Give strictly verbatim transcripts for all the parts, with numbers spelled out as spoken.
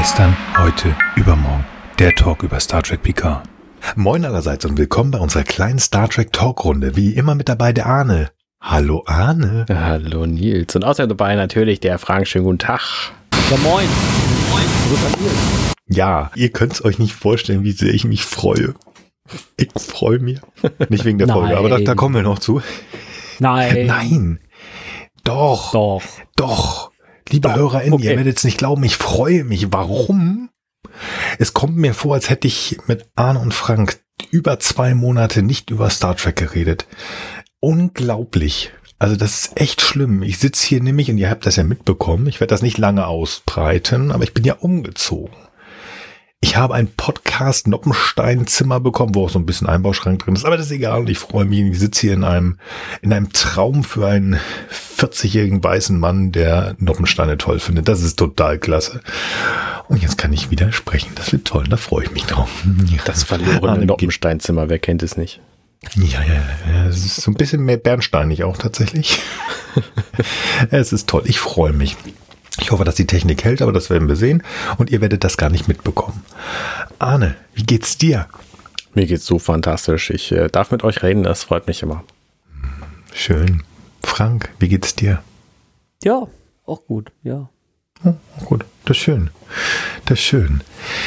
Gestern, heute, übermorgen. Der Talk über Star Trek Picard. Moin allerseits und willkommen bei unserer kleinen Star Trek Talkrunde. Wie immer mit dabei der Arne. Hallo Arne. Hallo Nils. Und außerdem dabei natürlich der Frank. Schönen guten Tag. Ja, moin. Moin. Grüß an Nils. Ja, ihr könnt es euch nicht vorstellen, wie sehr ich mich freue. Ich freue mich. Nicht wegen der Nein. Folge, aber da, da kommen wir noch zu. Nein. Nein. Doch. Doch. Doch. Liebe Doch. HörerInnen, Okay. ihr werdet es nicht glauben, ich freue mich. Warum? Es kommt mir vor, als hätte ich mit Arne und Frank über zwei Monate nicht über Star Trek geredet. Unglaublich. Also das ist echt schlimm. Ich sitze hier nämlich, und ihr habt das ja mitbekommen, ich werde das nicht lange ausbreiten, aber ich bin ja umgezogen. Ich habe ein Podcast-Noppenstein-Zimmer bekommen, wo auch so ein bisschen Einbauschrank drin ist, aber das ist egal und ich freue mich. Ich sitze hier in einem, in einem Traum für einen vierzigjährigen weißen Mann, der Noppensteine toll findet. Das ist total klasse. Und jetzt kann ich wieder sprechen. Das wird toll, da freue ich mich drauf. Das verlorene Noppensteinzimmer, wer kennt es nicht? Ja, ja, ja, es ist so ein bisschen mehr bernsteinig auch tatsächlich. Es ist toll, ich freue mich. Ich hoffe, dass die Technik hält, aber das werden wir sehen. Und ihr werdet das gar nicht mitbekommen. Arne, wie geht's dir? Mir geht's so fantastisch. Ich äh, darf mit euch reden, das freut mich immer. Schön. Frank, wie geht's dir? Ja, auch gut, ja. Oh, gut, das ist schön. Das ist schön.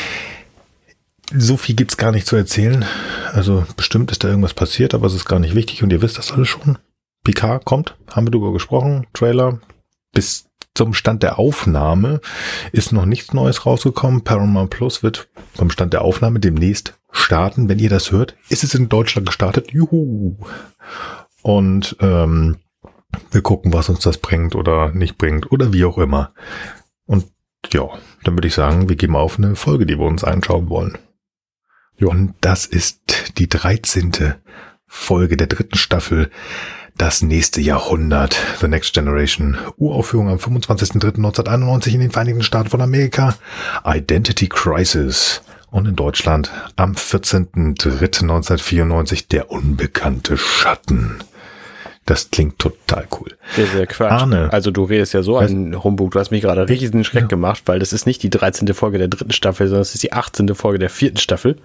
So viel gibt's gar nicht zu erzählen. Also bestimmt ist da irgendwas passiert, aber es ist gar nicht wichtig und ihr wisst das alles schon. Picard kommt, haben wir darüber gesprochen, Trailer. Bis zum Stand der Aufnahme ist noch nichts Neues rausgekommen. Paramount Plus wird vom Stand der Aufnahme demnächst starten. Wenn ihr das hört, ist es in Deutschland gestartet. Juhu! Und ähm, wir gucken, was uns das bringt oder nicht bringt oder wie auch immer. Und ja, dann würde ich sagen, wir gehen mal auf eine Folge, die wir uns anschauen wollen. Ja, und das ist die dreizehnte Folge der dritten Staffel, das nächste Jahrhundert, The Next Generation, Uraufführung am fünfundzwanzigsten dritten neunzehnhunderteinundneunzig in den Vereinigten Staaten von Amerika, Identity Crisis, und in Deutschland am vierzehnten dritten neunzehnhundertvierundneunzig, der unbekannte Schatten. Das klingt total cool. Sehr, sehr Quatsch. Arne. Also du redest ja so einen Humbug, du hast mich gerade richtig in den Schreck Ja. gemacht, weil das ist nicht die dreizehnte Folge der dritten Staffel, sondern es ist die achtzehnte Folge der vierten Staffel.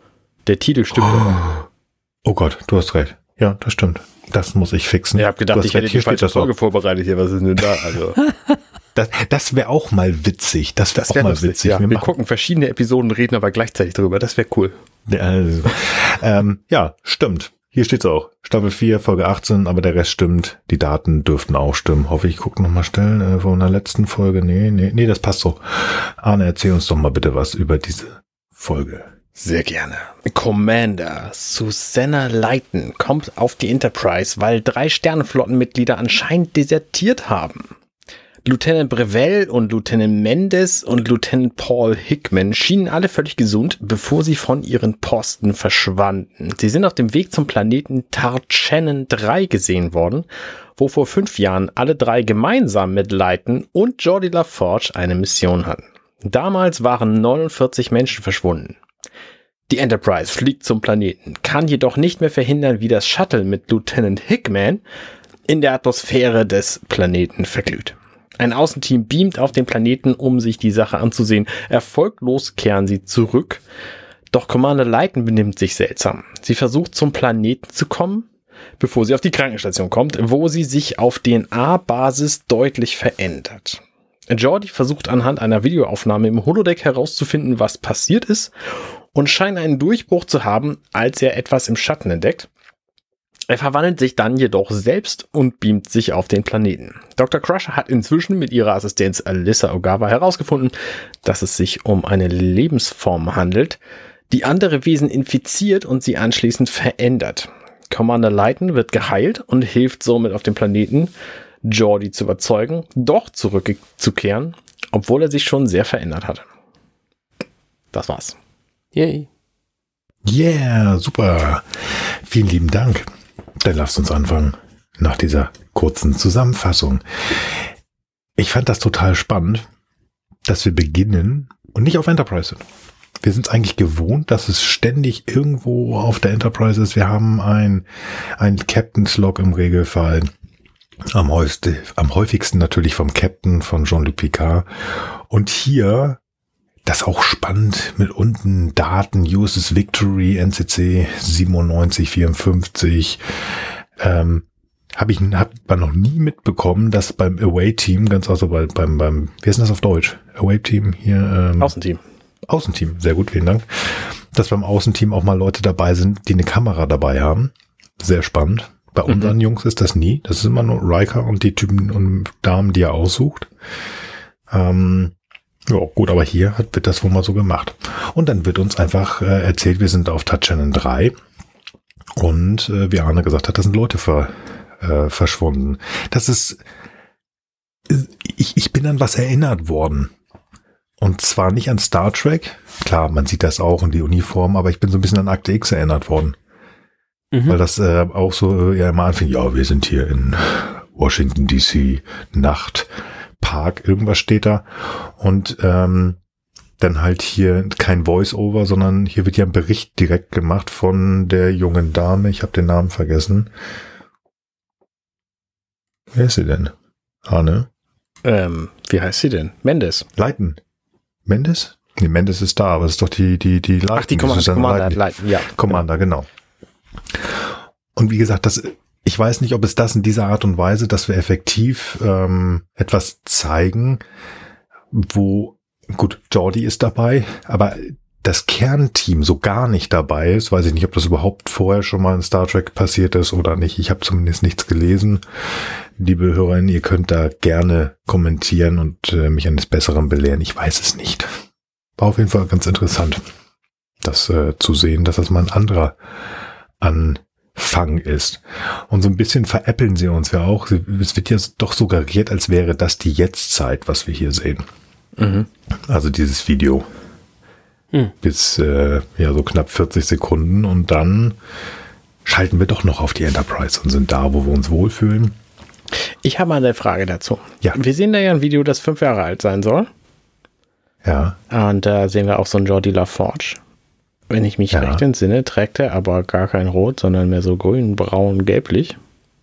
Der Titel stimmt. Oh. Oh Gott, du hast recht. Ja, das stimmt. Das muss ich fixen. Ich habe gedacht, Du hast ich hätte recht, hier die steht falsche das auch. Folge vorbereitet hier. Was ist denn da? Also, Das, das wäre auch mal witzig. Das wäre das auch wäre mal lustig. witzig. Ja, Wir wir machen- gucken verschiedene Episoden, reden aber gleichzeitig drüber. Das wäre cool. Also, ähm, ja, stimmt. Hier steht's auch. Staffel vier, Folge achtzehn, aber der Rest stimmt. Die Daten dürften auch stimmen. Hoffe ich, gucke nochmal schnell äh, von der letzten Folge. Nee, nee, nee, das passt so. Arne, erzähl uns doch mal bitte was über diese Folge. Sehr gerne. Commander Susanna Leighton kommt auf die Enterprise, weil drei Sternenflottenmitglieder anscheinend desertiert haben. Lieutenant Breville und Lieutenant Mendes und Lieutenant Paul Hickman schienen alle völlig gesund, bevor sie von ihren Posten verschwanden. Sie sind auf dem Weg zum Planeten Tarchanen drei gesehen worden, wo vor fünf Jahren alle drei gemeinsam mit Leighton und Geordi LaForge eine Mission hatten. Damals waren neunundvierzig Menschen verschwunden. Die Enterprise fliegt zum Planeten, kann jedoch nicht mehr verhindern, wie das Shuttle mit Lieutenant Hickman in der Atmosphäre des Planeten verglüht. Ein Außenteam beamt auf den Planeten, um sich die Sache anzusehen. Erfolglos kehren sie zurück. Doch Commander Leighton benimmt sich seltsam. Sie versucht zum Planeten zu kommen, bevor sie auf die Krankenstation kommt, wo sie sich auf D N A-Basis deutlich verändert. Geordi versucht anhand einer Videoaufnahme im Holodeck herauszufinden, was passiert ist, und scheint einen Durchbruch zu haben, als er etwas im Schatten entdeckt. Er verwandelt sich dann jedoch selbst und beamt sich auf den Planeten. Doktor Crusher hat inzwischen mit ihrer Assistenz Alyssa Ogawa herausgefunden, dass es sich um eine Lebensform handelt, die andere Wesen infiziert und sie anschließend verändert. Commander Leighton wird geheilt und hilft somit auf dem Planeten, Geordi zu überzeugen, doch zurückzukehren, obwohl er sich schon sehr verändert hatte. Das war's. Yay. Yeah, super. Vielen lieben Dank. Dann lasst uns anfangen nach dieser kurzen Zusammenfassung. Ich fand das total spannend, dass wir beginnen und nicht auf Enterprise sind. Wir sind es eigentlich gewohnt, dass es ständig irgendwo auf der Enterprise ist. Wir haben ein, ein Captain's Log im Regelfall. Am häufigsten, am häufigsten natürlich vom Captain, von Jean-Luc Picard. Und hier das ist auch spannend mit unten Daten, U S S Victory, N C C siebenundneunzig vierundfünfzig. Ähm, habe ich hab man noch nie mitbekommen, dass beim Away-Team, ganz außer bei, beim, beim, wie ist denn das auf Deutsch? Away-Team hier. Ähm, Außenteam. Außenteam, sehr gut, vielen Dank. Dass beim Außenteam auch mal Leute dabei sind, die eine Kamera dabei haben. Sehr spannend. Bei Mhm. unseren Jungs ist das nie. Das ist immer nur Riker und die Typen und Damen, die er aussucht. Ähm, ja, gut, aber hier hat, wird das wohl mal so gemacht. Und dann wird uns einfach äh, erzählt, wir sind auf Touch Channel drei und äh, wie Arne gesagt hat, da sind Leute ver, äh, verschwunden. Das ist, ich, ich bin an was erinnert worden. Und zwar nicht an Star Trek. Klar, man sieht das auch in die Uniform, aber ich bin so ein bisschen an Akte X erinnert worden. Mhm. Weil das äh, auch so äh, ja immer anfing, ja, wir sind hier in Washington D C, Nacht, Park, irgendwas steht da. Und ähm, dann halt hier kein Voice-Over, sondern hier wird ja ein Bericht direkt gemacht von der jungen Dame. Ich habe den Namen vergessen. Wer ist sie denn? Arne? Ähm, wie heißt sie denn? Mendes. Leiten. Mendes? Nee, Mendes ist da, aber es ist doch die, die, die Leiten. Ach, die Das ist Commander, dann Commander, Leiten. Leiten, ja. Commander, genau. Und wie gesagt, das, ich weiß nicht, ob es das in dieser Art und Weise, dass wir effektiv ähm, etwas zeigen, wo, gut, Geordi ist dabei, aber das Kernteam so gar nicht dabei ist, weiß ich nicht, ob das überhaupt vorher schon mal in Star Trek passiert ist oder nicht. Ich habe zumindest nichts gelesen. Liebe Hörerinnen, ihr könnt da gerne kommentieren und äh, mich eines Besseren belehren. Ich weiß es nicht. War auf jeden Fall ganz interessant, das äh, zu sehen, dass das mal ein anderer Anfang ist. Und so ein bisschen veräppeln sie uns ja auch. Es wird ja doch suggeriert, als wäre das die Jetztzeit, was wir hier sehen. Mhm. Also dieses Video. Hm. Bis äh, ja so knapp vierzig Sekunden und dann schalten wir doch noch auf die Enterprise und sind da, wo wir uns wohlfühlen. Ich habe mal eine Frage dazu. Ja. Wir sehen da ja ein Video, das fünf Jahre alt sein soll. Ja. Und da sehen wir auch so einen Geordi LaForge. Wenn ich mich Ja. recht entsinne, trägt er aber gar kein Rot, sondern mehr so grün, braun, gelblich.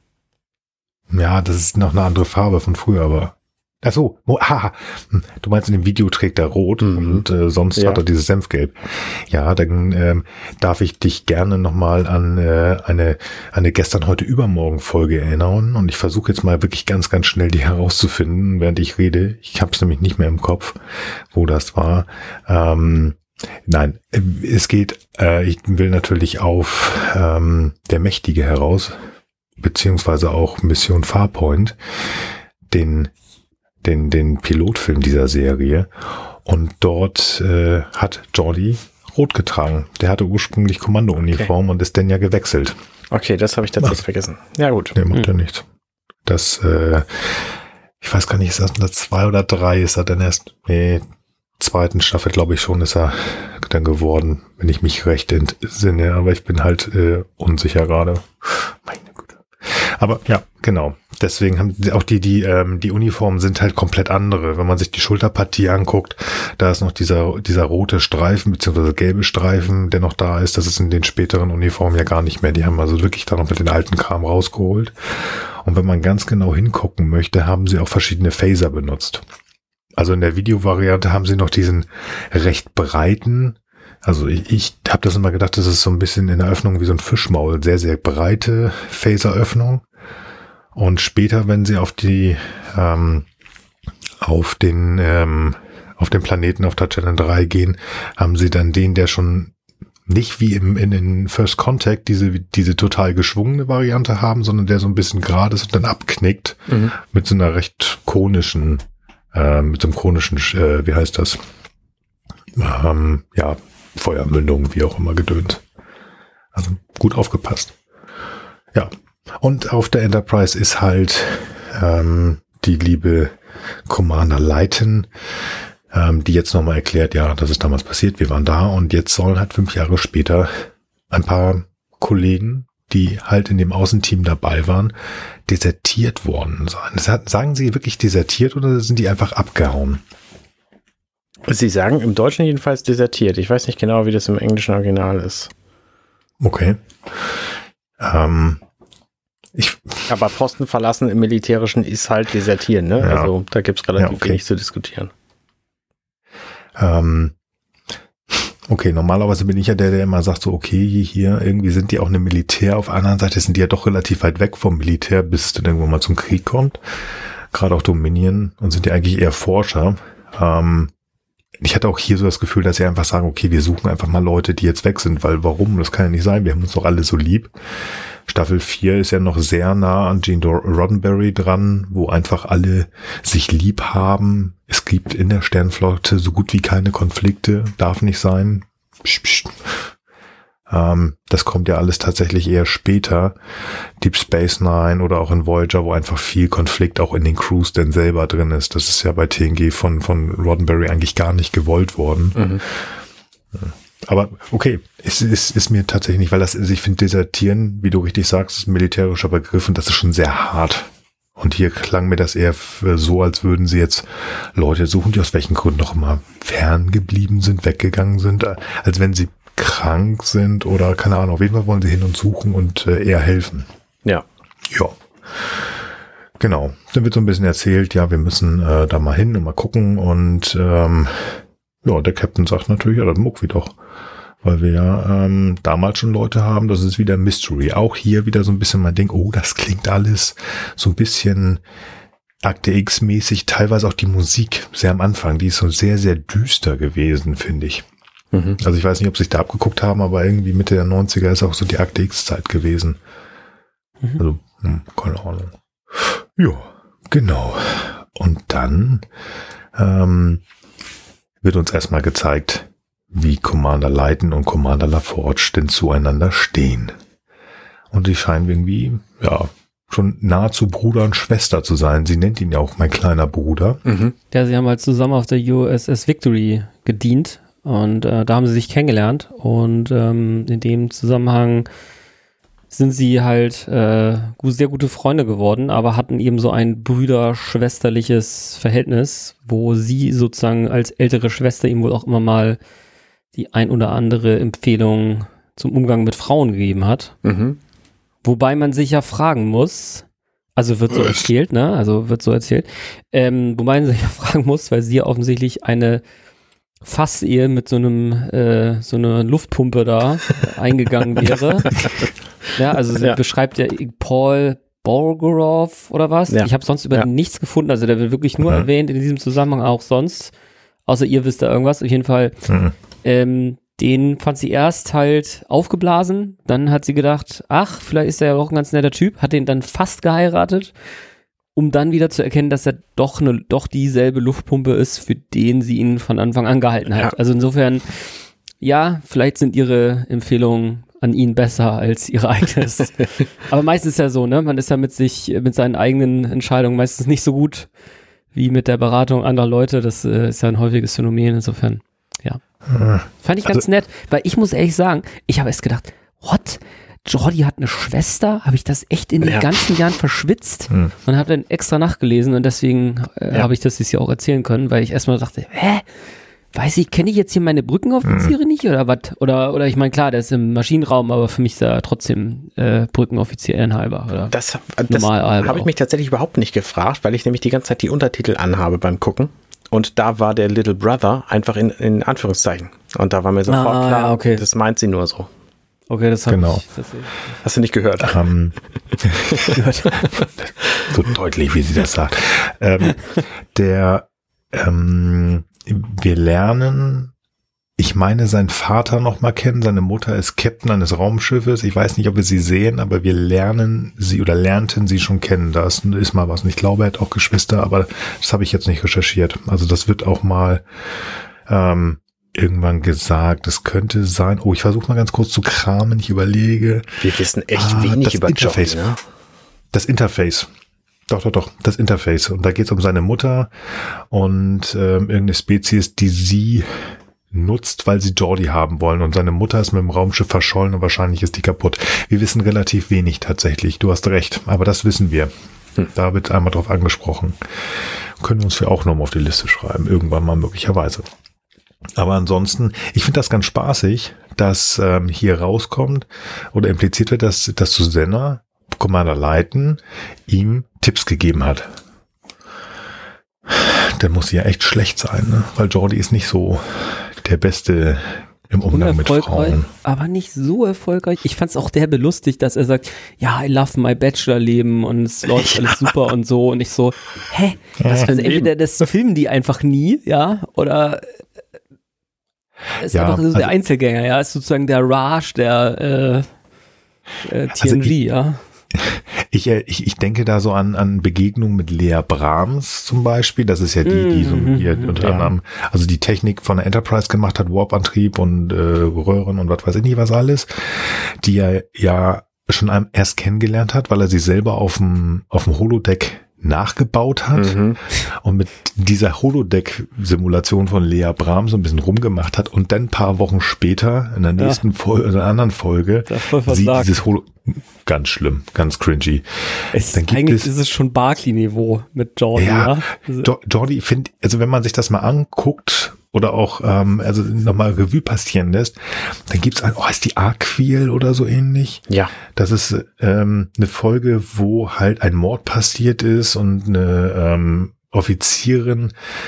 Ja, das ist noch eine andere Farbe von früher, aber ach so, oh, ah, du meinst, in dem Video trägt er rot Mhm. und äh, sonst Ja. hat er dieses Senfgelb. Ja, dann ähm, darf ich dich gerne nochmal an äh, eine eine gestern, heute, übermorgen Folge erinnern und ich versuche jetzt mal wirklich ganz, ganz schnell die herauszufinden, während ich rede. Ich habe es nämlich nicht mehr im Kopf, wo das war. Ähm, nein, äh, es geht, äh, ich will natürlich auf ähm, der Mächtige heraus, beziehungsweise auch Mission Farpoint, den den den Pilotfilm dieser Serie, und dort äh, hat Geordi rot getragen. Der hatte ursprünglich Kommandouniform und ist dann ja gewechselt. Okay, das habe ich tatsächlich vergessen. Ja, gut. Der macht Hm. ja nichts. Das, äh, ich weiß gar nicht, ist das in der zwei oder drei, ist er dann erst, nee, zweiten Staffel, glaube ich schon, ist er dann geworden, wenn ich mich recht entsinne, aber ich bin halt äh, unsicher gerade. Meine Güte. Aber ja, genau. Deswegen haben sie auch die, die, ähm, die Uniformen sind halt komplett andere. Wenn man sich die Schulterpartie anguckt, da ist noch dieser, dieser rote Streifen, beziehungsweise gelbe Streifen, der noch da ist. Das ist in den späteren Uniformen ja gar nicht mehr. Die haben also wirklich da noch mit den alten Kram rausgeholt. Und wenn man ganz genau hingucken möchte, haben sie auch verschiedene Phaser benutzt. Also in der Videovariante haben sie noch diesen recht breiten, also ich, ich habe das immer gedacht, das ist so ein bisschen in der Öffnung wie so ein Fischmaul, sehr, sehr breite Phaseröffnung. Und später, wenn sie auf die, ähm, auf den, ähm, auf den Planeten auf Touch Channel drei gehen, haben sie dann den, der schon nicht wie im, in den First Contact diese, diese total geschwungene Variante haben, sondern der so ein bisschen gerade ist und dann abknickt, Mhm. mit so einer recht konischen, äh, mit so einem konischen, äh, wie heißt das? Ähm, ja, Feuermündung, wie auch immer, gedönt. Also gut aufgepasst. Ja. Und auf der Enterprise ist halt ähm, die liebe Commander Leiten, ähm, die jetzt nochmal erklärt, ja, das ist damals passiert, wir waren da, und jetzt sollen halt fünf Jahre später ein paar Kollegen, die halt in dem Außenteam dabei waren, desertiert worden sein. Sagen Sie wirklich desertiert oder sind die einfach abgehauen? Sie sagen im Deutschen jedenfalls desertiert. Ich weiß nicht genau, wie das im englischen Original ist. Okay. Ähm, ich, Aber Posten verlassen im Militärischen ist halt desertieren, ne? Ja. Also da gibt es relativ Ja, okay. wenig zu diskutieren. Ähm, okay, normalerweise bin ich ja der, der immer sagt so, okay, hier, irgendwie sind die auch eine Militär. Auf der anderen Seite sind die ja doch relativ weit weg vom Militär, bis es dann irgendwann mal zum Krieg kommt. Gerade auch Dominion, und sind ja eigentlich eher Forscher. Ähm, ich hatte auch hier so das Gefühl, dass sie einfach sagen, okay, wir suchen einfach mal Leute, die jetzt weg sind, weil warum? Das kann ja nicht sein, wir haben uns doch alle so lieb. Staffel vier ist ja noch sehr nah an Gene Roddenberry dran, wo einfach alle sich lieb haben. Es gibt in der Sternflotte so gut wie keine Konflikte, darf nicht sein. Psch, psch. Ähm, das kommt ja alles tatsächlich eher später. Deep Space Nine oder auch in Voyager, wo einfach viel Konflikt auch in den Crews denn selber drin ist. Das ist ja bei T N G von, von Roddenberry eigentlich gar nicht gewollt worden. Mhm. Aber okay, es ist, ist mir tatsächlich nicht, weil das ist, ich finde, Desertieren, wie du richtig sagst, ist ein militärischer Begriff und das ist schon sehr hart. Und hier klang mir das eher so, als würden sie jetzt Leute suchen, die aus welchen Gründen noch immer ferngeblieben sind, weggegangen sind, als wenn sie krank sind oder keine Ahnung. Auf jeden Fall wollen sie hin und suchen und äh, eher helfen. Ja. Ja. Genau. Dann wird so ein bisschen erzählt, ja, wir müssen äh, da mal hin und mal gucken und ähm, ja, der Captain sagt natürlich, ja, dann muck wie doch. Weil wir ja ähm, damals schon Leute haben, das ist wieder Mystery. Auch hier wieder so ein bisschen mein Ding, oh, das klingt alles so ein bisschen Akte X-mäßig, teilweise auch die Musik sehr am Anfang, die ist so sehr, sehr düster gewesen, finde ich. Mhm. Also ich weiß nicht, ob sie sich da abgeguckt haben, aber irgendwie Mitte der neunziger ist auch so die Akte X-Zeit gewesen. Mhm. Also, hm, keine Ahnung. Ja, genau. Und dann ähm, wird uns erstmal gezeigt, wie Commander Leighton und Commander LaForge denn zueinander stehen. Und die scheinen irgendwie, ja, schon nahezu Bruder und Schwester zu sein. Sie nennt ihn ja auch mein kleiner Bruder. Mhm. Ja, sie haben halt zusammen auf der U S S Victory gedient und äh, da haben sie sich kennengelernt und ähm, in dem Zusammenhang sind sie halt äh, sehr gute Freunde geworden, aber hatten eben so ein brüder-schwesterliches Verhältnis, wo sie sozusagen als ältere Schwester ihm wohl auch immer mal die ein oder andere Empfehlung zum Umgang mit Frauen gegeben hat. Mhm. Wobei man sich ja fragen muss, also wird so erzählt, ne, also wird so erzählt, ähm, wobei man sich ja fragen muss, weil sie ja offensichtlich eine Fassehe mit so einem, äh, so einer Luftpumpe da eingegangen wäre. Ja, also sie ja. beschreibt ja Paul Borgorov oder was. Ja. Ich habe sonst über ja. nichts gefunden, also der wird wirklich nur mhm. erwähnt in diesem Zusammenhang, auch sonst, außer ihr wisst da irgendwas, auf jeden Fall. Mhm. Ähm, den fand sie erst halt aufgeblasen, dann hat sie gedacht, ach, vielleicht ist er ja auch ein ganz netter Typ, hat den dann fast geheiratet, um dann wieder zu erkennen, dass er doch eine, doch dieselbe Luftpumpe ist, für den sie ihn von Anfang an gehalten hat. Ja. Also insofern, ja, vielleicht sind ihre Empfehlungen an ihn besser als ihre eigenes. Aber meistens ist ja so, ne, man ist ja mit sich, mit seinen eigenen Entscheidungen meistens nicht so gut wie mit der Beratung anderer Leute, das äh, ist ja ein häufiges Phänomen, insofern, ja. Hm. Fand ich ganz also, nett, weil ich muss ehrlich sagen, ich habe erst gedacht, what? Geordi hat eine Schwester? Habe ich das echt in den ja. ganzen Jahren verschwitzt? Hm. Und habe dann extra nachgelesen und deswegen äh, ja. habe ich das jetzt hier auch erzählen können, weil ich erstmal dachte, hä? Weiß ich, kenne ich jetzt hier meine Brückenoffiziere hm. nicht oder was? Oder, oder ich meine, klar, der ist im Maschinenraum, aber für mich ist er trotzdem äh, Brückenoffizier ehrenhalber. Oder das das habe ich mich tatsächlich überhaupt nicht gefragt, weil ich nämlich die ganze Zeit die Untertitel anhabe beim Gucken. Und da war der Little Brother einfach in, in Anführungszeichen. Und da war mir sofort ah, klar, okay. das meint sie nur so. Okay, das habe genau. ich. Das Hast du nicht gehört? Um, so deutlich, wie sie das sagt. Ähm, der, ähm, wir lernen, ich meine, seinen Vater noch mal kennen. Seine Mutter ist Captain eines Raumschiffes. Ich weiß nicht, ob wir sie sehen, aber wir lernen sie oder lernten sie schon kennen. Da ist, ist mal was. Und ich glaube, er hat auch Geschwister, aber das habe ich jetzt nicht recherchiert. Also das wird auch mal ähm, irgendwann gesagt. Es könnte sein. Oh, ich versuche mal ganz kurz zu kramen. Ich überlege. Wir wissen echt ah, wenig über Interface. Johnny, ne? Das Interface. Doch, doch, doch, das Interface. Und da geht es um seine Mutter und ähm, irgendeine Spezies, die sie nutzt, weil sie Geordi haben wollen. Und seine Mutter ist mit dem Raumschiff verschollen und wahrscheinlich ist die kaputt. Wir wissen relativ wenig tatsächlich. Du hast recht, aber das wissen wir. Hm. Da wird einmal drauf angesprochen. Können wir uns für auch nochmal auf die Liste schreiben. Irgendwann mal möglicherweise. Aber ansonsten, ich finde das ganz spaßig, dass ähm, hier rauskommt oder impliziert wird, dass, dass Susanna Commander Leighton ihm Tipps gegeben hat. dann muss sie ja echt schlecht sein, ne? Weil Geordi ist nicht so der Beste im Umgang mit Frauen. Aber nicht so erfolgreich. Ich fand es auch derbe lustig, dass er sagt, ja, I love my Bachelor-Leben und es läuft alles super und so. Und ich so, hä? Also entweder das filmen die einfach nie, ja, oder ist ja, einfach so also, der Einzelgänger, ja, ist sozusagen der Raj, der äh, äh, T N G, also ich, ja. Ich, ich, ich denke da so an, an Begegnungen mit Lea Brahms zum Beispiel. Das ist ja die, die so Mhm, hier unter ja. anderem, also die Technik von der Enterprise gemacht hat, Warp-Antrieb und äh, Röhren und was weiß ich nicht was alles, die er ja schon einem erst kennengelernt hat, weil er sie selber auf dem auf dem Holodeck nachgebaut hat Mhm. und mit dieser Holodeck-Simulation von Lea Brahms so ein bisschen rumgemacht hat und dann ein paar Wochen später in der nächsten Ja. Folge, in einer anderen Folge, Da voll sie versagt. dieses Holo ganz schlimm, ganz cringy. Es, Dann gibt eigentlich es- ist es schon Barclay-Niveau mit Jordi, Ja, ja. Also, Jo- Jordi, find, also wenn man sich das mal anguckt oder auch ähm, also nochmal Revue passieren lässt, dann gibt's ein, oh, ist die Arquil oder so ähnlich? Ja. Das ist ähm, eine Folge, wo halt ein Mord passiert ist und eine ähm, Offizierin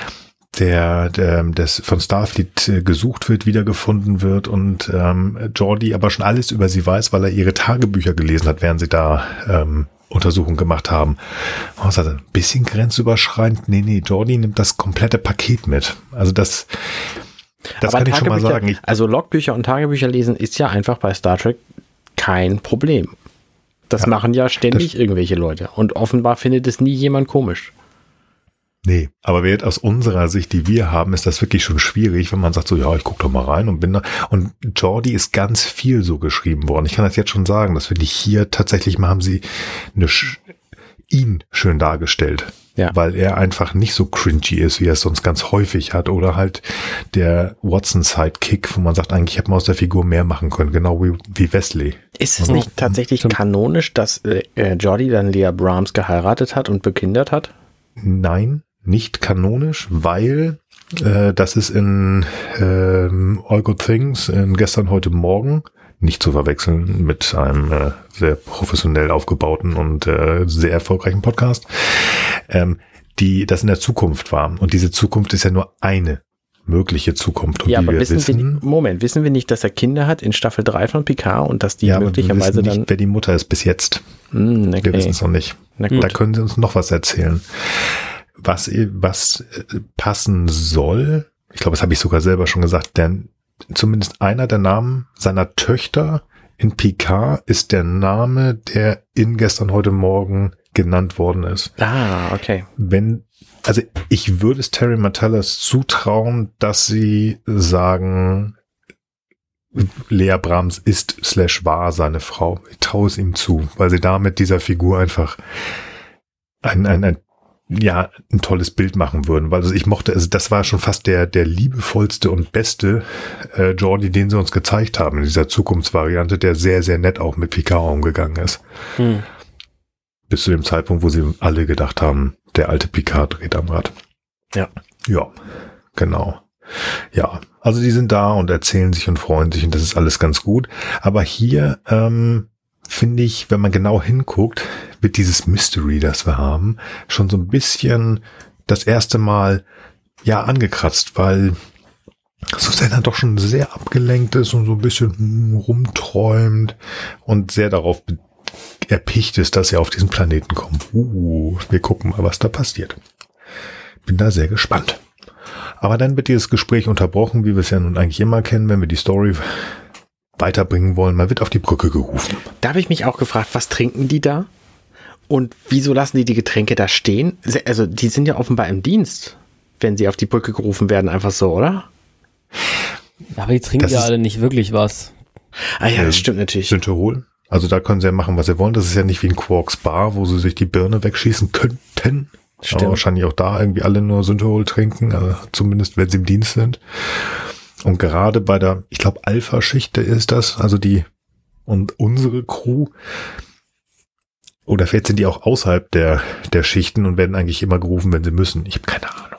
der, der des von Starfleet äh, gesucht wird, wiedergefunden wird und ähm, Geordi aber schon alles über sie weiß, weil er ihre Tagebücher gelesen hat, während sie da ähm, Untersuchungen gemacht haben. Oh, ist das ein bisschen grenzüberschreitend? Nee, nee, Geordi nimmt das komplette Paket mit. Also das, das Aber kann ich schon mal Tagebücher- sagen. Ich, Also Logbücher und Tagebücher lesen ist ja einfach bei Star Trek kein Problem. Das Ja, machen ja ständig irgendwelche Leute. Und offenbar findet es nie jemand komisch. Nee, aber wer jetzt aus unserer Sicht, die wir haben, ist das wirklich schon schwierig, wenn man sagt so, ja, ich guck doch mal rein und bin da. Und Geordi ist ganz viel so geschrieben worden. Ich kann das jetzt schon sagen. Das finde ich hier tatsächlich mal haben sie eine, Sch- ihn schön dargestellt. Ja. Weil er einfach nicht so cringy ist, wie er es sonst ganz häufig hat. Oder halt der Watson-Sidekick, wo man sagt, eigentlich hätte man aus der Figur mehr machen können. Genau wie, wie Wesley. Ist es Ja, nicht tatsächlich stimmt. kanonisch, dass äh, Jordi dann Lea Brahms geheiratet hat und bekindert hat? Nein, nicht kanonisch, weil äh, das ist in ähm, All Good Things in Gestern, Heute, Morgen nicht zu verwechseln mit einem äh, sehr professionell aufgebauten und äh, sehr erfolgreichen Podcast, ähm, die das in der Zukunft war. Und diese Zukunft ist ja nur eine mögliche Zukunft. Und Ja, wie aber wir wissen, wissen, wir, Moment, wissen wir nicht, dass er Kinder hat in Staffel drei von Picard und dass die ja, aber wir möglicherweise wissen nicht, dann... wer die Mutter ist bis jetzt. Hm, Wir okay. wissen es noch nicht. Na gut. Da können sie uns noch was erzählen. Was, was äh, passen soll, ich glaube, das habe ich sogar selber schon gesagt, denn zumindest einer der Namen seiner Töchter in Picard ist der Name, der in Gestern, Heute, Morgen genannt worden ist. Ah, okay. Wenn, also ich würde es Terry Matalas zutrauen, dass sie sagen, Lea Brahms ist slash war seine Frau. Ich traue es ihm zu, weil sie damit dieser Figur einfach ein, ein, ein ja, ein tolles Bild machen würden, weil also ich mochte, also das war schon fast der, der liebevollste und beste äh, Geordi, den sie uns gezeigt haben in dieser Zukunftsvariante, der sehr, sehr nett auch mit Picard umgegangen ist. Hm. Bis zu dem Zeitpunkt, wo sie alle gedacht haben, der alte Picard dreht am Rad. Ja. Ja, genau. Ja, also die sind da und erzählen sich und freuen sich und das ist alles ganz gut. Aber hier, ähm, finde ich, wenn man genau hinguckt, wird dieses Mystery, das wir haben, schon so ein bisschen das erste Mal ja angekratzt, weil Susanna doch schon sehr abgelenkt ist und so ein bisschen hm, rumträumt und sehr darauf be- erpicht ist, dass sie auf diesen Planeten kommen. Uh, wir gucken mal, was da passiert. Bin da sehr gespannt. Aber dann wird dieses Gespräch unterbrochen, wie wir es ja nun eigentlich immer kennen, wenn wir die Story weiterbringen wollen. Man wird auf die Brücke gerufen. Da habe ich mich auch gefragt, was trinken die da? Und wieso lassen die die Getränke da stehen? Also die sind ja offenbar im Dienst, wenn sie auf die Brücke gerufen werden, einfach so, oder? aber die trinken Das ja ist- alle nicht wirklich was. Ah ja, Ja, das stimmt natürlich. Synthehol. Also da können sie ja machen, was sie wollen. Das ist ja nicht wie ein Quarks Bar, wo sie sich die Birne wegschießen könnten. Stimmt. Aber wahrscheinlich auch da irgendwie alle nur Synthehol trinken, also zumindest wenn sie im Dienst sind. Und gerade bei der, ich glaube, Alpha-Schicht ist das, also die und unsere Crew, oder vielleicht sind die auch außerhalb der, der Schichten und werden eigentlich immer gerufen, wenn sie müssen. Ich habe keine Ahnung.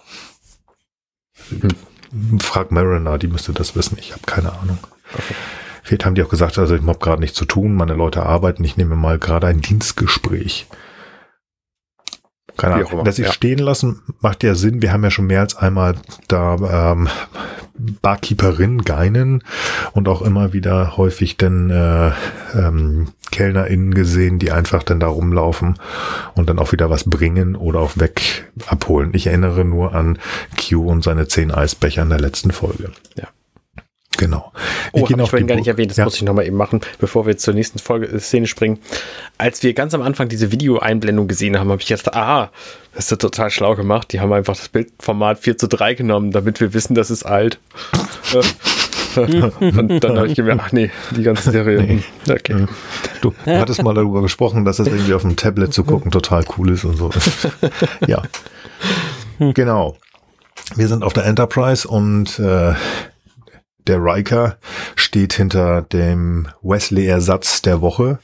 Hm. Frag Mariner, die müsste das wissen. Ich habe keine Ahnung. Okay. Vielleicht haben die auch gesagt, also ich habe gerade nichts zu tun, meine Leute arbeiten, ich nehme mal gerade ein Dienstgespräch. keine Ahnung. Dass sie ja. stehen lassen, macht ja Sinn. Wir haben ja schon mehr als einmal da ähm, Barkeeperin, Geinen und auch immer wieder häufig dann äh, ähm, KellnerInnen gesehen, die einfach dann da rumlaufen und dann auch wieder was bringen oder auch weg abholen. Ich erinnere nur an Q und seine zehn Eisbecher in der letzten Folge. Ja. Genau. Wir oh, habe ich vorhin gar nicht erwähnt, das ja. muss ich nochmal eben machen, bevor wir jetzt zur nächsten Folge, Szene springen. Als wir ganz am Anfang diese Videoeinblendung gesehen haben, habe ich gedacht, ah, das ist ja total schlau gemacht. Die haben einfach das Bildformat vier zu drei genommen, damit wir wissen, das ist alt. Und dann habe ich gemerkt, ach nee, die ganze Serie. Nee. Okay. Du, du hattest mal darüber gesprochen, dass das irgendwie auf dem Tablet zu gucken total cool ist und so. Ja. Genau. Wir sind auf der Enterprise und äh, der Riker steht hinter dem Wesley-Ersatz der Woche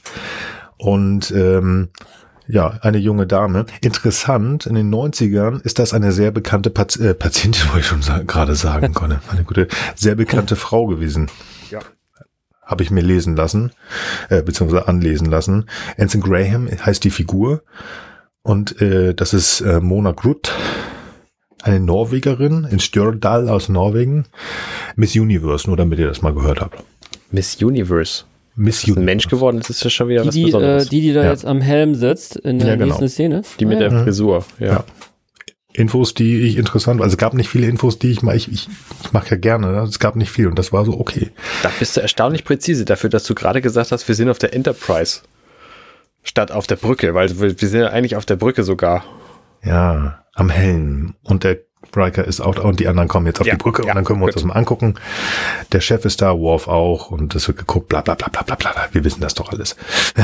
und ähm, ja, eine junge Dame. Interessant, in den neunzigern ist das eine sehr bekannte Pat- äh, Patientin, wollte ich schon sa- gerade sagen konnte, eine gute, sehr bekannte Frau gewesen. Ja. Habe ich mir lesen lassen, äh, beziehungsweise anlesen lassen. Ensign Graham heißt die Figur und äh, das ist äh, Mona Gruth. Eine Norwegerin in Stjørdal aus Norwegen. Miss Universe, nur damit ihr das mal gehört habt. Miss Universe. Miss Universe. Ein Mensch geworden, das ist ja schon wieder die, was die, Besonderes. Äh, die, die da ja. jetzt am Helm sitzt, in der ja, genau. nächsten Szene. Die mit ah, der ja. Frisur, ja. ja. Infos, die ich interessant, also es gab nicht viele Infos, die ich mal, ich, ich, ich mache ja gerne, ne? Es gab nicht viel und das war so okay. Da bist du erstaunlich präzise dafür, dass du gerade gesagt hast, wir sind auf der Enterprise statt auf der Brücke, weil wir sind ja eigentlich auf der Brücke sogar. Ja, am Helm und der Riker ist auch da und die anderen kommen jetzt auf ja, die Brücke ja, und dann können wir uns gut. das mal angucken. Der Chef ist da, Worf auch und es wird geguckt, bla bla bla bla bla bla. Wir wissen das doch alles.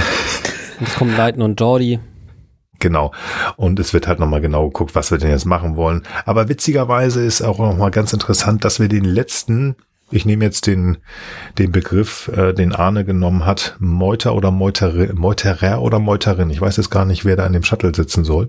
Jetzt kommen Leighton und Geordi. Genau. Und es wird halt nochmal genau geguckt, was wir denn jetzt machen wollen. Aber witzigerweise ist auch nochmal ganz interessant, dass wir den letzten, ich nehme jetzt den den Begriff, äh, den Arne genommen hat, Meuter oder Meuterer, Meuterer oder Meuterin. Ich weiß jetzt gar nicht, wer da in dem Shuttle sitzen soll.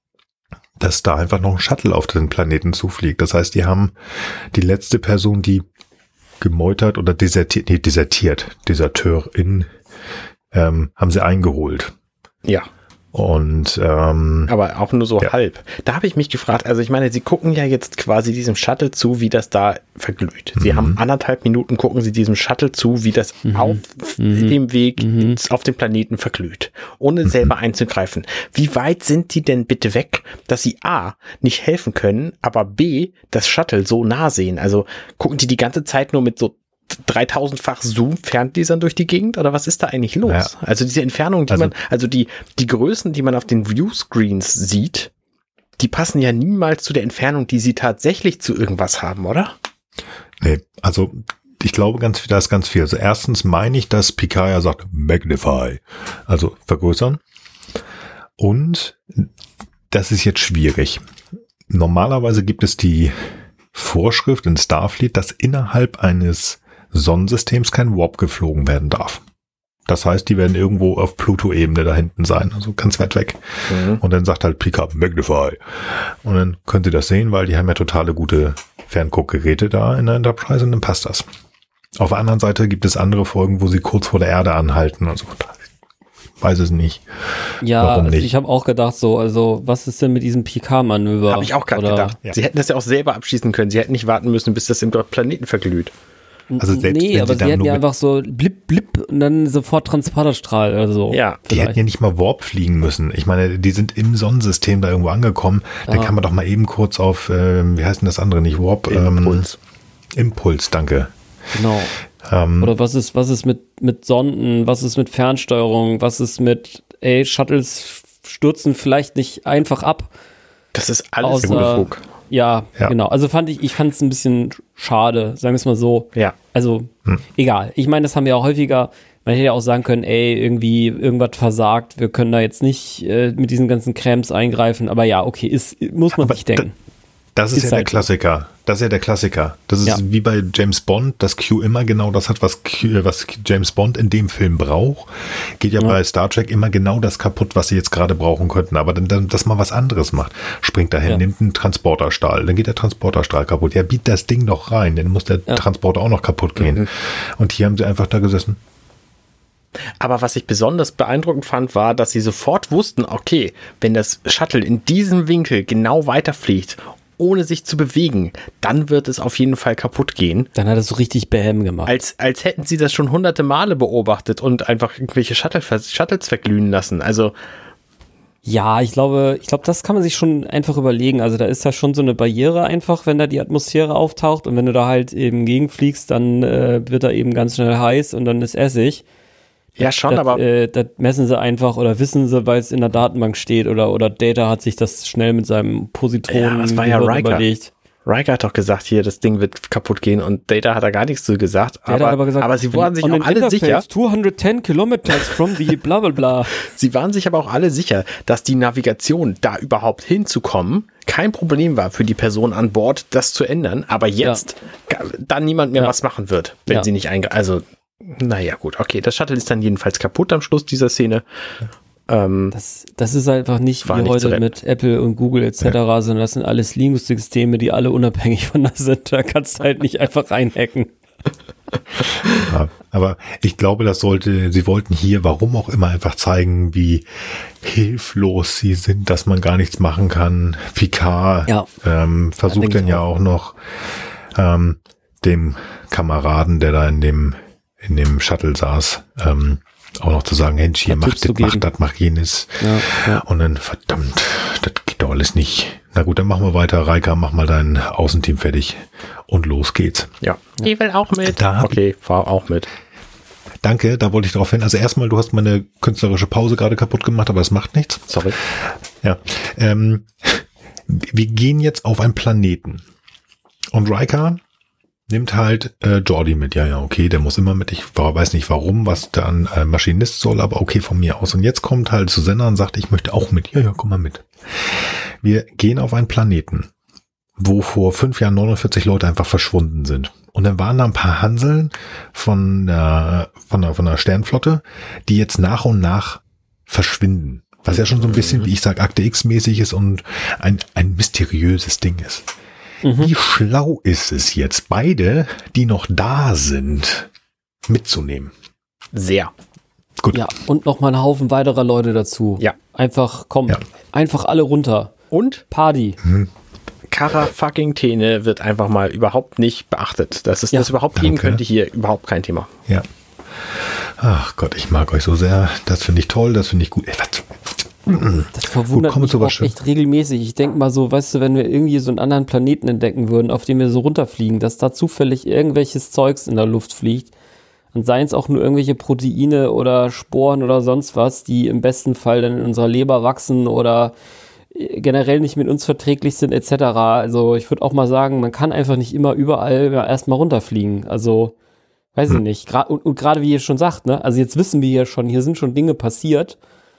Dass da einfach noch ein Shuttle auf den Planeten zufliegt. Das heißt, die haben die letzte Person, die gemeutert oder desertiert, nee, desertiert, Deserteurin, ähm, haben sie eingeholt. Ja. Und ähm, aber auch nur so ja. halb. Da habe ich mich gefragt, also ich meine, sie gucken ja jetzt quasi diesem Shuttle zu, wie das da verglüht. Sie mhm. haben anderthalb Minuten, gucken sie diesem Shuttle zu, wie das mhm. auf mhm. dem Weg mhm. auf dem Planeten verglüht, ohne mhm. selber einzugreifen. Wie weit sind die denn bitte weg, dass sie A, nicht helfen können, aber B, das Shuttle so nah sehen? Also gucken die die ganze Zeit nur mit so dreitausendfach Zoom-Fernlesern durch die Gegend oder was ist da eigentlich los? Ja. Also diese Entfernung, die also, man, also die, die Größen, die man auf den Viewscreens sieht, die passen ja niemals zu der Entfernung, die sie tatsächlich zu irgendwas haben, oder? Nee, also ich glaube, ganz, da ist ganz viel. Also erstens meine ich, dass Picard ja sagt, magnify, also vergrößern. Und das ist jetzt schwierig. Normalerweise gibt es die Vorschrift in Starfleet, dass innerhalb eines Sonnensystems kein Warp geflogen werden darf. Das heißt, die werden irgendwo auf Pluto-Ebene da hinten sein, also ganz weit weg. Mhm. Und dann sagt halt Picard, magnify. Und dann können sie das sehen, weil die haben ja totale gute Fernguckgeräte da in der Enterprise und dann passt das. Auf der anderen Seite gibt es andere Folgen, wo sie kurz vor der Erde anhalten und so. Ich weiß es nicht. Ja, Warum nicht? Also ich habe auch gedacht so, also was ist denn mit diesem Picard-Manöver? Habe ich auch gerade gedacht. Ja. Sie hätten das ja auch selber abschießen können. Sie hätten nicht warten müssen, bis das im Planeten verglüht. Also selbst nee, aber sie, sie hätten ja einfach so blip, blip und dann sofort Transporterstrahl oder so. Ja, die vielleicht. hätten ja nicht mal Warp fliegen müssen. Ich meine, die sind im Sonnensystem da irgendwo angekommen. Ja. Da kann man doch mal eben kurz auf, äh, wie heißt denn das andere nicht? Warp? Impuls. Ähm, Impuls, danke. Genau. Ähm, oder was ist, was ist mit, mit Sonden? Was ist mit Fernsteuerung? Was ist mit, ey, Shuttles stürzen vielleicht nicht einfach ab? Das ist alles Unfug. Ja, ja, genau. Also fand ich, ich fand es ein bisschen schade, sagen wir es mal so. Ja. Also, hm. egal. Ich meine, das haben wir ja häufiger, man hätte ja auch sagen können, ey, irgendwie irgendwas versagt, wir können da jetzt nicht äh, mit diesen ganzen Krams eingreifen, aber ja, okay, ist, muss man aber sich denken. Das ist, ist ja halt der Klassiker. Das ist ja der Klassiker. Das ist ja. wie bei James Bond, dass Q immer genau das hat, was, Q, was James Bond in dem Film braucht. Geht ja, ja bei Star Trek immer genau das kaputt, was sie jetzt gerade brauchen könnten. Aber dann, dann, dass man was anderes macht. Springt dahin, ja. nimmt einen Transporterstahl. Dann geht der Transporterstrahl kaputt. Ja, biet das Ding doch rein. Dann muss der ja. Transporter auch noch kaputt gehen. Mhm. Und hier haben sie einfach da gesessen. Aber was ich besonders beeindruckend fand, war, dass sie sofort wussten, okay, wenn das Shuttle in diesem Winkel genau weiterfliegt, ohne sich zu bewegen, dann wird es auf jeden Fall kaputt gehen. Dann hat es so richtig Bäm gemacht. Als, als hätten sie das schon hunderte Male beobachtet und einfach irgendwelche Shuttle, Shuttles verglühen lassen. Also ja, ich glaube, ich glaube, das kann man sich schon einfach überlegen. Also da ist da schon so eine Barriere einfach, wenn da die Atmosphäre auftaucht und wenn du da halt eben gegenfliegst, dann äh, wird da eben ganz schnell heiß und dann ist Essig. Ja, schon, das, aber Äh, das messen sie einfach oder wissen sie, weil es in der Datenbank steht oder, oder Data hat sich das schnell mit seinem Positron Ja, das war ja Riker. überlegt. Riker hat doch gesagt, hier, das Ding wird kaputt gehen und Data hat da gar nichts zu gesagt. Der Aber, hat aber, gesagt, aber sie waren sich on auch an alle interface sicher. zweihundertzehn Kilometers from the bla bla bla. Sie waren sich aber auch alle sicher, dass die Navigation, da überhaupt hinzukommen, kein Problem war für die Person an Bord, das zu ändern. Aber jetzt ja. dann niemand mehr ja. was machen wird, wenn ja. sie nicht eingreifen. Also, naja, gut, okay. Das Shuttle ist dann jedenfalls kaputt am Schluss dieser Szene. Ähm, das, das ist einfach nicht wie nicht heute mit Apple und Google et cetera, ja. sondern das sind alles Linux-Systeme, die alle unabhängig voneinander sind. Da kannst du halt nicht einfach reinhacken. Ja, aber ich glaube, das sollte, sie wollten hier, warum auch immer, einfach zeigen, wie hilflos sie sind, dass man gar nichts machen kann. Picard ja. ähm, versucht ja, dann ja auch noch ähm, dem Kameraden, der da in dem in dem Shuttle saß, ähm, auch noch zu sagen, Hensch, hier, mach das, mach das, mach jenes. Ja, ja. Und dann, verdammt, das geht doch alles nicht. Na gut, dann machen wir weiter. Riker, mach mal dein Außenteam fertig. Und los geht's. Ja. Ich will auch mit. Da okay, fahr auch mit. Danke, da wollte ich drauf hin. Also erstmal, du hast meine künstlerische Pause gerade kaputt gemacht, aber das macht nichts. Sorry. Ja. Ähm, wir gehen jetzt auf einen Planeten. Und Riker nimmt halt äh, Geordi mit. Ja, ja, okay, der muss immer mit. Ich weiß nicht warum, was da ein äh, Maschinist soll, aber okay, von mir aus. Und jetzt kommt halt Susanna und sagt, ich möchte auch mit. Ja, ja, komm mal mit. Wir gehen auf einen Planeten, wo vor fünf Jahren neunundvierzig Leute einfach verschwunden sind. Und dann waren da ein paar Hanseln von der, von der, von der Sternflotte, die jetzt nach und nach verschwinden. Was ja schon so ein bisschen, wie ich sag, Akte X-mäßig ist und ein, ein mysteriöses Ding ist. Mhm. Wie schlau ist es jetzt, beide, die noch da sind, mitzunehmen? Sehr. Gut. Ja, und noch mal einen Haufen weiterer Leute dazu. Ja. Einfach, komm, ja. einfach alle runter. Und? Party. Mhm. Kara fucking Tene wird einfach mal überhaupt nicht beachtet. Dass es ja. das überhaupt geben könnte, hier überhaupt kein Thema. Ja. Ach Gott, ich mag euch so sehr. Das finde ich toll, das finde ich gut. Ey, was? Das verwundert Gut, mich auch echt regelmäßig. Ich denke mal so, weißt du, wenn wir irgendwie so einen anderen Planeten entdecken würden, auf dem wir so runterfliegen, dass da zufällig irgendwelches Zeugs in der Luft fliegt, und seien es auch nur irgendwelche Proteine oder Sporen oder sonst was, die im besten Fall dann in unserer Leber wachsen oder generell nicht mit uns verträglich sind et cetera. Also ich würde auch mal sagen, man kann einfach nicht immer überall ja, erstmal runterfliegen. Also weiß hm. ich nicht. Gra- und und gerade wie ihr schon sagt, ne, also jetzt wissen wir ja schon, hier sind schon Dinge passiert.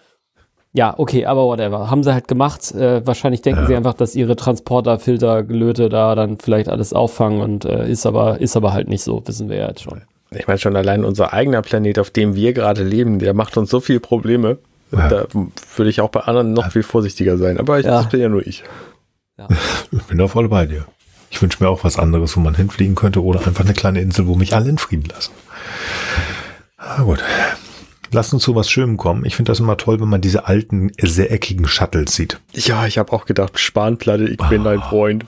Ja, okay, aber whatever. Haben sie halt gemacht. Äh, wahrscheinlich denken ja. sie einfach, dass ihre Transporterfiltergelöte da dann vielleicht alles auffangen und äh, ist aber ist aber halt nicht so, wissen wir ja jetzt schon. Ich meine schon allein unser eigener Planet, auf dem wir gerade leben, der macht uns so viele Probleme. Ja. Da würde ich auch bei anderen noch viel vorsichtiger sein. Aber ich, ja. das bin ja nur ich. Ja. Ich bin da voll bei dir. Ich wünsche mir auch was anderes, wo man hinfliegen könnte oder einfach eine kleine Insel, wo mich alle in Frieden lassen. Ah, gut. Lass uns zu was Schönem kommen. Ich finde das immer toll, wenn man diese alten, sehr eckigen Shuttles sieht. Ja, ich habe auch gedacht, Spanplatte, ich bin oh. dein Freund.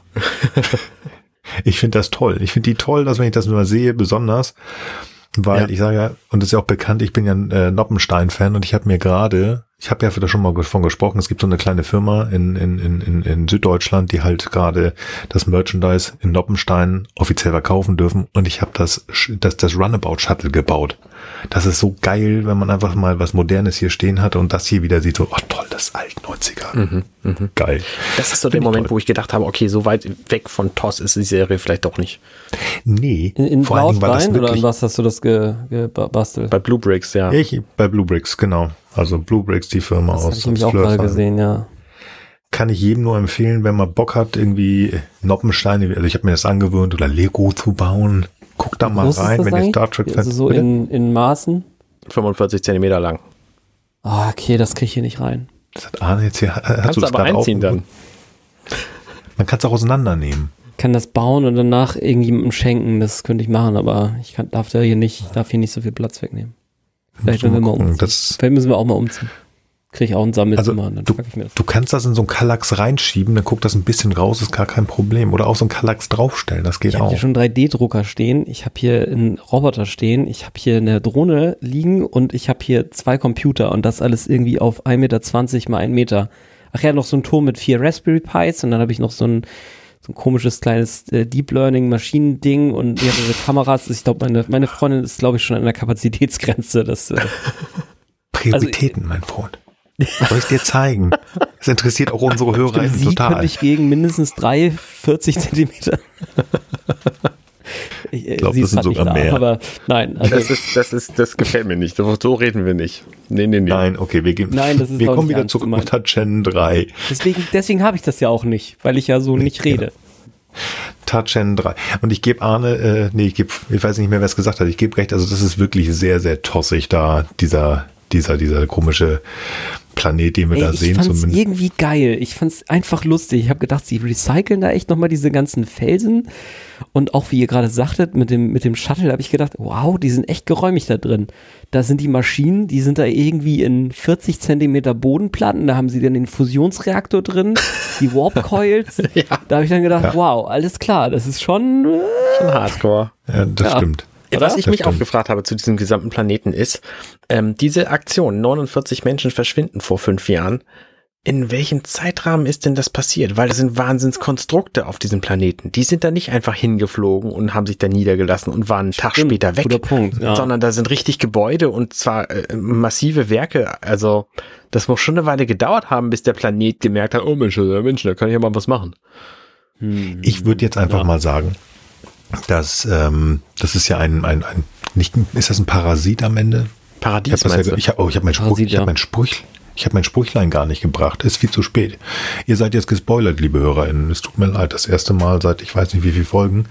Ich finde das toll. Ich finde die toll, dass wenn ich das mal sehe, besonders, weil ja. ich sage ja, und das ist ja auch bekannt, ich bin ja ein äh, Noppenstein-Fan und ich habe mir gerade, ich habe ja da schon mal davon gesprochen, es gibt so eine kleine Firma in, in, in, in Süddeutschland, die halt gerade das Merchandise in Noppenstein offiziell verkaufen dürfen und ich habe das, das, das Runabout-Shuttle gebaut. Das ist so geil, wenn man einfach mal was Modernes hier stehen hat und das hier wieder sieht, so, oh toll, das ist alt neunziger. Mhm, mh. Geil. Das ist so der Moment, toll. Wo ich gedacht habe, okay, so weit weg von T O S ist die Serie vielleicht doch nicht. Nee. In, in vor allen Dingen war das oder wirklich, in was hast du das gebastelt? Bei Blue Bricks, ja. Ich, bei Blue Bricks, genau. Also Blue Bricks, die Firma das aus. Das habe ich auch gerade gesehen, ja. Kann ich jedem nur empfehlen, wenn man Bock hat, irgendwie Noppensteine, also ich habe mir das angewöhnt, oder Lego zu bauen. Guck da mal rein, wenn ihr Star Trek Also so in, in Maßen? fünfundvierzig Zentimeter lang. Ah, oh, okay, das kriege ich hier nicht rein. Das hat Arne jetzt hier. Kannst du das aber einziehen dann. Man kann es auch auseinandernehmen. Ich kann das bauen und danach irgendjemandem schenken, das könnte ich machen, aber ich kann, darf da hier nicht, darf hier nicht so viel Platz wegnehmen. Vielleicht, wenn wir mal umziehen. Das, Vielleicht müssen wir auch mal umziehen. Kriege ich auch ein Sammelzimmer. also, dann du, pack ich mir das. du kannst das in so einen Kallax reinschieben, dann guckt das ein bisschen raus, ist gar kein Problem. Oder auch so einen Kallax draufstellen, das geht Ich habe auch. hier schon drei D-Drucker stehen, ich habe hier einen Roboter stehen, ich habe hier eine Drohne liegen und ich habe hier zwei Computer und das alles irgendwie auf ein Meter zwanzig mal ein Meter. Ach ja, noch so ein Turm mit vier Raspberry Pis und dann habe ich noch so ein, so ein komisches kleines äh, Deep Learning Maschinending und mehrere Kameras. Ich glaube, meine, meine Freundin ist, glaube ich, schon an der Kapazitätsgrenze. Das, äh, Prioritäten, also, mein Freund. Soll ich dir zeigen? Das interessiert auch unsere Hörer Sie total. könnte ich gegen mindestens drei, vierzig Zentimeter. Ich, ich glaube, das sind sogar da, mehr. Aber nein. Also das, ist, das, ist, das gefällt mir nicht. So reden wir nicht. Nee, nee, nee. Nein, okay, wir, gehen, Nein, das ist wir kommen nicht wieder zurück mit Tachen drei. Deswegen, deswegen habe ich das ja auch nicht, weil ich ja so nicht rede. Tachen drei. Und ich gebe Arne, äh, nee, ich gebe, ich weiß nicht mehr, wer es gesagt hat, ich gebe recht, also das ist wirklich sehr, sehr tossig da, dieser, dieser, dieser komische Planet, den wir Ey, da ich sehen. fand's Zumindest. irgendwie geil. Ich fand's einfach lustig. Ich habe gedacht, sie recyceln da echt nochmal diese ganzen Felsen. Und auch wie ihr gerade sagtet, mit dem, mit dem Shuttle habe ich gedacht, wow, die sind echt geräumig da drin. Da sind die Maschinen, die sind da irgendwie in vierzig Zentimeter Bodenplatten. Da haben sie dann den Fusionsreaktor drin, die Warp Coils. Ja. Da habe ich dann gedacht, Ja. wow, alles klar, das ist schon... Äh, Schon Hardcore. Ja, das Ja. stimmt. Was ich Das mich auch stimmt. gefragt habe zu diesem gesamten Planeten ist, ähm, diese Aktion, neunundvierzig Menschen verschwinden vor fünf Jahren, in welchem Zeitrahmen ist denn das passiert? Weil das sind Wahnsinnskonstrukte auf diesem Planeten. Die sind da nicht einfach hingeflogen und haben sich da niedergelassen und waren einen Tag Stimmt, später weg. guter Punkt, ja. Sondern da sind richtig Gebäude und zwar äh, massive Werke. Also das muss schon eine Weile gedauert haben, bis der Planet gemerkt hat, oh Mensch, der Mensch, da kann ich ja mal was machen. hm, Ich würde jetzt einfach ja. mal sagen, dass ähm, das ist ja ein, ein, ein nicht, ist das ein Parasit am Ende? Paradies, Ich habe meinst ja, du? ich hab, oh, ich hab mein, Spruch, Parasit, ich hab ja. mein, Spruch, ich hab mein Sprüchlein gar nicht gebracht. Ist viel zu spät. Ihr seid jetzt gespoilert, liebe HörerInnen. Es tut mir leid, das erste Mal seit ich weiß nicht wie viel Folgen.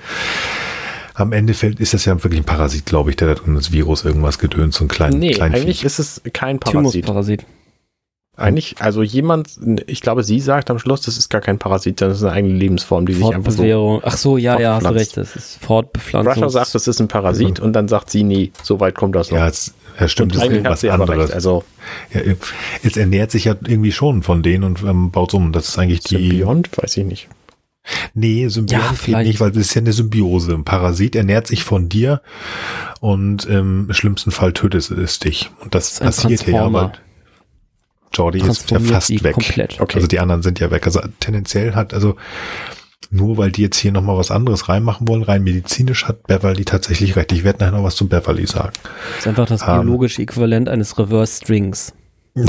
Am Ende fällt, ist das ja wirklich ein Parasit, glaube ich, der da drin das Virus irgendwas gedönt, so ein kleinen, Nee, kleinen eigentlich Viech. ist es kein Parasit. Thymusparasit. Eigentlich, also jemand, ich glaube, sie sagt am Schluss, das ist gar kein Parasit, das ist eine eigene Lebensform, die sich einfach so... Fortbewährung. Ach so, ja, ja, hast du fortpflanzt. recht. Das ist Fortbepflanzung. Russia sagt, das ist ein Parasit und dann sagt sie, nee, so weit kommt das noch. Ja, es, ja, stimmt, und das ist eigentlich hat irgendwas sie aber anderes. recht. Also Ja, es ernährt sich ja irgendwie schon von denen und ähm, baut so um. Das ist eigentlich die... Symbiont, weiß ich nicht. Nee, Symbiont Ja, geht vielleicht. nicht, weil das ist ja eine Symbiose. Ein Parasit ernährt sich von dir und im schlimmsten Fall tötet es dich. Und das, Das ist ein passiert ja, Transformer. weil Jordi ist ja Transformiert fast sie weg. komplett. Okay. Also die anderen sind ja weg. Also tendenziell hat, also nur weil die jetzt hier nochmal was anderes reinmachen wollen, rein medizinisch hat Beverly tatsächlich recht. Ich werde nachher noch was zu Beverly sagen. Das ist einfach das Ähm. biologische Äquivalent eines Reverse Strings. Dreht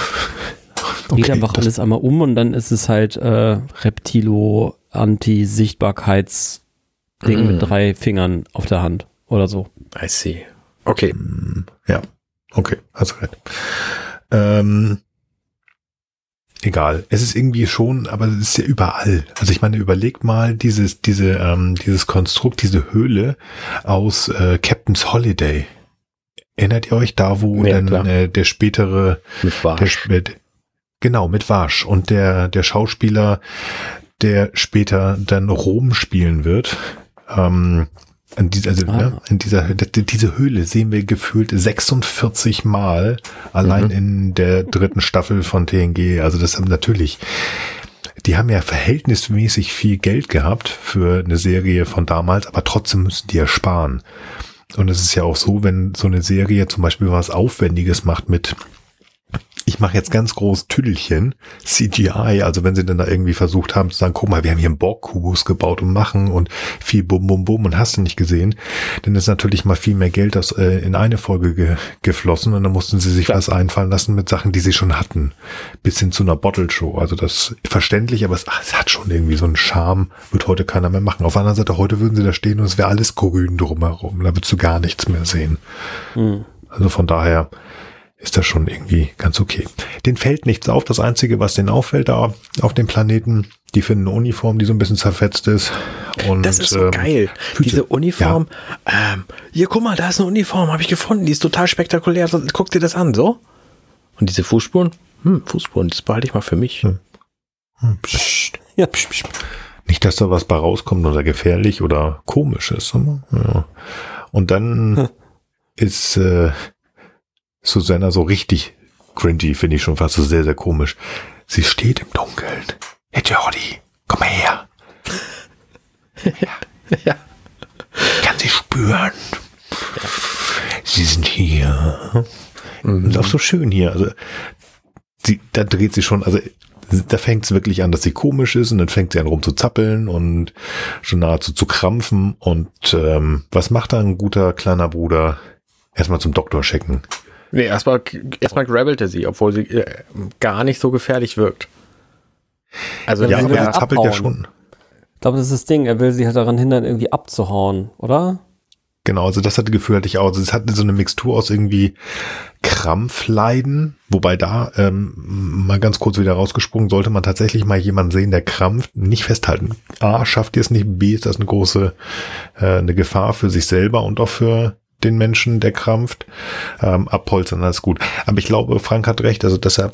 Okay, einfach das- alles einmal um und dann ist es halt äh, Reptilo Anti-Sichtbarkeits-Ding Mm. mit drei Fingern auf der Hand oder so. I see. Okay. Ja, okay, hast recht. Ähm, egal. Es ist irgendwie schon, aber es ist ja überall. Also ich meine, überlegt mal dieses, diese, ähm, dieses Konstrukt, diese Höhle aus äh, Captain's Holiday. Erinnert ihr euch da, wo Ja, dann klar. äh, der spätere, Mit der, Barsch. spä- genau, mit Warsch und der, der Schauspieler, der später dann Rom spielen wird, ähm, in dieser, also, Ah. ne, in dieser, d- diese Höhle sehen wir gefühlt sechsundvierzig Mal allein Mhm. in der dritten Staffel von T N G. Also das haben natürlich, die haben ja verhältnismäßig viel Geld gehabt für eine Serie von damals, aber trotzdem müssen die ja sparen. Und es ist ja auch so, wenn so eine Serie zum Beispiel was Aufwendiges macht mit, ich mache jetzt ganz groß Tüdelchen, C G I, also wenn sie dann da irgendwie versucht haben zu sagen, guck mal, wir haben hier einen Borg-Kubus gebaut und machen und viel Bum Bum Bum und hast du nicht gesehen, dann ist natürlich mal viel mehr Geld das, äh, in eine Folge ge geflossen und dann mussten sie sich Klar. was einfallen lassen mit Sachen, die sie schon hatten, bis hin zu einer Bottle-Show. Also das ist verständlich, aber es, ach, es hat schon irgendwie so einen Charme, wird heute keiner mehr machen. Auf der anderen Seite, heute würden sie da stehen und es wäre alles grün drumherum, da würdest du gar nichts mehr sehen. Hm. Also von daher ist das schon irgendwie ganz okay. Den fällt nichts auf. Das Einzige, was denen auffällt da auf dem Planeten, die finden eine Uniform, die so ein bisschen zerfetzt ist. Und, Das ist so ähm, geil. Füße. Diese Uniform. Ähm, hier, guck mal, da ist eine Uniform, habe ich gefunden. Die ist total spektakulär. So, guck dir das an, so. Und diese Fußspuren? Hm, Fußspuren, das behalte ich mal für mich. Hm. Hm, psst, Ja. psst, psst. Nicht, dass da was bei rauskommt oder gefährlich oder komisch ist. Ja. Und dann ist äh, Susanna so richtig cringy, finde ich schon fast so sehr, sehr komisch. Sie steht im Dunkeln. Hey Jordi, komm mal her. Ja. Ja. Ich kann sie spüren. Ja. Sie sind hier. Mhm. Ist auch so schön hier. Also, sie, da dreht sie schon, also da fängt es wirklich an, dass sie komisch ist und dann fängt sie an rumzuzappeln und schon nahezu zu krampfen. Und ähm, was macht da ein guter kleiner Bruder? Erstmal zum Doktor schicken. Nee, erstmal erstmal grabbelte sie, obwohl sie äh, gar nicht so gefährlich wirkt. Also ja, aber er sie zappelt ja schon. Ich glaube, das ist das Ding. Er will sie halt daran hindern, irgendwie abzuhauen, oder? Genau, also das hatte Gefühl hatte ich auch. Also es hatte so eine Mixtur aus irgendwie Krampfleiden, wobei da ähm, mal ganz kurz wieder rausgesprungen, sollte man tatsächlich mal jemanden sehen, der krampft, nicht festhalten. A, schafft ihr es nicht, B, ist das eine große äh, eine Gefahr für sich selber und auch für den Menschen, der krampft. Ähm, abholzern, alles gut. Aber ich glaube, Frank hat recht, also dass er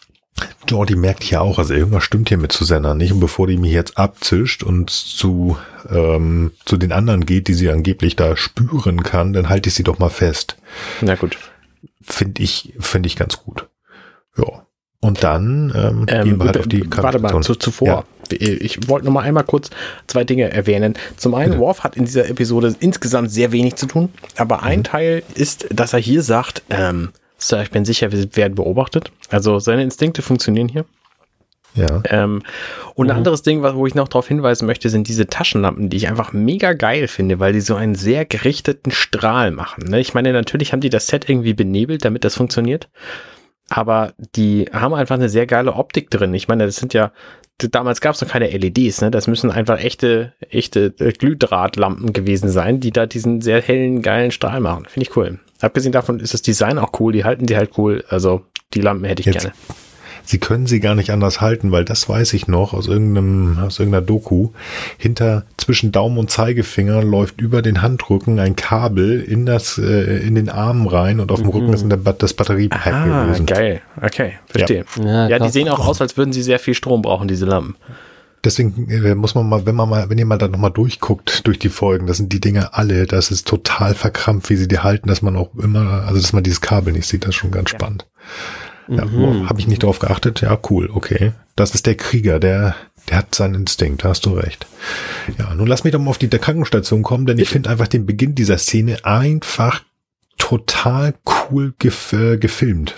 Jordi merkt hier auch, also irgendwas stimmt hier mit Susanna nicht und bevor die mich jetzt abzischt und zu ähm, zu den anderen geht, die sie angeblich da spüren kann, dann halte ich sie doch mal fest. Na gut. Finde ich, finde ich ganz gut. Ja. Und dann ähm, ähm, gehen wir halt auf die Warte mal, zu, zuvor. Ja. Ich wollte noch mal einmal kurz zwei Dinge erwähnen. Zum einen, Worf hat in dieser Episode insgesamt sehr wenig zu tun, aber ein mhm. Teil ist, dass er hier sagt, ähm, Sir, ich bin sicher, wir werden beobachtet. Also seine Instinkte funktionieren hier. Ja. Ähm, und ein mhm. anderes Ding, wo ich noch darauf hinweisen möchte, sind diese Taschenlampen, die ich einfach mega geil finde, weil die so einen sehr gerichteten Strahl machen. Ne? Ich meine, natürlich haben die das Set irgendwie benebelt, damit das funktioniert. Aber die haben einfach eine sehr geile Optik drin. Ich meine, das sind ja, damals gab es noch keine L E Ds, ne? Das müssen einfach echte, echte Glühdrahtlampen gewesen sein, die da diesen sehr hellen, geilen Strahl machen. Finde ich cool. Abgesehen davon ist das Design auch cool, die halten die halt cool. Also die Lampen hätte ich Jetzt, gerne. Sie können sie gar nicht anders halten, weil das weiß ich noch aus irgendeinem, aus irgendeiner Doku. Hinter, zwischen Daumen und Zeigefinger läuft über den Handrücken ein Kabel in das, äh, in den Arm rein und auf dem mhm. Rücken ist in der Bat- das Batteriepack ah, gewesen. Geil. Okay, verstehe. Ja, ja, ja die sehen auch aus, als würden sie sehr viel Strom brauchen, diese Lampen. Deswegen äh, muss man mal, wenn man mal, wenn ihr mal da nochmal durchguckt durch die Folgen, das sind die Dinge alle, das ist total verkrampft, wie sie die halten, dass man auch immer, also dass man dieses Kabel nicht sieht, das ist schon ganz ja. spannend. Ja, mhm. habe ich nicht drauf geachtet? Ja, cool, okay. Das ist der Krieger, der, der hat seinen Instinkt, da hast du recht. Ja, nun lass mich doch mal auf die der Krankenstation kommen, denn ich finde einfach den Beginn dieser Szene einfach total cool gef- äh, gefilmt.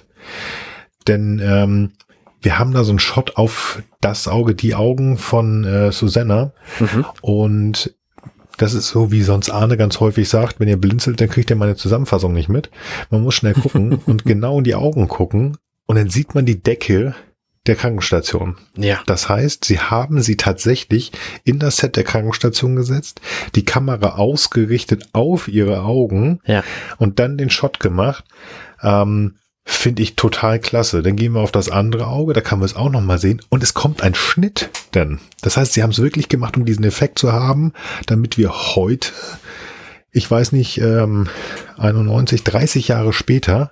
Denn ähm, wir haben da so einen Shot auf das Auge, die Augen von äh, Susanna mhm. und das ist so, wie sonst Arne ganz häufig sagt, wenn ihr blinzelt, dann kriegt ihr meine Zusammenfassung nicht mit. Man muss schnell gucken und genau in die Augen gucken und dann sieht man die Decke der Krankenstation. Ja. Das heißt, sie haben sie tatsächlich in das Set der Krankenstation gesetzt, die Kamera ausgerichtet auf ihre Augen ja. und dann den Shot gemacht. Ähm, Finde ich total klasse. Dann gehen wir auf das andere Auge, da kann man es auch nochmal sehen. Und es kommt ein Schnitt dann. Das heißt, sie haben es wirklich gemacht, um diesen Effekt zu haben, damit wir heute, ich weiß nicht, ähm, einundneunzig, dreißig Jahre später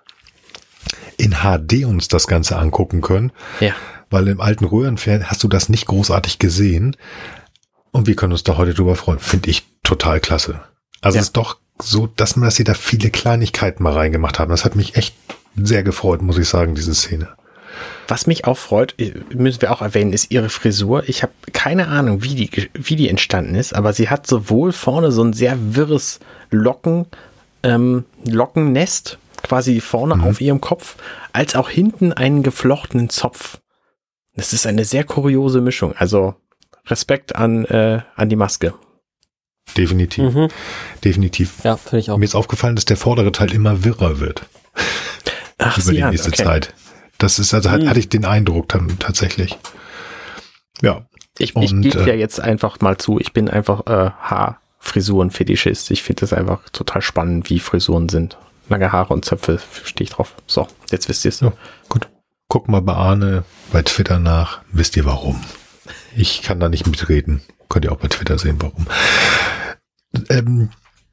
in H D uns das Ganze angucken können. Ja. Weil im alten Röhrenfernseher hast du das nicht großartig gesehen. Und wir können uns da heute drüber freuen. Finde ich total klasse. Also ja. es ist doch so, dass man, dass sie da viele Kleinigkeiten mal reingemacht haben. Das hat mich echt sehr gefreut, muss ich sagen, diese Szene. Was mich auch freut, müssen wir auch erwähnen, ist ihre Frisur. Ich habe keine Ahnung, wie die, wie die entstanden ist, aber sie hat sowohl vorne so ein sehr wirres Locken, ähm, Lockennest, quasi vorne mhm. auf ihrem Kopf, als auch hinten einen geflochtenen Zopf. Das ist eine sehr kuriose Mischung. Also Respekt an, äh, an die Maske. Definitiv. Mhm. Definitiv. Ja, finde ich auch. Mir ist aufgefallen, dass der vordere Teil immer wirrer wird. Ach, über die nächste okay. Zeit. Das ist, also hm. hatte ich den Eindruck dann tatsächlich. Ja. Ich, ich gebe äh, ja jetzt einfach mal zu, ich bin einfach äh, Haarfrisuren-Fetischist. Ich finde das einfach total spannend, wie Frisuren sind. Lange Haare und Zöpfe, stehe ich drauf. So, jetzt wisst ihr es. Ja, gut. Guck mal bei Arne bei Twitter nach, wisst ihr warum. Ich kann da nicht mitreden. Könnt ihr auch bei Twitter sehen, warum. Ähm,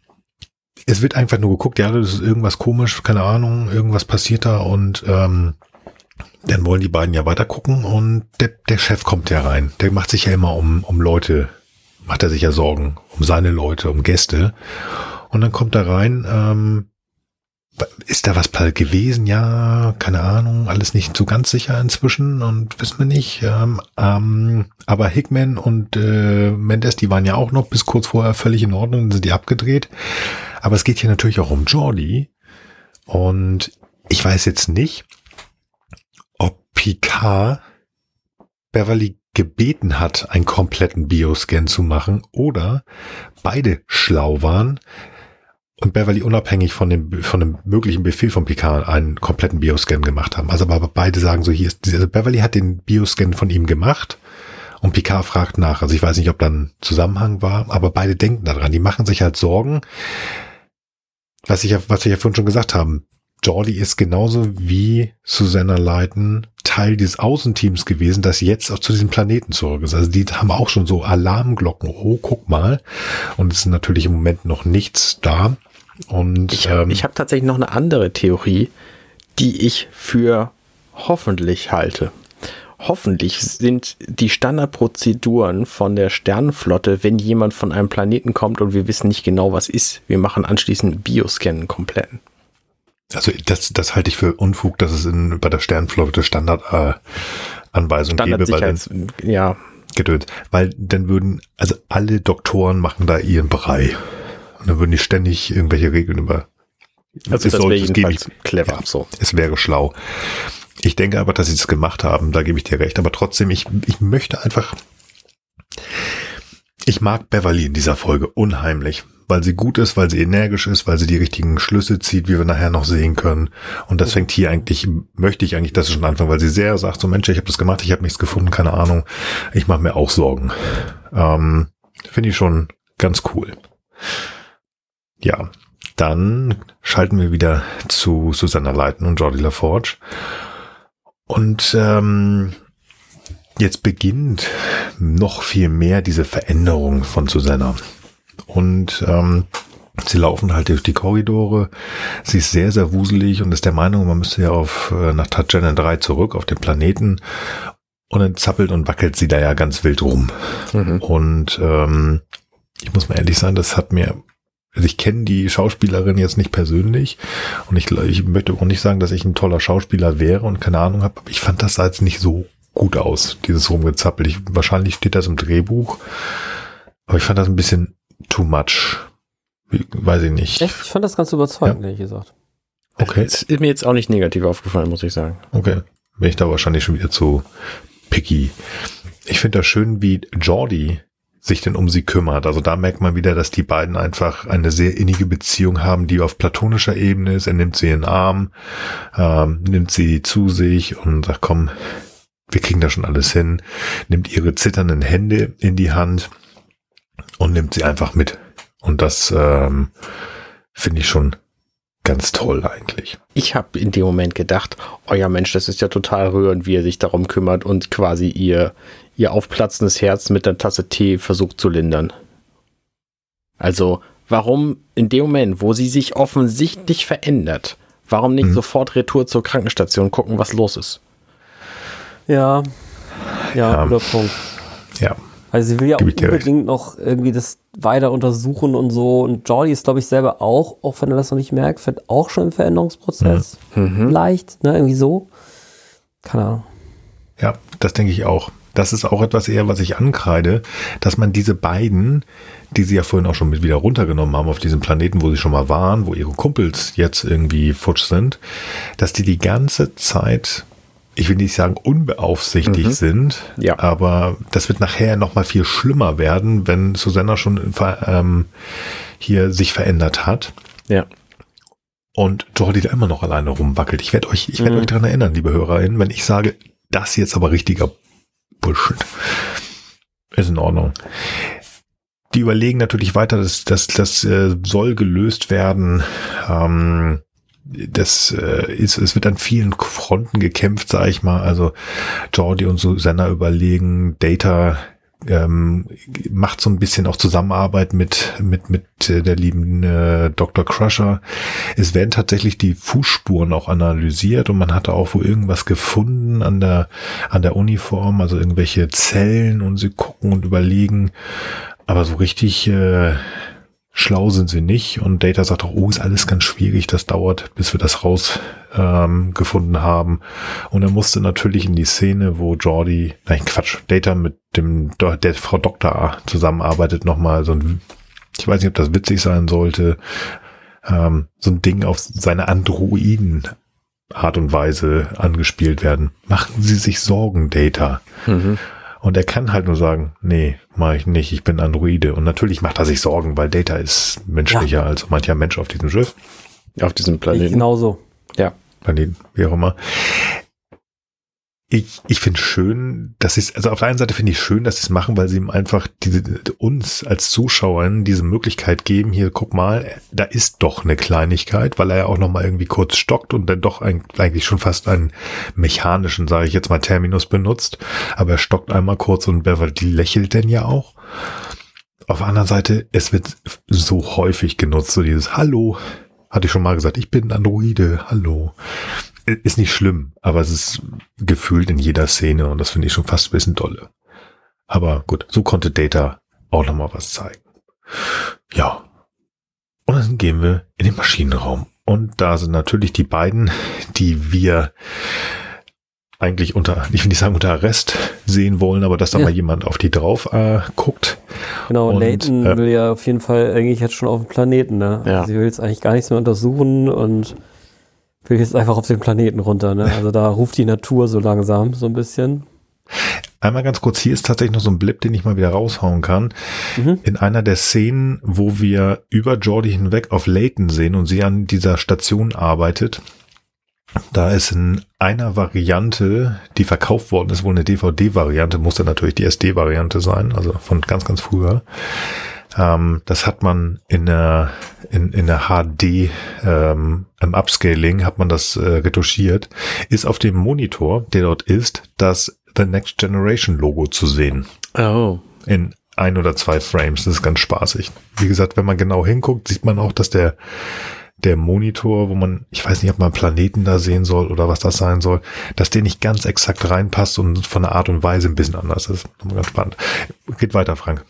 Es wird einfach nur geguckt, ja, das ist irgendwas komisch, keine Ahnung, irgendwas passiert da und ähm, dann wollen die beiden ja weiter gucken und der, der Chef kommt ja rein. Der macht sich ja immer um, um Leute, macht er sich ja Sorgen, um seine Leute, um Gäste. Und dann kommt er rein, ähm, ist da was gewesen? Ja, keine Ahnung, alles nicht so ganz sicher inzwischen und wissen wir nicht. Ähm, ähm, aber Hickman und äh, Mendes, die waren ja auch noch bis kurz vorher völlig in Ordnung, dann sind die abgedreht. Aber es geht hier natürlich auch um Geordi. Und ich weiß jetzt nicht, ob Picard Beverly gebeten hat, einen kompletten Bioscan zu machen oder beide schlau waren und Beverly unabhängig von dem von dem möglichen Befehl von Picard einen kompletten Bioscan gemacht haben. Also aber beide sagen so, hier ist also Beverly hat den Bioscan von ihm gemacht und Picard fragt nach. Also ich weiß nicht, ob da ein Zusammenhang war, aber beide denken daran. Die machen sich halt Sorgen, was ich ja, was wir ja vorhin schon gesagt haben. Geordi ist genauso wie Susanna Leighton Teil dieses Außenteams gewesen, das jetzt auch zu diesem Planeten zurück ist. Also die haben auch schon so Alarmglocken. Oh, guck mal. Und es ist natürlich im Moment noch nichts da. Und ich, ähm, ich habe tatsächlich noch eine andere Theorie, die ich für hoffentlich halte. Hoffentlich sind die Standardprozeduren von der Sternenflotte, wenn jemand von einem Planeten kommt und wir wissen nicht genau, was ist, wir machen anschließend einen Bioscan kompletten. Also das, das halte ich für Unfug, dass es in, bei der Sternenflotte Standardanweisungen äh, gäbe. Weil dann, ja. Geduld. Weil dann würden, also alle Doktoren machen da ihren Brei. Und dann würden die ständig irgendwelche Regeln über... Also das wäre jedenfalls ich, clever. Ja, so. Es wäre schlau. Ich denke aber, dass sie es gemacht haben, da gebe ich dir recht. Aber trotzdem, ich, ich möchte einfach... Ich mag Beverly in dieser Folge unheimlich, weil sie gut ist, weil sie energisch ist, weil sie die richtigen Schlüsse zieht, wie wir nachher noch sehen können. Und das fängt hier eigentlich, möchte ich eigentlich, dass es schon anfangen, weil sie sehr sagt, so Mensch, ich habe das gemacht, ich habe nichts gefunden, keine Ahnung. Ich mache mir auch Sorgen. Ähm, finde ich schon ganz cool. Ja, dann schalten wir wieder zu Susanna Leighton und Geordi LaForge. Und ähm, jetzt beginnt noch viel mehr diese Veränderung von Susanna. Und ähm, sie laufen halt durch die Korridore. Sie ist sehr, sehr wuselig und ist der Meinung, man müsste ja auf äh, nach Tatooine drei zurück auf den Planeten. Und dann zappelt und wackelt sie da ja ganz wild rum. Mhm. Und ähm, ich muss mal ehrlich sein, das hat mir... Also ich kenne die Schauspielerin jetzt nicht persönlich und ich, ich möchte auch nicht sagen, dass ich ein toller Schauspieler wäre und keine Ahnung habe. Ich fand das jetzt nicht so gut aus, dieses Rumgezappel. Ich, wahrscheinlich steht das im Drehbuch, aber ich fand das ein bisschen too much. Wie, weiß ich nicht. Echt? Ich fand das ganz überzeugend, ja. ehrlich gesagt. Okay. Es ist mir jetzt auch nicht negativ aufgefallen, muss ich sagen. Okay. Bin ich da wahrscheinlich schon wieder zu picky. Ich finde das schön, wie Geordi sich denn um sie kümmert. Also da merkt man wieder, dass die beiden einfach eine sehr innige Beziehung haben, die auf platonischer Ebene ist. Er nimmt sie in den Arm, ähm, nimmt sie zu sich und sagt, komm, wir kriegen da schon alles hin. Nimmt ihre zitternden Hände in die Hand und nimmt sie einfach mit. Und das ähm, finde ich schon ganz toll eigentlich. Ich habe in dem Moment gedacht, oh ja Mensch, das ist ja total rührend, wie er sich darum kümmert und quasi ihr, ihr aufplatzendes Herz mit einer Tasse Tee versucht zu lindern. Also, warum in dem Moment, wo sie sich offensichtlich verändert, warum nicht hm. sofort retour zur Krankenstation gucken, was los ist? Ja, ja, ja. guter Punkt. Ja. Also sie will ja auch unbedingt noch irgendwie das weiter untersuchen und so. Und Geordi ist, glaube ich, selber auch, auch wenn er das noch nicht merkt, vielleicht auch schon im Veränderungsprozess. Mhm. Leicht, ne, irgendwie so. Keine Ahnung. Ja, das denke ich auch. Das ist auch etwas eher, was ich ankreide, dass man diese beiden, die sie ja vorhin auch schon mit wieder runtergenommen haben auf diesem Planeten, wo sie schon mal waren, wo ihre Kumpels jetzt irgendwie futsch sind, dass die die ganze Zeit... ich will nicht sagen unbeaufsichtigt mhm. sind, ja. aber das wird nachher noch mal viel schlimmer werden, wenn Susanna schon ähm, hier sich verändert hat. Ja. Und Geordi da immer noch alleine rumwackelt. Ich werde euch, ich werde mhm. euch daran erinnern, liebe HörerInnen, wenn ich sage, das jetzt aber richtiger Bullshit. Ist in Ordnung. Die überlegen natürlich weiter, dass das, das äh, soll gelöst werden. Ähm, Das äh, ist, es wird an vielen Fronten gekämpft, sag ich mal. Also Geordi und Susanna überlegen, Data ähm, macht so ein bisschen auch Zusammenarbeit mit mit mit äh, der lieben äh, Doktor Crusher. Es werden tatsächlich die Fußspuren auch analysiert und man hatte auch wohl irgendwas gefunden an der an der Uniform, also irgendwelche Zellen und sie gucken und überlegen. Aber so richtig äh, schlau sind sie nicht. Und Data sagt auch, oh, ist alles ganz schwierig, das dauert, bis wir das raus ähm, gefunden haben. Und er musste natürlich in die Szene, wo Geordi, nein Quatsch, Data mit dem der Frau Doktor zusammenarbeitet, nochmal so ein, ich weiß nicht, ob das witzig sein sollte, ähm, so ein Ding auf seine Androiden Art und Weise angespielt werden. Machen Sie sich Sorgen, Data. Mhm. Und er kann halt nur sagen, nee, mach ich nicht, ich bin Androide. Und natürlich macht er sich Sorgen, weil Data ist menschlicher ja. als mancher Mensch auf diesem Schiff. Auf diesem Planeten. Genauso. Ja. Planeten, wie auch immer. Ich, ich finde schön, dass sie es, also auf der einen Seite finde ich schön, dass sie es machen, weil sie ihm einfach diese, uns als Zuschauern diese Möglichkeit geben, hier, guck mal, da ist doch eine Kleinigkeit, weil er ja auch nochmal irgendwie kurz stockt und dann doch ein, eigentlich schon fast einen mechanischen, sage ich jetzt mal, Terminus benutzt, aber er stockt einmal kurz und Beverly lächelt denn ja auch. Auf der anderen Seite, es wird so häufig genutzt, so dieses Hallo, hatte ich schon mal gesagt, ich bin Androide, hallo. Ist nicht schlimm, aber es ist gefühlt in jeder Szene und das finde ich schon fast ein bisschen dolle. Aber gut, so konnte Data auch nochmal was zeigen. Ja. Und dann gehen wir in den Maschinenraum. Und da sind natürlich die beiden, die wir eigentlich unter, ich will nicht sagen unter Arrest sehen wollen, aber dass da ja. mal jemand auf die drauf äh, guckt. Genau, und Layton äh, will ja auf jeden Fall eigentlich jetzt schon auf dem Planeten, ne? Ja. Also sie will jetzt eigentlich gar nichts mehr untersuchen und will jetzt einfach auf den Planeten runter, ne? Also da ruft die Natur so langsam, so ein bisschen. Einmal ganz kurz, hier ist tatsächlich noch so ein Blip, den ich mal wieder raushauen kann. Mhm. In einer der Szenen, wo wir über Geordi hinweg auf Layton sehen und sie an dieser Station arbeitet, da ist in einer Variante, die verkauft worden ist, wohl eine D V D-Variante, muss dann natürlich die S D-Variante sein, also von ganz, ganz früher. Ähm, das hat man in der, in, in der H D, ähm, im Upscaling hat man das äh, retuschiert, ist auf dem Monitor, der dort ist, das The Next Generation Logo zu sehen. Oh. In ein oder zwei Frames, das ist ganz spaßig. Wie gesagt, wenn man genau hinguckt, sieht man auch, dass der der Monitor, wo man, ich weiß nicht, ob man Planeten da sehen soll oder was das sein soll, dass der nicht ganz exakt reinpasst und von der Art und Weise ein bisschen anders ist. Ganz spannend. Geht weiter, Frank.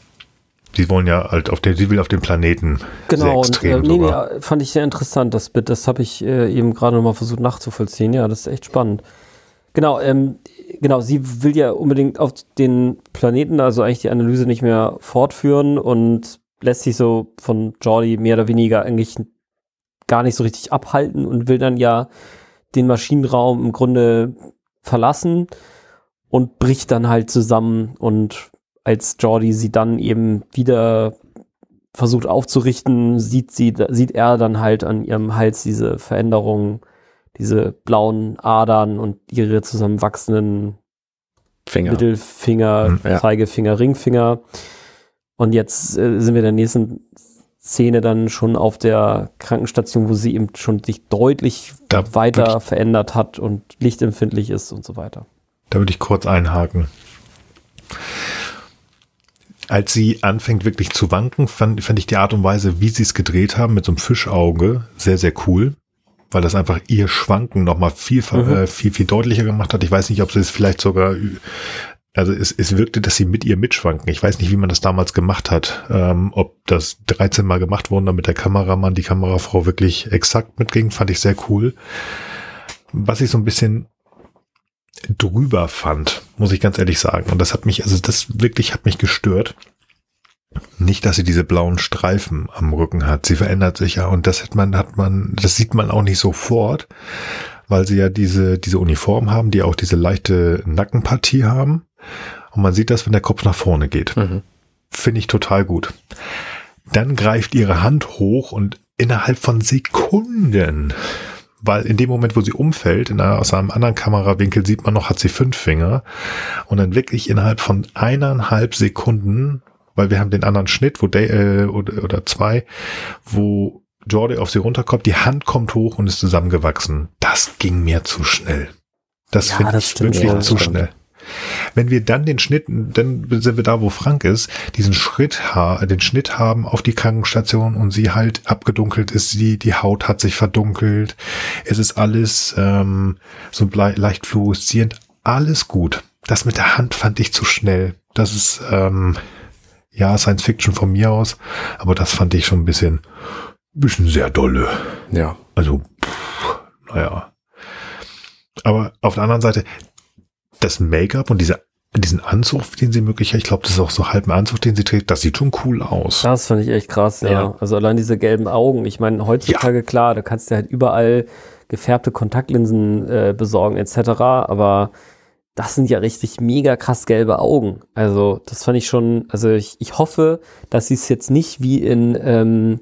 Sie wollen ja halt auf den, sie will auf den Planeten genau, sehr extrem. Und, äh, nee, nee, fand ich sehr interessant, das Bit. Das habe ich äh, eben gerade nochmal versucht nachzuvollziehen. Ja, das ist echt spannend. Genau, ähm, genau, sie will ja unbedingt auf den Planeten, also eigentlich die Analyse nicht mehr fortführen und lässt sich so von Geordi mehr oder weniger eigentlich gar nicht so richtig abhalten und will dann ja den Maschinenraum im Grunde verlassen und bricht dann halt zusammen. Und als Geordi sie dann eben wieder versucht aufzurichten, sieht sie, sieht er dann halt an ihrem Hals diese Veränderungen, diese blauen Adern und ihre zusammenwachsenden Finger. Mittelfinger, ja. Zeigefinger, Ringfinger. Und jetzt äh, sind wir in der nächsten Szene dann schon auf der Krankenstation, wo sie eben schon sich deutlich da weiter verändert hat und lichtempfindlich ist und so weiter. Da würde ich kurz einhaken. Als sie anfängt wirklich zu wanken, fand, fand ich die Art und Weise, wie sie es gedreht haben, mit so einem Fischauge, sehr, sehr cool. Weil das einfach ihr Schwanken nochmal viel, mhm. äh, viel, viel deutlicher gemacht hat. Ich weiß nicht, ob sie es vielleicht sogar, also es, es wirkte, dass sie mit ihr mitschwanken. Ich weiß nicht, wie man das damals gemacht hat. Ähm, ob das dreizehn Mal gemacht wurde, damit der Kameramann, die Kamerafrau wirklich exakt mitging, fand ich sehr cool. Was ich so ein bisschen drüber fand, muss ich ganz ehrlich sagen. Und das hat mich, also das wirklich hat mich gestört. Nicht, dass sie diese blauen Streifen am Rücken hat. Sie verändert sich ja und das hat man, hat man, das sieht man auch nicht sofort, weil sie ja diese, diese Uniform haben, die auch diese leichte Nackenpartie haben. Und man sieht das, wenn der Kopf nach vorne geht. Mhm. Finde ich total gut. Dann greift ihre Hand hoch und innerhalb von Sekunden, weil in dem Moment, wo sie umfällt, in einer, aus einem anderen Kamerawinkel sieht man noch, hat sie fünf Finger. Und dann wirklich innerhalb von eineinhalb Sekunden, weil wir haben den anderen Schnitt, wo Day, äh, oder, oder zwei, wo Geordi auf sie runterkommt, die Hand kommt hoch und ist zusammengewachsen. Das ging mir zu schnell. Das ja, finde ich wirklich ja, zu schnell. Wenn wir dann den Schnitt, dann sind wir da, wo Frank ist, diesen Schritt, den Schnitt haben auf die Krankenstation und sie halt abgedunkelt ist, die, die Haut hat sich verdunkelt, es ist alles ähm, so leicht fluoreszierend, alles gut. Das mit der Hand fand ich zu schnell. Das ist, ähm, ja, Science Fiction von mir aus, aber das fand ich schon ein bisschen, bisschen sehr dolle. Ja. Also, pff, naja. Aber auf der anderen Seite, das Make-up und diese, diesen Anzug, den sie möglicherweise, ich glaube, das ist auch so halb ein Anzug, den sie trägt, das sieht schon cool aus. Das fand ich echt krass, ja. Ja. Also allein diese gelben Augen. Ich meine, heutzutage, ja. klar, da kannst du halt überall gefärbte Kontaktlinsen äh, besorgen et cetera. Aber das sind ja richtig mega krass gelbe Augen. Also das fand ich schon, also ich, ich hoffe, dass sie es jetzt nicht wie in, ähm,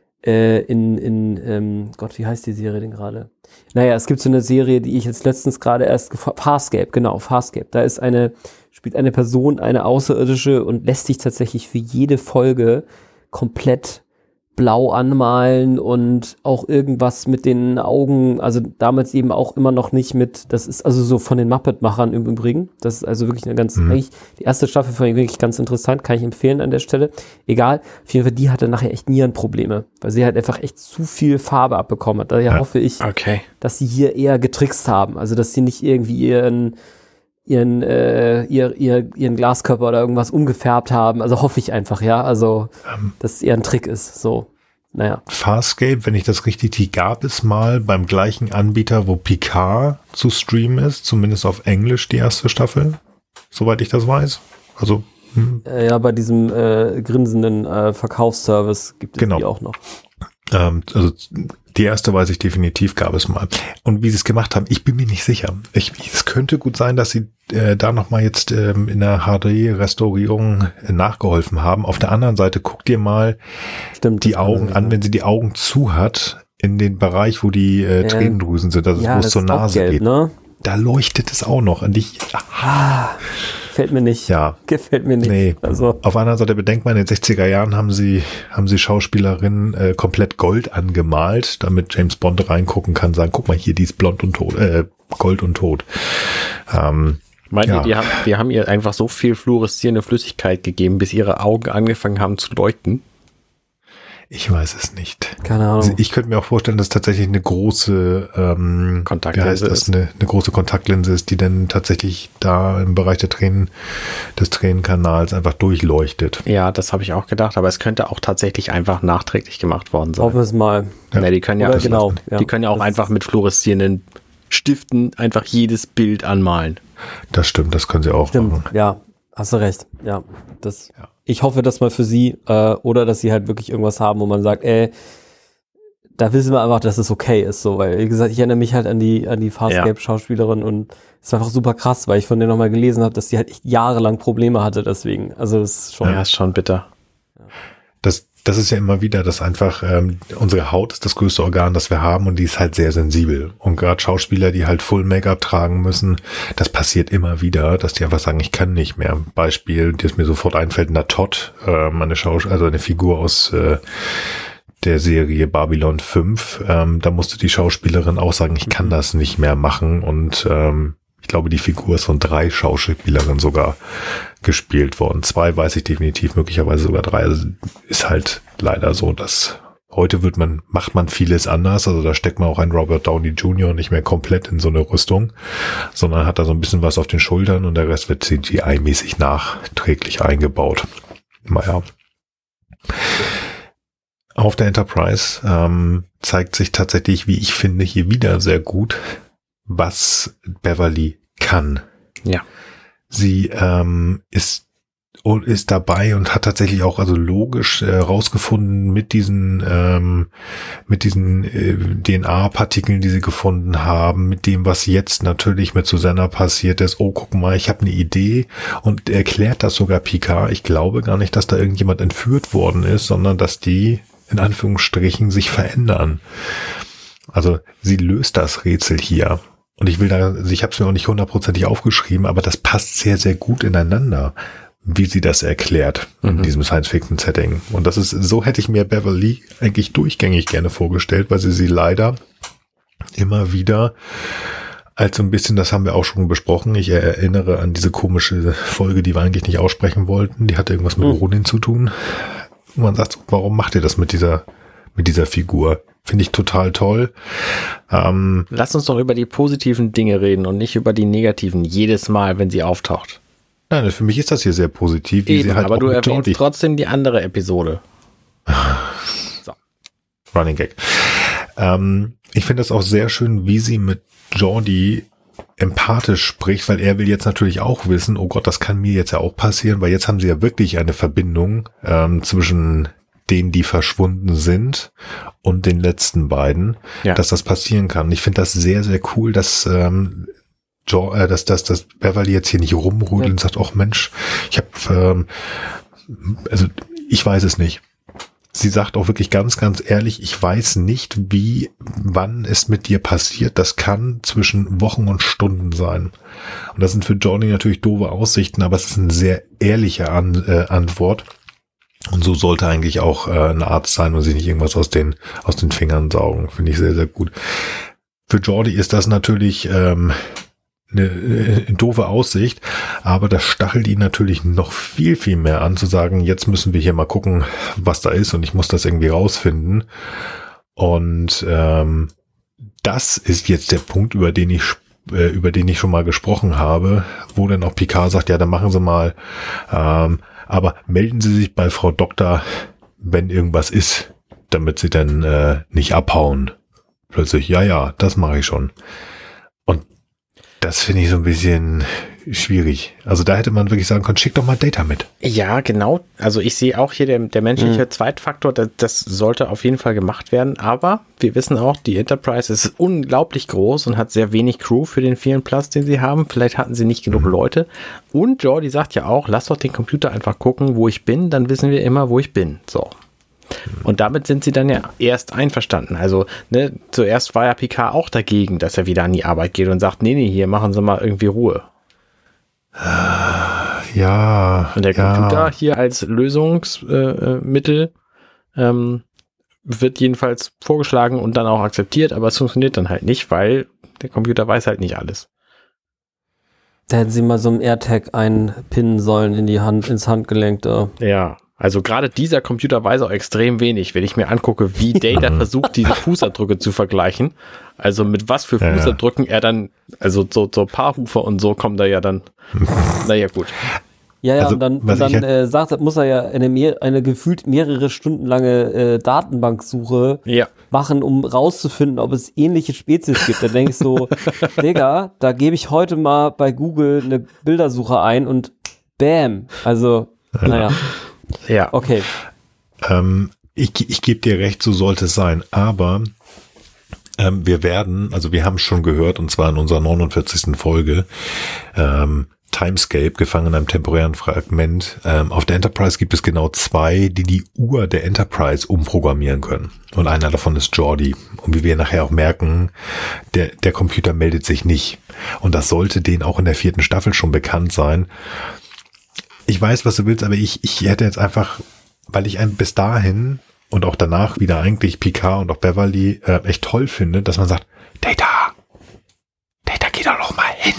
äh, in, in ähm, Gott, wie heißt die Serie denn gerade? Naja, es gibt so eine Serie, die ich jetzt letztens gerade erst, Farscape, genau, Farscape. Da ist eine, spielt eine Person, eine Außerirdische und lässt sich tatsächlich für jede Folge komplett blau anmalen und auch irgendwas mit den Augen, also damals eben auch immer noch nicht mit, das ist also so von den Muppet-Machern im Übrigen, das ist also wirklich eine ganz, mhm. eigentlich die erste Staffel fand ich wirklich ganz interessant, kann ich empfehlen an der Stelle, egal, auf jeden Fall, die hatte nachher echt Nierenprobleme, weil sie halt einfach echt zu viel Farbe abbekommen hat, daher ja. hoffe ich, okay. dass sie hier eher getrickst haben, also dass sie nicht irgendwie ihren ihren äh, ihr, ihr, ihren Glaskörper oder irgendwas umgefärbt haben. Also hoffe ich einfach, ja. Also, ähm, dass es eher ein Trick ist. So, naja. Farscape, wenn ich das richtig, die gab es mal beim gleichen Anbieter, wo Picard zu streamen ist, zumindest auf Englisch die erste Staffel, soweit ich das weiß. Also hm. äh, ja, bei diesem äh, grinsenden äh, Verkaufsservice gibt es genau. die auch noch. Ähm, also die erste weiß ich definitiv, gab es mal. Und wie sie es gemacht haben, ich bin mir nicht sicher. Ich, es könnte gut sein, dass sie äh, da nochmal jetzt ähm, in der H D-Restaurierung äh, nachgeholfen haben. Auf der anderen Seite, guck dir mal Stimmt, die Augen an, wenn sie die Augen zu hat, in den Bereich, wo die äh, Tränendrüsen sind, also ja, wo es das zur ist auch Nase gelb, geht. Ne? Da leuchtet es auch noch. Und ich, ah, gefällt mir nicht. Ja. Gefällt mir nicht. Nee. Also. Auf der anderen Seite bedenkt man, in den sechziger Jahren haben sie, haben sie Schauspielerinnen äh, komplett Gold angemalt, damit James Bond reingucken kann, sagen, guck mal hier, die ist blond und tot, äh, Gold und tot. Ähm, Meint ja. ihr, die haben, die haben ihr einfach so viel fluoreszierende Flüssigkeit gegeben, bis ihre Augen angefangen haben zu leuchten? Ich weiß es nicht. Keine Ahnung. Also ich könnte mir auch vorstellen, dass tatsächlich eine große ähm, Kontaktlinse wie heißt das, ist. Eine, eine große Kontaktlinse ist, die dann tatsächlich da im Bereich der Tränen, des Tränenkanals einfach durchleuchtet. Ja, das habe ich auch gedacht, aber es könnte auch tatsächlich einfach nachträglich gemacht worden sein. Hoffen wir es mal. Ja. Nee, die können ja, Oder genau, ja. die können ja auch Das einfach mit fluoreszierenden Stiften einfach jedes Bild anmalen. Das stimmt, das können sie auch Stimmt, machen. ja, hast du recht. Ja, das. Ja. Ich hoffe das mal für sie, äh, oder dass sie halt wirklich irgendwas haben, wo man sagt, ey, da wissen wir einfach, dass es okay ist, so, weil, wie gesagt, ich erinnere mich halt an die, an die Farscape-Schauspielerin und es war einfach super krass, weil ich von der nochmal gelesen habe, dass die halt echt jahrelang Probleme hatte deswegen. Also, das ist schon. Ja, ist schon bitter. Das, das ist ja immer wieder, dass einfach ähm, unsere Haut ist das größte Organ, das wir haben und die ist halt sehr sensibel. Und gerade Schauspieler, die halt Full Make-up tragen müssen, das passiert immer wieder, dass die einfach sagen, ich kann nicht mehr. Beispiel, das mir sofort einfällt, na Todd, äh, eine Schaus- also eine Figur aus äh, der Serie Babylon fünf. Ähm, da musste die Schauspielerin auch sagen, ich kann das nicht mehr machen und ähm, ich glaube, die Figur ist von drei Schauspielerinnen sogar gespielt worden. Zwei weiß ich definitiv, möglicherweise sogar drei. Also ist halt leider so, dass heute wird man, macht man vieles anders. Also da steckt man auch ein Robert Downey Junior nicht mehr komplett in so eine Rüstung, sondern hat da so ein bisschen was auf den Schultern und der Rest wird C G I-mäßig nachträglich eingebaut. Naja. Auf der Enterprise ähm, zeigt sich tatsächlich, wie ich finde, hier wieder sehr gut, was Beverly kann. Ja. Sie ähm, ist ist dabei und hat tatsächlich auch also logisch äh, rausgefunden mit diesen ähm, mit diesen äh, D N A-Partikeln, die sie gefunden haben, mit dem, was jetzt natürlich mit Susanna passiert ist. Oh, guck mal, ich habe eine Idee und erklärt das sogar Picard. Ich glaube gar nicht, dass da irgendjemand entführt worden ist, sondern dass die in Anführungsstrichen sich verändern. Also sie löst das Rätsel hier. Und ich will da, also ich habe es mir auch nicht hundertprozentig aufgeschrieben, aber das passt sehr, sehr gut ineinander, wie sie das erklärt in mhm. diesem Science-Fiction-Setting. Und das ist, so hätte ich mir Beverly eigentlich durchgängig gerne vorgestellt, weil sie sie leider immer wieder als so ein bisschen, das haben wir auch schon besprochen, ich erinnere an diese komische Folge, die wir eigentlich nicht aussprechen wollten, die hatte irgendwas mit mhm. Ronin zu tun. Und man sagt, warum macht ihr das mit dieser, mit dieser Figur? Finde ich total toll. Ähm, Lass uns doch über die positiven Dinge reden und nicht über die negativen, jedes Mal, wenn sie auftaucht. Nein, für mich ist das hier sehr positiv. Wie Eben, sie halt aber auch du mit erwähnst Jordi- trotzdem die andere Episode. So. Running Gag. Ähm, ich finde das auch sehr schön, wie sie mit Jordi empathisch spricht, weil er will jetzt natürlich auch wissen, oh Gott, das kann mir jetzt ja auch passieren, weil jetzt haben sie ja wirklich eine Verbindung ähm, zwischen denen, die verschwunden sind und den letzten beiden, Ja. dass das passieren kann. Ich finde das sehr, sehr cool, dass ähm, Jo, äh, dass, dass, dass Beverly jetzt hier nicht rumrudelt Ja. und sagt, ach Mensch, ich habe, ähm, also ich weiß es nicht. Sie sagt auch wirklich ganz, ganz ehrlich, ich weiß nicht, wie, wann es mit dir passiert. Das kann zwischen Wochen und Stunden sein. Und das sind für Johnny natürlich doofe Aussichten, aber es ist eine sehr ehrliche An- äh, Antwort. Und so sollte eigentlich auch äh, ein Arzt sein und sich nicht irgendwas aus den, aus den Fingern saugen. Finde ich sehr, sehr gut. Für Jordi ist das natürlich ähm, eine, eine doofe Aussicht, aber das stachelt ihn natürlich noch viel, viel mehr an, zu sagen, jetzt müssen wir hier mal gucken, was da ist und ich muss das irgendwie rausfinden. Und ähm, das ist jetzt der Punkt, über den ich äh, über den ich schon mal gesprochen habe, wo dann auch Picard sagt, ja, dann machen Sie mal, ähm, aber melden Sie sich bei Frau Doktor, wenn irgendwas ist, damit Sie dann äh, nicht abhauen. Plötzlich, ja, ja, das mache ich schon. Und das finde ich so ein bisschen schwierig. Also da hätte man wirklich sagen können, schick doch mal Data mit. Ja, genau. Also ich sehe auch hier der, der menschliche mhm. Zweitfaktor, das, das sollte auf jeden Fall gemacht werden. Aber wir wissen auch, die Enterprise ist unglaublich groß und hat sehr wenig Crew für den vielen Platz, den sie haben. Vielleicht hatten sie nicht genug mhm. Leute. Und Jordi sagt ja auch, lass doch den Computer einfach gucken, wo ich bin, dann wissen wir immer, wo ich bin. So. Und damit sind sie dann ja erst einverstanden. Also, ne, zuerst war ja Picard auch dagegen, dass er wieder an die Arbeit geht und sagt, nee, nee, hier machen Sie mal irgendwie Ruhe. Ja. Und der ja. Computer hier als Lösungsmittel äh, ähm, wird jedenfalls vorgeschlagen und dann auch akzeptiert, aber es funktioniert dann halt nicht, weil der Computer weiß halt nicht alles. Da hätten sie mal so einen AirTag einpinnen sollen in die Hand, ins Handgelenk da. Ja. Also gerade dieser Computer weiß auch extrem wenig, wenn ich mir angucke, wie Data versucht, diese Fußabdrücke zu vergleichen. Also mit was für Fußabdrücken er dann, also so, so Paarhufer und so kommen da ja dann, naja gut. Ja, ja, also, und dann, und dann äh, sagt, muss er ja eine, mehr, eine gefühlt mehrere Stunden lange äh, Datenbanksuche ja. machen, um rauszufinden, ob es ähnliche Spezies gibt. Da denke ich so, Digga, da gebe ich heute mal bei Google eine Bildersuche ein und bam, also, naja. Ja. Okay. Ähm, ich ich gebe dir recht, so sollte es sein. Aber ähm, wir werden, also wir haben es schon gehört, und zwar in unserer neunundvierzigsten Folge, ähm, Timescape, gefangen in einem temporären Fragment. Ähm, auf der Enterprise gibt es genau zwei, die die Uhr der Enterprise umprogrammieren können. Und einer davon ist Jordi. Und wie wir nachher auch merken, der, der Computer meldet sich nicht. Und das sollte denen auch in der vierten Staffel schon bekannt sein. Ich weiß, was du willst, aber ich, ich hätte jetzt einfach, weil ich ein, bis dahin und auch danach wieder eigentlich Picard und auch Beverly äh, echt toll finde, dass man sagt, Data, Data, geh da doch mal hin.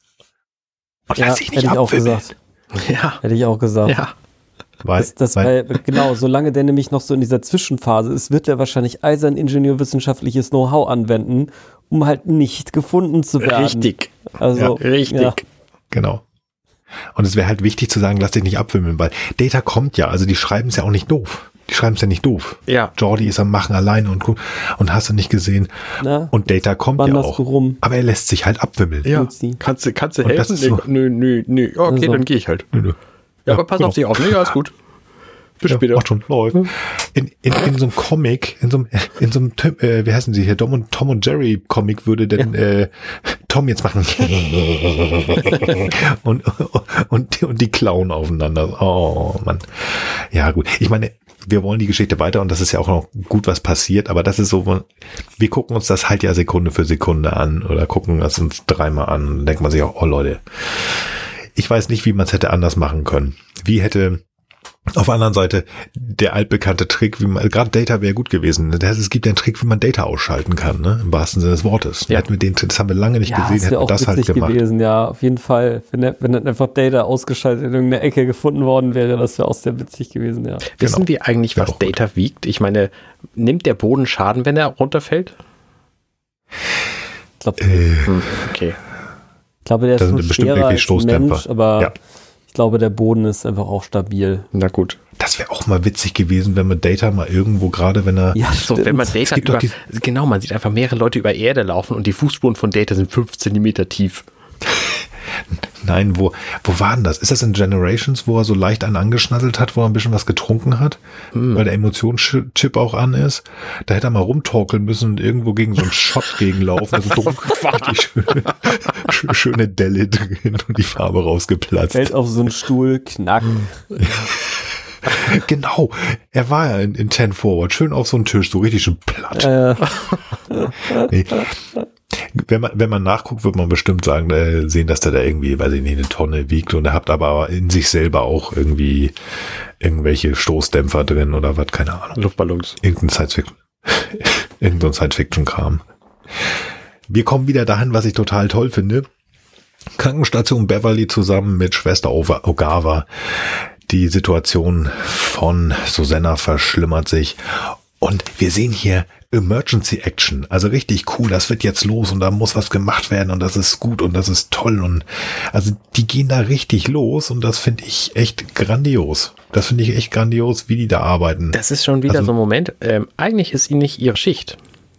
Und ja, lass dich nicht hätte ich auch abwimmeln. gesagt. Ja. Hätte ich auch gesagt. Ja. Weil, das, das weil, weil, genau, solange der nämlich noch so in dieser Zwischenphase ist, wird er wahrscheinlich all sein ingenieurwissenschaftliches Know-how anwenden, um halt nicht gefunden zu werden. Richtig. Also, ja, richtig. Ja. Genau. Und es wäre halt wichtig zu sagen, lass dich nicht abwimmeln, weil Data kommt ja, also die schreiben es ja auch nicht doof. Die schreiben es ja nicht doof. Ja. Jordi ist am Machen alleine und und hast du nicht gesehen. Na, und Data kommt ja auch. rum. Aber er lässt sich halt abwimmeln. Ja. Luzi. Kannst du, kannst du Und das helfen? ist so- Nö, nö, nö. Okay, Also. dann gehe ich halt. Nö, nö. Ja, aber pass genau. auf dich auf. Nee, ja, ist gut. Bis Ja, später. macht schon, läuft. In, in, in so einem Comic, in so einem, in so einem, äh, wie heißen sie hier, Tom und, Tom und Jerry Comic würde denn, ja. äh, Tom jetzt machen und, und, und die klauen aufeinander. Oh, Mann. Ja, gut. Ich meine, wir wollen die Geschichte weiter und das ist ja auch noch gut, was passiert, aber das ist so, wir gucken uns das halt ja Sekunde für Sekunde an oder gucken das uns dreimal an und denkt man sich auch, oh Leute, ich weiß nicht, wie man es hätte anders machen können. Wie hätte auf der anderen Seite der altbekannte Trick, wie man, gerade Data wäre gut gewesen. Das heißt, es gibt ja einen Trick, wie man Data ausschalten kann, ne? Im wahrsten Sinne des Wortes. Ja. Hätten wir den, das haben wir lange nicht Ja, gesehen, das hätten wäre wir auch das halt witzig gemacht. gewesen, ja, auf jeden Fall. Wenn, der, wenn dann einfach Data ausgeschaltet in irgendeiner Ecke gefunden worden wäre, das wäre auch sehr witzig gewesen, ja. Wissen Genau. wir eigentlich, Ja, was auch gut. Data wiegt? Ich meine, nimmt der Boden Schaden, wenn er runterfällt? Ich glaube, Äh, Hm, okay. ich glaube, der ist Das schon sind bestimmt schwerer irgendwie als ein Stoßdämpfer. Mensch, aber Ja. Ich glaube, der Boden ist einfach auch stabil. Na gut. Das wäre auch mal witzig gewesen, wenn man Data mal irgendwo gerade, wenn er... Ja, So, wenn man Data über, genau, man sieht einfach mehrere Leute über Erde laufen und die Fußspuren von Data sind fünf Zentimeter tief. Nein, wo, wo war denn das? Ist das in Generations, wo er so leicht einen angeschnasselt hat, wo er ein bisschen was getrunken hat? Hm. Weil der Emotionschip auch an ist? Da hätte er mal rumtorkeln müssen und irgendwo gegen so einen Shot gegenlaufen. Also so richtig schöne, schöne Delle drin und die Farbe rausgeplatzt. Fällt auf so einen Stuhl, knack. Genau, er war ja in, in Ten Forward, schön auf so einen Tisch, so richtig schön platt. Äh. Nee. Wenn man, wenn man nachguckt, wird man bestimmt sagen, äh, sehen, dass der da irgendwie, weiß ich nicht, eine Tonne wiegt und er hat aber in sich selber auch irgendwie irgendwelche Stoßdämpfer drin oder was, keine Ahnung. Luftballons. Irgendein Science-Fiction, irgendein Science-Fiction-Kram. Wir kommen wieder dahin, was ich total toll finde. Krankenstation Beverly zusammen mit Schwester Ogawa. Die Situation von Susanna verschlimmert sich und wir sehen hier Emergency Action, also richtig cool, das wird jetzt los und da muss was gemacht werden und das ist gut und das ist toll und also die gehen da richtig los und das finde ich echt grandios. Das finde ich echt grandios, wie die da arbeiten. Das ist schon wieder also, so ein Moment, ähm, eigentlich ist ihnen nicht ihre Schicht.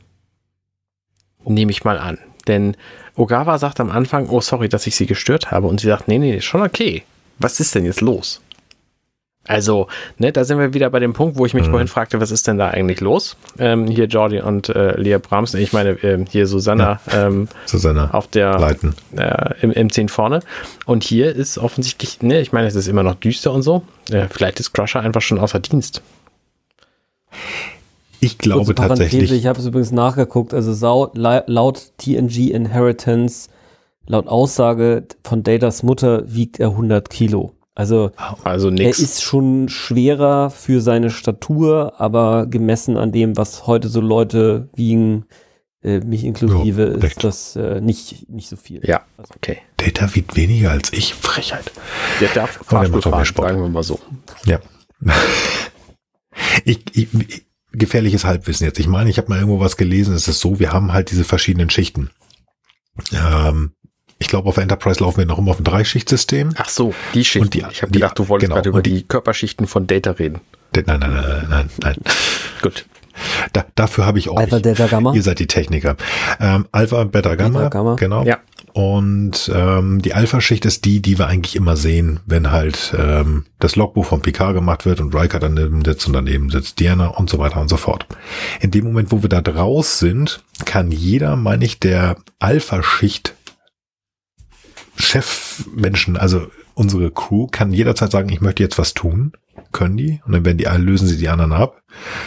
Nehme ich mal an, denn Ogawa sagt am Anfang, oh sorry, dass ich sie gestört habe und sie sagt, nee, nee, schon okay. Was ist denn jetzt los? Also, ne, da sind wir wieder bei dem Punkt, wo ich mich mhm. vorhin fragte, was ist denn da eigentlich los? Ähm, hier Jordi und äh, Lea Brahms, ich meine, äh, hier Susanna, ja. ähm, Susanna auf der Leiten. Äh, im, im zehn vorne. Und hier ist offensichtlich, ne, ich meine, es ist immer noch düster und so. Äh, vielleicht ist Crusher einfach schon außer Dienst. Ich glaube tatsächlich. Ich habe es übrigens nachgeguckt, also sau, la, laut T N G Inheritance, laut Aussage von Datas Mutter wiegt er hundert Kilo. Also, also nix. Er ist schon schwerer für seine Statur, aber gemessen an dem, was heute so Leute wiegen, äh, mich inklusive, jo, ist das äh, nicht, nicht so viel. Ja, also, okay. Data wiegt weniger als ich, Frechheit. Der darf Fahrstuhl fahren, sagen wir mal so. Ja. ich, ich, ich, gefährliches Halbwissen jetzt. Ich meine, ich habe mal irgendwo was gelesen, es ist so, wir haben halt diese verschiedenen Schichten. Ähm, Ich glaube, auf der Enterprise laufen wir noch immer auf ein Dreischichtsystem. Ach so, die Schichten. Die, ich habe gedacht, du wolltest genau, gerade über die, die Körperschichten von Data reden. Nein, nein, nein, nein, nein. Gut. Da, dafür habe ich auch Alpha, nicht. Delta, Gamma? Ihr seid die Techniker. Ähm, Alpha, Beta, Gamma. Beta, Gamma. Genau. Ja. Und ähm, die Alpha-Schicht ist die, die wir eigentlich immer sehen, wenn halt ähm, das Logbuch von Picard gemacht wird und Riker daneben sitzt und daneben sitzt Deanna und so weiter und so fort. In dem Moment, wo wir da draus sind, kann jeder, meine ich, der Alpha-Schicht Chefmenschen, also unsere Crew, kann jederzeit sagen, ich möchte jetzt was tun. Können die? Und dann werden die alle, lösen sie die anderen ab.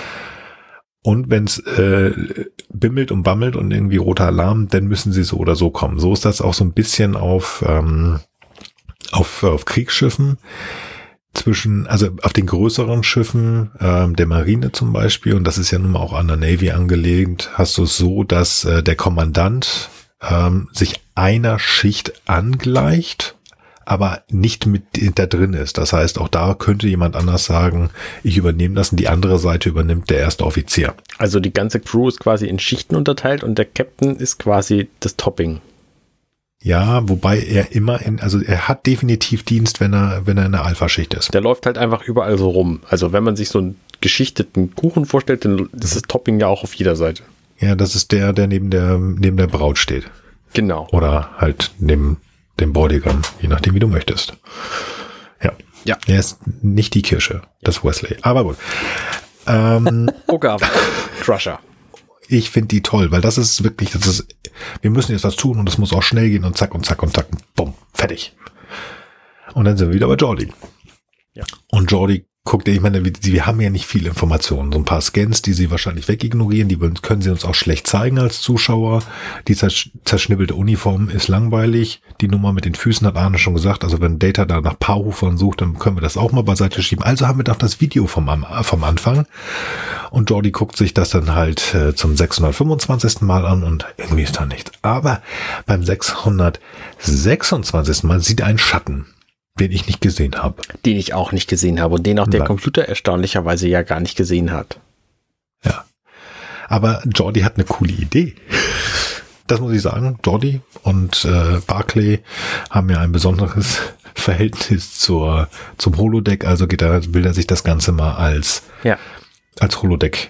Und wenn es äh, bimmelt und bammelt und irgendwie roter Alarm, dann müssen sie so oder so kommen. So ist das auch so ein bisschen auf, ähm, auf, auf Kriegsschiffen. Zwischen, also auf den größeren Schiffen ähm, der Marine zum Beispiel, und das ist ja nun mal auch an der Navy angelegt, hast du es so, dass äh, der Kommandant ähm, sich einer Schicht angleicht, aber nicht mit da drin ist. Das heißt, auch da könnte jemand anders sagen, ich übernehme das und die andere Seite übernimmt der erste Offizier. Also die ganze Crew ist quasi in Schichten unterteilt und der Captain ist quasi das Topping. Ja, wobei er immer in, also er hat definitiv Dienst, wenn er, wenn er in der Alpha-Schicht ist. Der läuft halt einfach überall so rum. Also wenn man sich so einen geschichteten Kuchen vorstellt, dann ist das Topping ja auch auf jeder Seite. Ja, das ist der, der neben der, neben der Braut steht. Genau. Oder halt neben dem Bodygun, je nachdem, wie du möchtest. Ja. Ja. Er ist nicht die Kirsche, das Wesley. Aber gut. Ähm, Ogawa, Crusher. Ich finde die toll, weil das ist wirklich, das ist, wir müssen jetzt was tun und es muss auch schnell gehen und zack und zack und zack, bumm, fertig. Und dann sind wir wieder bei Geordi. Ja. Und Geordi guckt, ich meine, wir, wir haben ja nicht viel Informationen. So ein paar Scans, die sie wahrscheinlich wegignorieren, die können sie uns auch schlecht zeigen als Zuschauer. Die zersch zerschnibbelte Uniform ist langweilig. Die Nummer mit den Füßen hat Arne schon gesagt. Also wenn Data da nach Paarhufern sucht, dann können wir das auch mal beiseite schieben. Also haben wir doch das Video vom, vom Anfang. Und Geordi guckt sich das dann halt äh, zum sechshundertfünfundzwanzigsten Mal an und irgendwie ist da nichts. Aber beim sechshundertsechsundzwanzigsten Mal sieht er einen Schatten, den ich nicht gesehen habe. Den ich auch nicht gesehen habe und den auch der Nein. Computer erstaunlicherweise ja gar nicht gesehen hat. Ja. Aber Geordi hat eine coole Idee. das muss ich sagen. Geordi und äh, Barclay haben ja ein besonderes Verhältnis zur zum Holodeck. Also geht er, will er sich das Ganze mal als ja. als Holodeck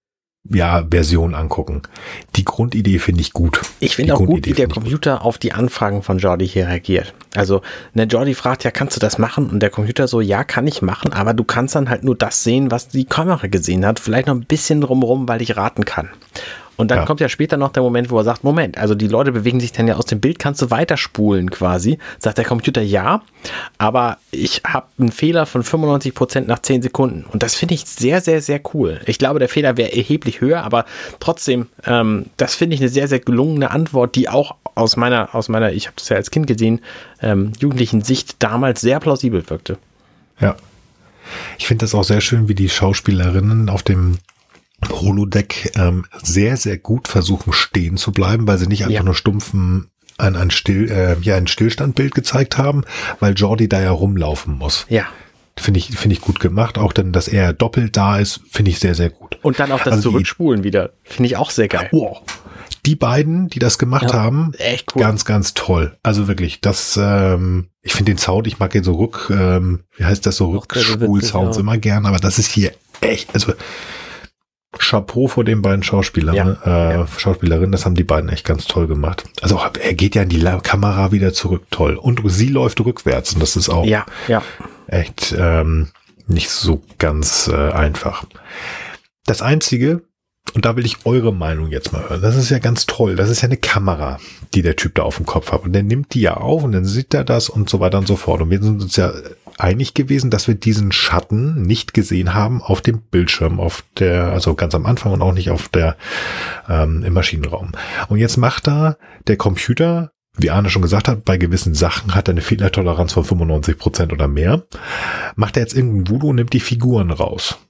ja, Version angucken. Die Grundidee finde ich gut. Ich finde auch gut, wie der Computer auf die Anfragen von Geordi hier reagiert. Also, ne, Geordi fragt ja, kannst du das machen? Und der Computer so, ja, kann ich machen, aber du kannst dann halt nur das sehen, was die Kamera gesehen hat. Vielleicht noch ein bisschen drumherum, weil ich raten kann. Und dann ja. kommt ja später noch der Moment, wo er sagt, Moment, also die Leute bewegen sich dann ja aus dem Bild, kannst du weiterspulen quasi. Sagt der Computer ja, aber ich habe einen Fehler von fünfundneunzig Prozent nach zehn Sekunden. Und das finde ich sehr, sehr, sehr cool. Ich glaube, der Fehler wäre erheblich höher, aber trotzdem, ähm, das finde ich eine sehr, sehr gelungene Antwort, die auch aus meiner, aus meiner, ich habe das ja als Kind gesehen, ähm, jugendlichen Sicht damals sehr plausibel wirkte. Ja. Ich finde das auch sehr schön, wie die Schauspielerinnen auf dem Holodeck ähm, sehr, sehr gut versuchen stehen zu bleiben, weil sie nicht einfach ja. nur stumpfen ein, ein, Still, äh, ja, ein Stillstandbild gezeigt haben, weil Geordi da ja rumlaufen muss. Ja. Finde ich, finde ich gut gemacht. Auch dann, dass er doppelt da ist, finde ich sehr, sehr gut. Und dann auch das also Zurückspulen die, wieder. Finde ich auch sehr geil. Wow. Die beiden, die das gemacht ja, haben, echt cool. Ganz, ganz toll. Also wirklich, das, ähm, ich finde den Sound, ich mag den so rück, ähm, wie heißt das so, Rückspul-Sounds ja. immer gern, aber das ist hier echt, also Chapeau vor den beiden Schauspielern, ja, äh, ja. Schauspielerinnen, das haben die beiden echt ganz toll gemacht. Also er geht ja in die Kamera wieder zurück, toll. Und sie läuft rückwärts und das ist auch ja, ja. echt ähm, nicht so ganz äh, einfach. Das Einzige, und da will ich eure Meinung jetzt mal hören, das ist ja ganz toll, das ist ja eine Kamera, die der Typ da auf dem Kopf hat und der nimmt die ja auf und dann sieht er das und so weiter und so fort. Und wir sind uns ja einig gewesen, dass wir diesen Schatten nicht gesehen haben auf dem Bildschirm, auf der, also ganz am Anfang und auch nicht auf der ähm, im Maschinenraum. Und jetzt macht da der Computer, wie Arne schon gesagt hat, bei gewissen Sachen hat er eine Fehlertoleranz von fünfundneunzig Prozent oder mehr. Macht er jetzt irgendein Voodoo und nimmt die Figuren raus.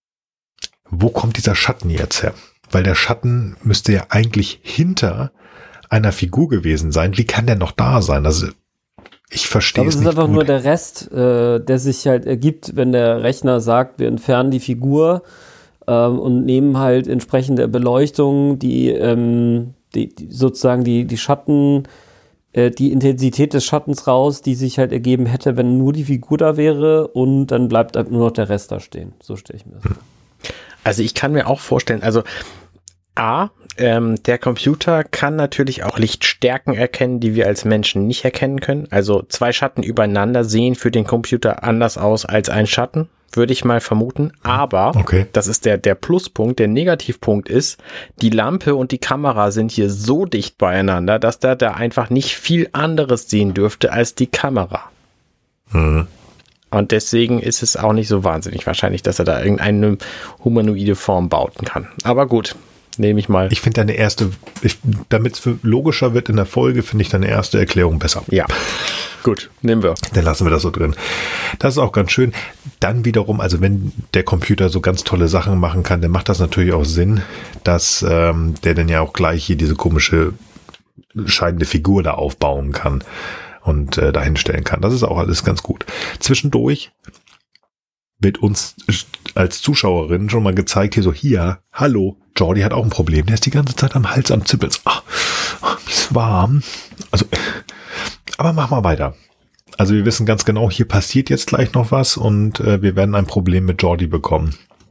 Wo kommt dieser Schatten jetzt her? Weil der Schatten müsste ja eigentlich hinter einer Figur gewesen sein. Wie kann der noch da sein? Also ich verstehe es nicht. Das ist einfach gut. nur der Rest, äh, der sich halt ergibt, wenn der Rechner sagt, wir entfernen die Figur ähm, und nehmen halt entsprechend der Beleuchtung die, ähm, die, die sozusagen die, die Schatten, äh, die Intensität des Schattens raus, die sich halt ergeben hätte, wenn nur die Figur da wäre und dann bleibt halt nur noch der Rest da stehen. So stelle ich mir das vor. Also ich kann mir auch vorstellen, also A, ähm, der Computer kann natürlich auch Lichtstärken erkennen, die wir als Menschen nicht erkennen können. Also zwei Schatten übereinander sehen für den Computer anders aus als ein Schatten, würde ich mal vermuten. Aber, okay. das ist der, der Pluspunkt, der Negativpunkt ist, die Lampe und die Kamera sind hier so dicht beieinander, dass der da einfach nicht viel anderes sehen dürfte als die Kamera. Mhm. Und deswegen ist es auch nicht so wahnsinnig wahrscheinlich, dass er da irgendeine humanoide Form bauten kann. Aber gut, nehme ich mal. Ich finde deine erste, damit es logischer wird in der Folge, finde ich deine erste Erklärung besser. Ja, gut, nehmen wir. Dann lassen wir das so drin. Das ist auch ganz schön. Dann wiederum, also wenn der Computer so ganz tolle Sachen machen kann, dann macht das natürlich auch Sinn, dass ähm, der dann ja auch gleich hier diese komische scheinende Figur da aufbauen kann. Und äh, dahin stellen kann. Das ist auch alles ganz gut. Zwischendurch wird uns als Zuschauerin schon mal gezeigt, hier so, hier, hallo, Geordi hat auch ein Problem. Der ist die ganze Zeit am Hals am Zippeln. Ah, wie ist warm. Also, aber mach mal weiter. Also wir wissen ganz genau, hier passiert jetzt gleich noch was und äh, wir werden ein Problem mit Geordi bekommen.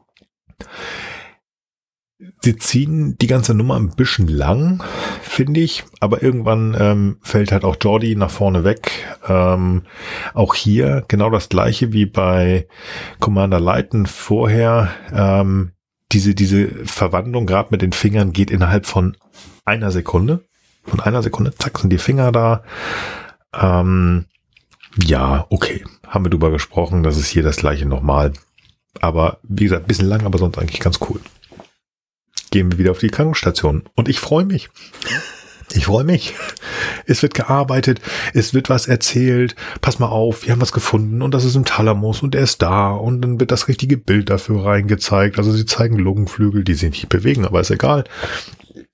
Sie ziehen die ganze Nummer ein bisschen lang, finde ich, aber irgendwann ähm, fällt halt auch Geordi nach vorne weg. Ähm, auch hier genau das gleiche wie bei Commander Lighten vorher. Ähm, diese diese Verwandlung gerade mit den Fingern geht innerhalb von einer Sekunde. Von einer Sekunde, zack, sind die Finger da. Ähm, ja, okay, haben wir drüber gesprochen, das ist hier das gleiche nochmal. Aber wie gesagt, ein bisschen lang, aber sonst eigentlich ganz cool. Gehen wir wieder auf die Krankenstation. Und ich freue mich. Ich freue mich. Es wird gearbeitet, es wird was erzählt. Pass mal auf, wir haben was gefunden und das ist im Thalamus und er ist da. Und dann wird das richtige Bild dafür reingezeigt. Also sie zeigen Lungenflügel, die sich nicht bewegen, aber ist egal.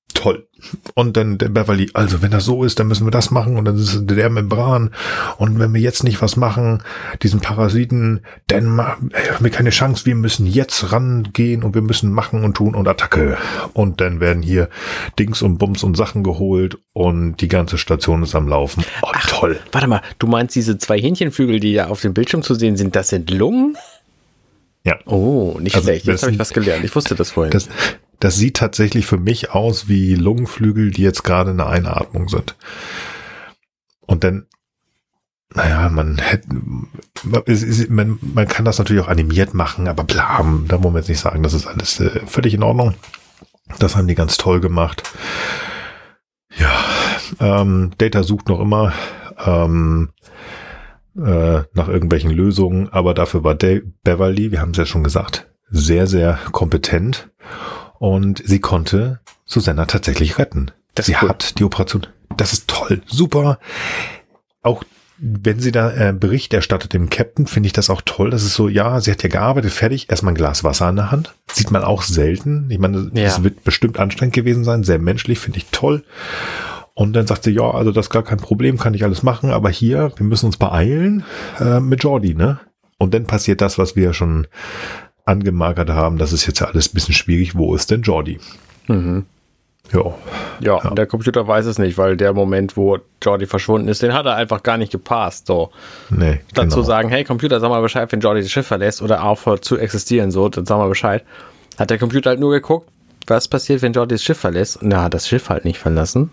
toll. Und dann der Beverly, also wenn das so ist, dann müssen wir das machen und dann ist der Membran und wenn wir jetzt nicht was machen, diesen Parasiten, dann haben wir keine Chance, wir müssen jetzt rangehen und wir müssen machen und tun und Attacke. Und dann werden hier Dings und Bums und Sachen geholt und die ganze Station ist am Laufen. Oh, Ach, toll. Warte mal, du meinst diese zwei Hähnchenflügel, die ja auf dem Bildschirm zu sehen sind, das sind Lungen? Ja. Oh, nicht Also, schlecht. Jetzt habe ich was gelernt. Ich wusste das vorhin. Das, das sieht tatsächlich für mich aus wie Lungenflügel, die jetzt gerade in der Einatmung sind. Und dann, naja, man hätte, man, man kann das natürlich auch animiert machen, aber bla, da wollen wir jetzt nicht sagen, das ist alles äh, völlig in Ordnung. Das haben die ganz toll gemacht. Ja, ähm, Data sucht noch immer ähm, äh, nach irgendwelchen Lösungen, aber dafür war Dave Beverly, wir haben es ja schon gesagt, sehr, sehr kompetent und sie konnte Susanna tatsächlich retten. Das sie cool. hat die Operation, das ist toll, super. Auch wenn sie da äh, Bericht erstattet dem Captain, finde ich das auch toll. Das ist so, ja, sie hat ja gearbeitet, fertig, erstmal ein Glas Wasser in der Hand. Sieht man auch selten. Ich meine, Ja. das wird bestimmt anstrengend gewesen sein, sehr menschlich, finde ich toll. Und dann sagt sie, ja, also das ist gar kein Problem, kann ich alles machen, aber hier, wir müssen uns beeilen äh, mit Geordi, ne? Und dann passiert das, was wir ja schon angemarkert haben, das ist jetzt ja alles ein bisschen schwierig, wo ist denn Geordi? Mhm. Ja. Ja, Ja. der Computer weiß es nicht, weil der Moment, wo Geordi verschwunden ist, den hat er einfach gar nicht gepasst. So. Nee, Dann zu genau. sagen, hey Computer, sag mal Bescheid, wenn Geordi das Schiff verlässt oder aufhört zu existieren, so, dann sag mal Bescheid. Hat der Computer halt nur geguckt, was passiert, wenn Geordi das Schiff verlässt. Und er hat das Schiff halt nicht verlassen.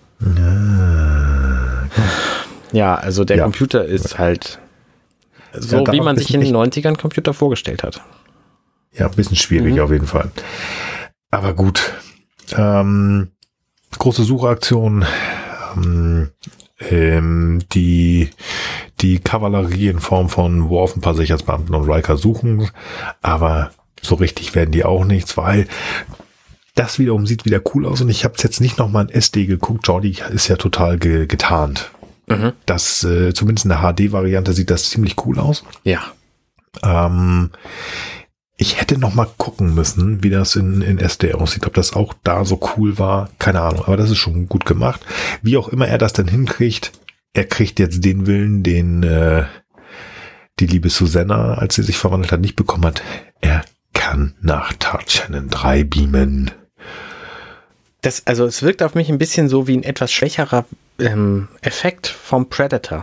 Ja, also der Ja. Computer ist halt so, Ja, da wie man ist sich in den nicht- neunzigern Computer vorgestellt hat. Ja, ein bisschen schwierig Mhm. auf jeden Fall. Aber gut. Ähm, große Suchaktion. Ähm, ähm, die, die Kavallerie in Form von Worf, ein paar Sicherheitsbeamten und Riker suchen. Aber so richtig werden die auch nichts, weil das wiederum sieht wieder cool aus. Und ich habe jetzt nicht nochmal in S D geguckt. Geordi ist ja total ge getarnt. Mhm. Das, äh, zumindest in der H D-Variante sieht das ziemlich cool aus. Ja. Ähm, ich hätte noch mal gucken müssen, wie das in, in S D aussieht, ob das auch da so cool war, keine Ahnung, aber das ist schon gut gemacht. Wie auch immer er das dann hinkriegt, er kriegt jetzt den Willen, den äh, die liebe Susanna, als sie sich verwandelt hat, nicht bekommen hat. Er kann nach Tarchanen drei beamen. Das, also es wirkt auf mich ein bisschen so wie ein etwas schwächerer ähm, Effekt vom Predator.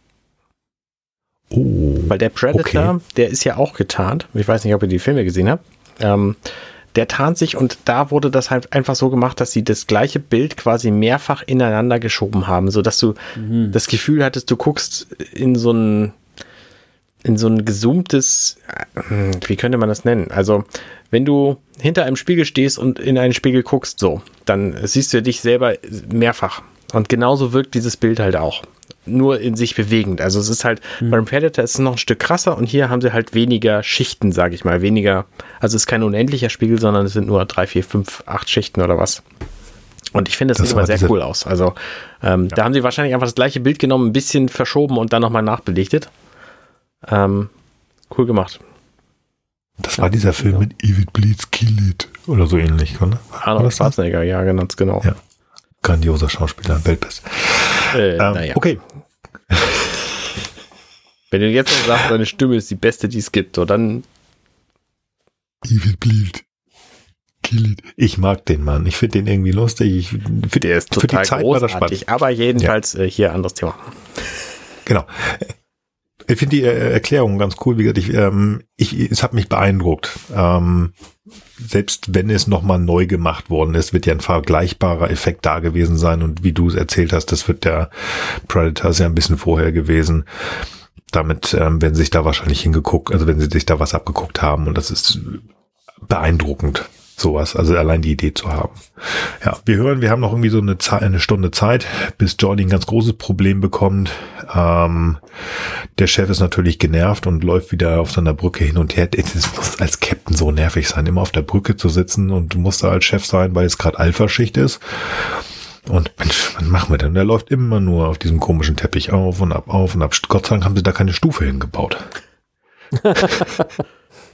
Oh, Weil der Predator, okay. der ist ja auch getarnt. Ich weiß nicht, ob ihr die Filme gesehen habt. Ähm, der tarnt sich und da wurde das halt einfach so gemacht, dass sie das gleiche Bild quasi mehrfach ineinander geschoben haben, sodass du Mhm. das Gefühl hattest, du guckst in so ein in so ein gezoomtes, äh, wie könnte man das nennen? Also, wenn du hinter einem Spiegel stehst und in einen Spiegel guckst, so, dann siehst du dich selber mehrfach. Und genauso wirkt dieses Bild halt auch. Nur in sich bewegend. Also es ist halt, mhm. beim Predator ist es noch ein Stück krasser und hier haben sie halt weniger Schichten, sage ich mal. Weniger, also es ist kein unendlicher Spiegel, sondern es sind nur drei, vier, fünf, acht Schichten oder was. Und ich finde, das, das sieht aber sehr cool aus. Also ähm, ja. Da haben sie wahrscheinlich einfach das gleiche Bild genommen, ein bisschen verschoben und dann nochmal nachbelichtet. Ähm, cool gemacht. Das war dieser Film mit If It Bleeds, Kill It oder so ähnlich, oder? Arnold Schwarzenegger, ja, ganz genau. Ja. Grandioser Schauspieler, Weltbest. Äh, ähm, naja. Okay. Wenn du jetzt noch sagst, deine Stimme ist die beste, die es gibt, so dann. If It Bleeds, Kill It. Ich mag den Mann. Ich finde den irgendwie lustig. Ich find, Der ist total die Zeit großartig, aber jedenfalls ja. äh, hier anderes Thema. Genau. Ich finde die äh, Erklärung ganz cool. Wie gesagt, ich, ähm, ich, es hat mich beeindruckt. Ähm, selbst wenn es nochmal neu gemacht worden ist, wird ja ein vergleichbarer Effekt da gewesen sein. Und wie du es erzählt hast, das wird der Predator ist ja ein bisschen vorher gewesen. Damit ähm, werden sie sich da wahrscheinlich hingeguckt, also wenn sie sich da was abgeguckt haben. Und das ist beeindruckend, sowas. Also allein die Idee zu haben. Ja, wir hören, wir haben noch irgendwie so eine, Zeit, eine Stunde Zeit, bis Geordi ein ganz großes Problem bekommt. Ähm, der Chef ist natürlich genervt und läuft wieder auf seiner Brücke hin und her. Es muss als Captain so nervig sein, immer auf der Brücke zu sitzen und du musst da als Chef sein, weil es gerade Alpha-Schicht ist. Und Mensch, was machen wir denn? Der läuft immer nur auf diesem komischen Teppich auf und ab, auf und ab. Gott sei Dank haben sie da keine Stufe hingebaut.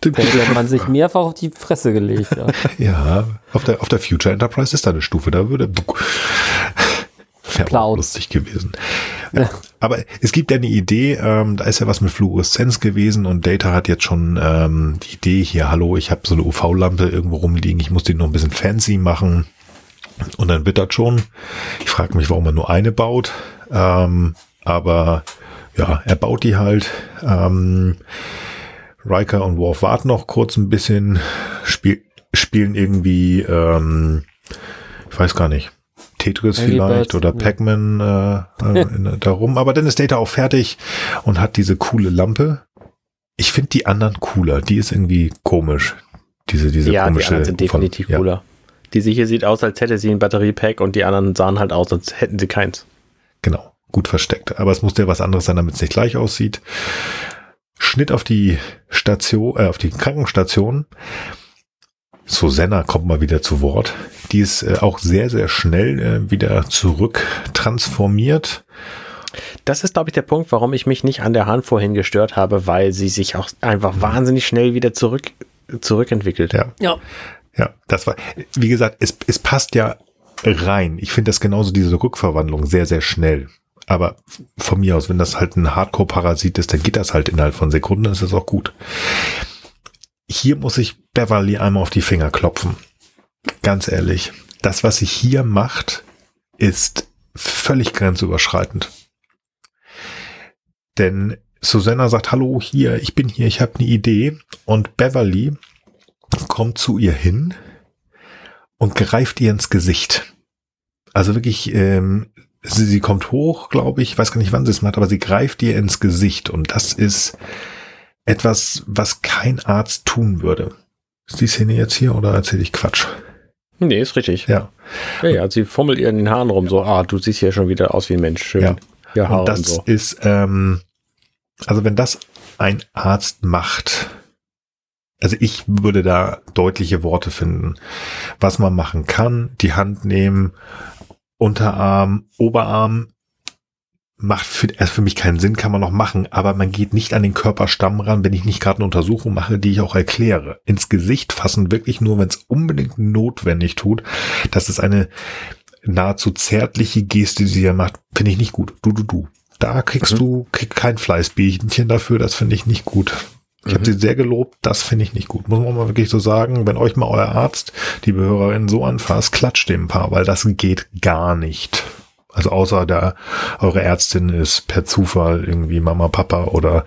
Hätte man sich mehrfach auf die Fresse gelegt. Ja, ja auf, der, auf der Future Enterprise ist da eine Stufe, da würde wäre auch lustig gewesen. Ja. Aber es gibt ja eine Idee, ähm, da ist ja was mit Fluoreszenz gewesen und Data hat jetzt schon ähm, die Idee hier, hallo, ich habe so eine U V-Lampe irgendwo rumliegen, ich muss die noch ein bisschen fancy machen und dann wird das schon. Ich frage mich, warum er nur eine baut, ähm, aber ja, er baut die halt. Ähm, Riker und Worf warten noch kurz ein bisschen, spiel, spielen irgendwie, ähm, ich weiß gar nicht, Tetris Harry vielleicht Birds, oder ja. Pac-Man äh, äh, in, da rum. Aber dann ist Data auch fertig und hat diese coole Lampe. Ich finde die anderen cooler. Die ist irgendwie komisch. Diese, diese ja, komische. die anderen sind definitiv von, cooler. Ja. Diese hier sieht aus, als hätte sie ein Batteriepack und die anderen sahen halt aus, als hätten sie keins. Genau, gut versteckt. Aber es muss ja was anderes sein, damit es nicht gleich aussieht. Schnitt auf die Station, äh, auf die Krankenstation. Susanna kommt mal wieder zu Wort. Die ist äh, auch sehr, sehr schnell äh, wieder zurück transformiert. Das ist, glaube ich, der Punkt, warum ich mich nicht an der Hand vorhin gestört habe, weil sie sich auch einfach wahnsinnig schnell wieder zurück, zurückentwickelt. Ja. Ja. Ja, das war, wie gesagt, es, es passt ja rein. Ich finde das genauso, diese Rückverwandlung, sehr, sehr schnell. Aber von mir aus, wenn das halt ein Hardcore-Parasit ist, dann geht das halt innerhalb von Sekunden, dann ist das auch gut. Hier muss ich Beverly einmal auf die Finger klopfen. Ganz ehrlich. Das, was sie hier macht, ist völlig grenzüberschreitend. Denn Susanna sagt, hallo, hier, ich bin hier, ich habe eine Idee. Und Beverly kommt zu ihr hin und greift ihr ins Gesicht. Also wirklich, ähm, sie, sie kommt hoch, glaube ich, ich weiß gar nicht, wann sie es macht, aber sie greift ihr ins Gesicht. Und das ist etwas, was kein Arzt tun würde. Ist die Szene jetzt hier oder erzähle ich Quatsch? Nee, ist richtig. Ja. Ja, ja, sie fummelt ihr in den Haaren rum, so, ah, du siehst hier schon wieder aus wie ein Mensch. Schön. Ja. Ja, Haare und das und so. ist, ähm, also wenn das ein Arzt macht, also ich würde da deutliche Worte finden, was man machen kann, die Hand nehmen, Unterarm, Oberarm, macht für, also für mich keinen Sinn, kann man noch machen, aber man geht nicht an den Körperstamm ran, wenn ich nicht gerade eine Untersuchung mache, die ich auch erkläre. Ins Gesicht fassen wirklich nur, wenn es unbedingt notwendig tut. Das ist eine nahezu zärtliche Geste, die sie ja macht, finde ich nicht gut. Du, du, du. Da kriegst mhm. du krieg kein Fleißbienchen dafür, das finde ich nicht gut. Ich mhm. habe sie sehr gelobt, das finde ich nicht gut. Muss man mal wirklich so sagen, wenn euch mal euer Arzt, die Behörerin so anfasst, klatscht dem ein paar, weil das geht gar nicht. Also außer der, eure Ärztin ist per Zufall irgendwie Mama, Papa oder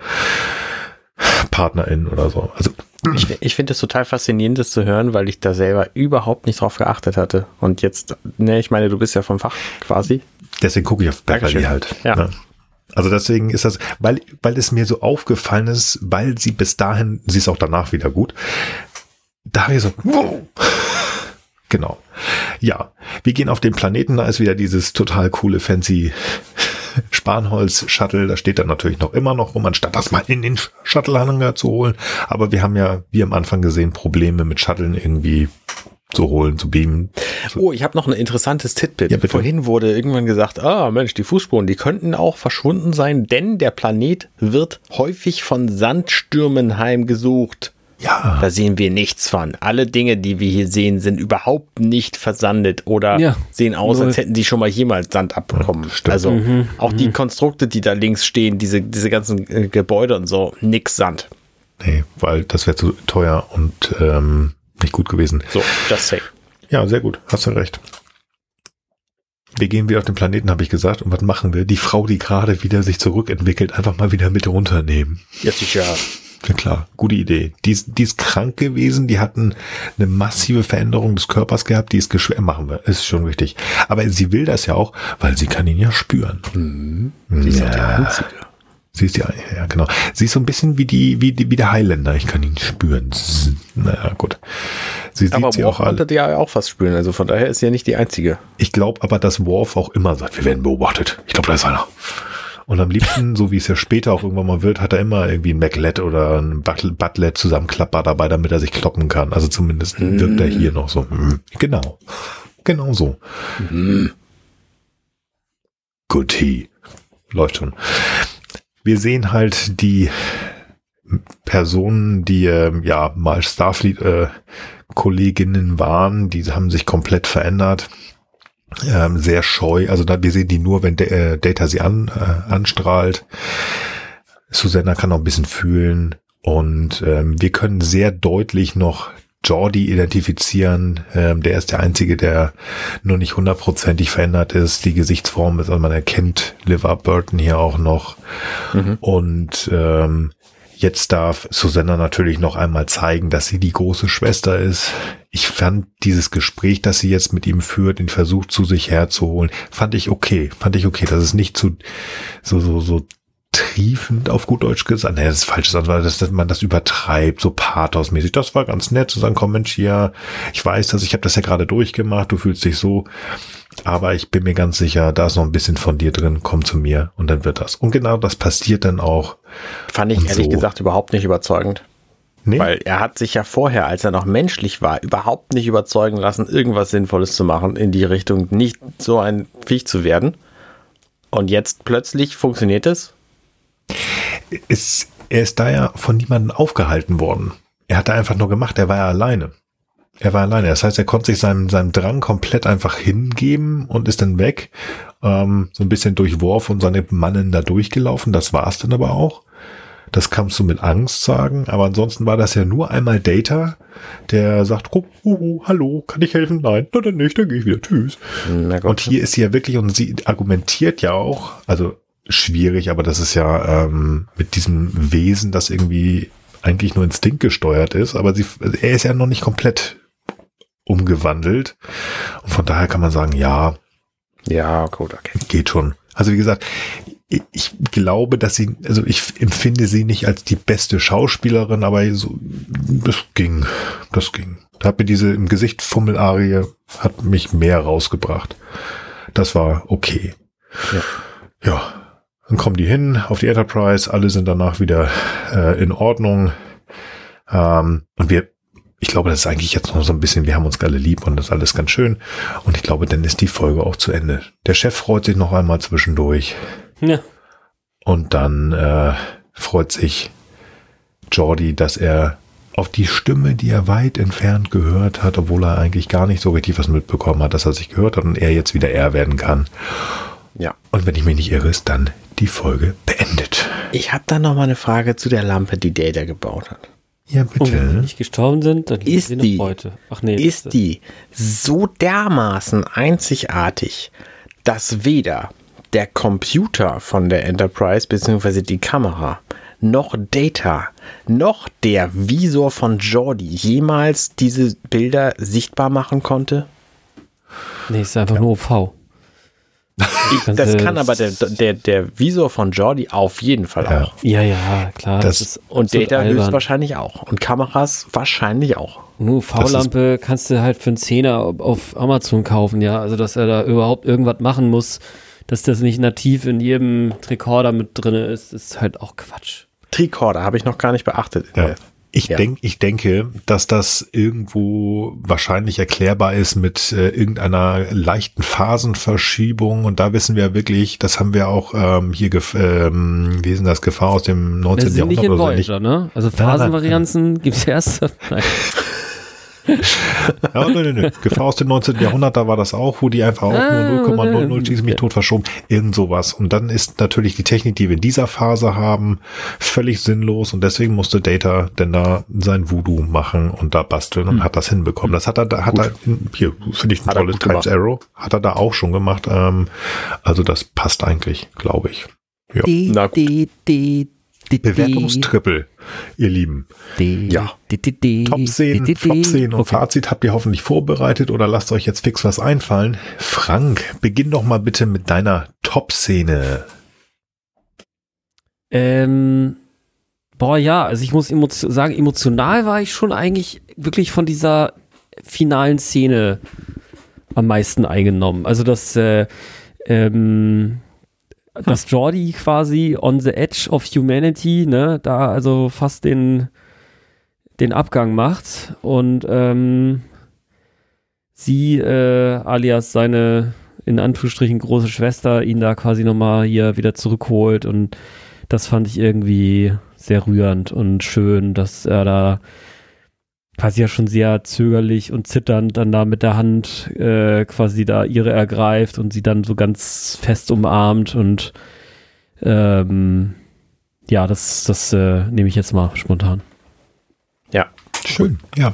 Partnerin oder so. Also ich, ich finde es total faszinierend, das zu hören, weil ich da selber überhaupt nicht drauf geachtet hatte. Und jetzt, ne, ich meine, du bist ja vom Fach quasi. Deswegen gucke ich auf Beverly halt. Ja. Ne? Also deswegen ist das, weil, weil es mir so aufgefallen ist, weil sie bis dahin, sie ist auch danach wieder gut, da habe ich so, wow. Genau. Ja, wir gehen auf den Planeten, da ist wieder dieses total coole, fancy Spanholz-Shuttle, da steht dann natürlich noch immer noch rum, anstatt das mal in den Shuttle-Hangar zu holen. Aber wir haben ja, wie am Anfang gesehen, Probleme mit Shuttlen irgendwie zu holen, zu beamen. Oh, ich habe noch ein interessantes Titbit. Ja, bitte. Vorhin wurde irgendwann gesagt, ah Mensch, die Fußspuren, die könnten auch verschwunden sein, denn der Planet wird häufig von Sandstürmen heimgesucht. Ja. Da sehen wir nichts von. Alle Dinge, die wir hier sehen, sind überhaupt nicht versandet oder ja, sehen aus, null. als hätten die schon mal jemals Sand abbekommen. Ja, also mhm, auch mhm. die Konstrukte, die da links stehen, diese, diese ganzen äh, Gebäude und so, nix Sand. Nee, weil das wäre zu teuer und ähm, nicht gut gewesen. So, just say. Ja, sehr gut, hast du recht. Wir gehen wieder auf den Planeten, habe ich gesagt. Und was machen wir? Die Frau, die gerade wieder sich zurückentwickelt, einfach mal wieder mit runternehmen. Ja, sicher. Ja klar, gute Idee. Die ist, die ist krank gewesen, die hatten eine massive Veränderung des Körpers gehabt, die ist geschwächt, machen wir, ist schon richtig. Aber sie will das ja auch, weil sie kann ihn ja spüren. Mhm. Sie ist ja. auch die Einzige. Sie ist ja, ja genau. Sie ist so ein bisschen wie die, wie die, wie der Highlander. Ich kann ihn spüren. Naja, gut. Sie aber sieht sie Worf auch alle. konnte ja auch was spüren, also von daher ist sie ja nicht die Einzige. Ich glaube aber, dass Worf auch immer sagt, wir werden beobachtet. Ich glaube, da ist einer. Und am liebsten, so wie es ja später auch irgendwann mal wird, hat er immer irgendwie ein Maclet oder ein Butlet zusammenklappbar dabei, damit er sich kloppen kann. Also zumindest mm. wirkt er hier noch so. Mm. Genau. Genau so. Mm. Good tea. Läuft schon. Wir sehen halt die Personen, die äh, ja mal Starfleet-Kolleginnen äh, waren, die haben sich komplett verändert. Ähm, sehr scheu. Also da, wir sehen die nur, wenn D- äh, Data sie an, äh, anstrahlt. Susanna kann auch ein bisschen fühlen. Und ähm, wir können sehr deutlich noch Geordi identifizieren. Ähm, der ist der Einzige, der nur nicht hundertprozentig verändert ist. Die Gesichtsform ist, also man erkennt LeVar Burton hier auch noch. Mhm. Und ähm, jetzt darf Susanna natürlich noch einmal zeigen, dass sie die große Schwester ist. Ich fand dieses Gespräch, das sie jetzt mit ihm führt, den Versuch zu sich herzuholen, fand ich okay. Fand ich okay, dass es nicht zu so so so triefend auf gut Deutsch gesagt, nee, das ist falsch, sondern dass, dass man das übertreibt, so pathosmäßig. Das war ganz nett zu sagen, komm Mensch, hier, ich weiß das, ich habe das ja gerade durchgemacht, du fühlst dich so, aber ich bin mir ganz sicher, da ist noch ein bisschen von dir drin, komm zu mir und dann wird das. Und genau das passiert dann auch. Fand ich ehrlich so. gesagt überhaupt nicht überzeugend. Nee? Weil er hat sich ja vorher, als er noch menschlich war, überhaupt nicht überzeugen lassen, irgendwas Sinnvolles zu machen, in die Richtung, nicht so ein Viech zu werden. Und jetzt plötzlich funktioniert es. Ist, er ist da ja von niemandem aufgehalten worden. Er hat da einfach nur gemacht, er war ja alleine. Er war alleine. Das heißt, er konnte sich seinem, seinem Drang komplett einfach hingeben und ist dann weg. Ähm, so ein bisschen durchworfen und seine Mannen da durchgelaufen. Das war es dann aber auch. Das kannst du mit Angst sagen. Aber ansonsten war das ja nur einmal Data, der sagt, oh, oh, oh, hallo, kann ich helfen? Nein, na dann nicht, dann gehe ich wieder. Tschüss. Und hier ist sie ja wirklich, und sie argumentiert ja auch, also schwierig, aber das ist ja ähm, mit diesem Wesen, das irgendwie eigentlich nur Instinkt gesteuert ist, aber sie, er ist ja noch nicht komplett umgewandelt und von daher kann man sagen, ja, ja, gut, okay. Geht schon. Also wie gesagt, ich, ich glaube, dass sie, also ich empfinde sie nicht als die beste Schauspielerin, aber so, das ging, das ging. Da hat mir diese im Gesicht Fummel-Arie hat mich mehr rausgebracht. Das war okay. Ja. Ja. Dann kommen die hin auf die Enterprise, alle sind danach wieder äh, in Ordnung. Ähm, und wir, ich glaube, das ist eigentlich jetzt noch so ein bisschen, wir haben uns alle lieb und das ist alles ganz schön. Und ich glaube, dann ist die Folge auch zu Ende. Der Chef freut sich noch einmal zwischendurch. Ja. Und dann äh, freut sich Geordi, dass er auf die Stimme, die er weit entfernt gehört hat, obwohl er eigentlich gar nicht so richtig was mitbekommen hat, dass er sich gehört hat und er jetzt wieder er werden kann. Ja. Und wenn ich mich nicht irre, ist dann die Folge beendet. Ich habe da noch mal eine Frage zu der Lampe, die Data gebaut hat. Ja, bitte. Und wenn sie nicht gestorben sind, dann ist sie die, noch heute. Ach nee, ist die so dermaßen einzigartig, dass weder der Computer von der Enterprise bzw. die Kamera noch Data noch der Visor von Geordi jemals diese Bilder sichtbar machen konnte? Nee, ist einfach ja. nur O V. Ich, das kann aber der, der, der Visor von Geordi auf jeden Fall ja. auch. Ja, ja, klar. Das das ist, und Data höchstwahrscheinlich auch. Und Kameras wahrscheinlich auch. Nur V-Lampe kannst du halt für einen Zehner auf Amazon kaufen, ja. Also, dass er da überhaupt irgendwas machen muss, dass das nicht nativ in jedem Tricorder mit drin ist, ist halt auch Quatsch. Tricorder habe ich noch gar nicht beachtet. Ja. Ich, ja. denk, ich denke, dass das irgendwo wahrscheinlich erklärbar ist mit äh, irgendeiner leichten Phasenverschiebung. Und da wissen wir wirklich, das haben wir auch ähm, hier, gef- ähm, wie ist denn das, Gefahr aus dem neunzehnten Jahrhundert? Nicht in Voyager, ne? Also Phasenvarianzen gibt es erst. Nein. Ja, nö, nö, nö. Gefahr aus dem neunzehnten Jahrhundert, da war das auch, wo die einfach auch nur null Komma null null schießen mich tot verschoben. Irgend sowas. Und dann ist natürlich die Technik, die wir in dieser Phase haben, völlig sinnlos. Und deswegen musste Data denn da sein Voodoo machen und da basteln und hm. hat das hinbekommen. Das hat er da, hat er, hier, finde ich ein hat tolles Times Arrow, hat er da auch schon gemacht. Ähm, also das passt eigentlich, glaube ich. Ja. Die, Na gut. Die, die, die, Bewertungstrippel, ihr Lieben. Die, ja. Die, die, die, Top-Szenen, Flop-Szenen und okay. Fazit habt ihr hoffentlich vorbereitet oder lasst euch jetzt fix was einfallen. Frank, beginn doch mal bitte mit deiner Top-Szene. Ähm, boah, ja, also ich muss emo- sagen, emotional war ich schon eigentlich wirklich von dieser finalen Szene am meisten eingenommen. Also das, äh, ähm, dass Geordi quasi on the edge of humanity, ne, da also fast den, den Abgang macht und ähm, sie, äh, alias seine, in Anführungsstrichen, große Schwester, ihn da quasi nochmal hier wieder zurückholt und das fand ich irgendwie sehr rührend und schön, dass er da quasi ja schon sehr zögerlich und zitternd dann da mit der Hand äh, quasi da ihre ergreift und sie dann so ganz fest umarmt und ähm, ja, das, das äh, nehme ich jetzt mal spontan. Ja. Schön, ja.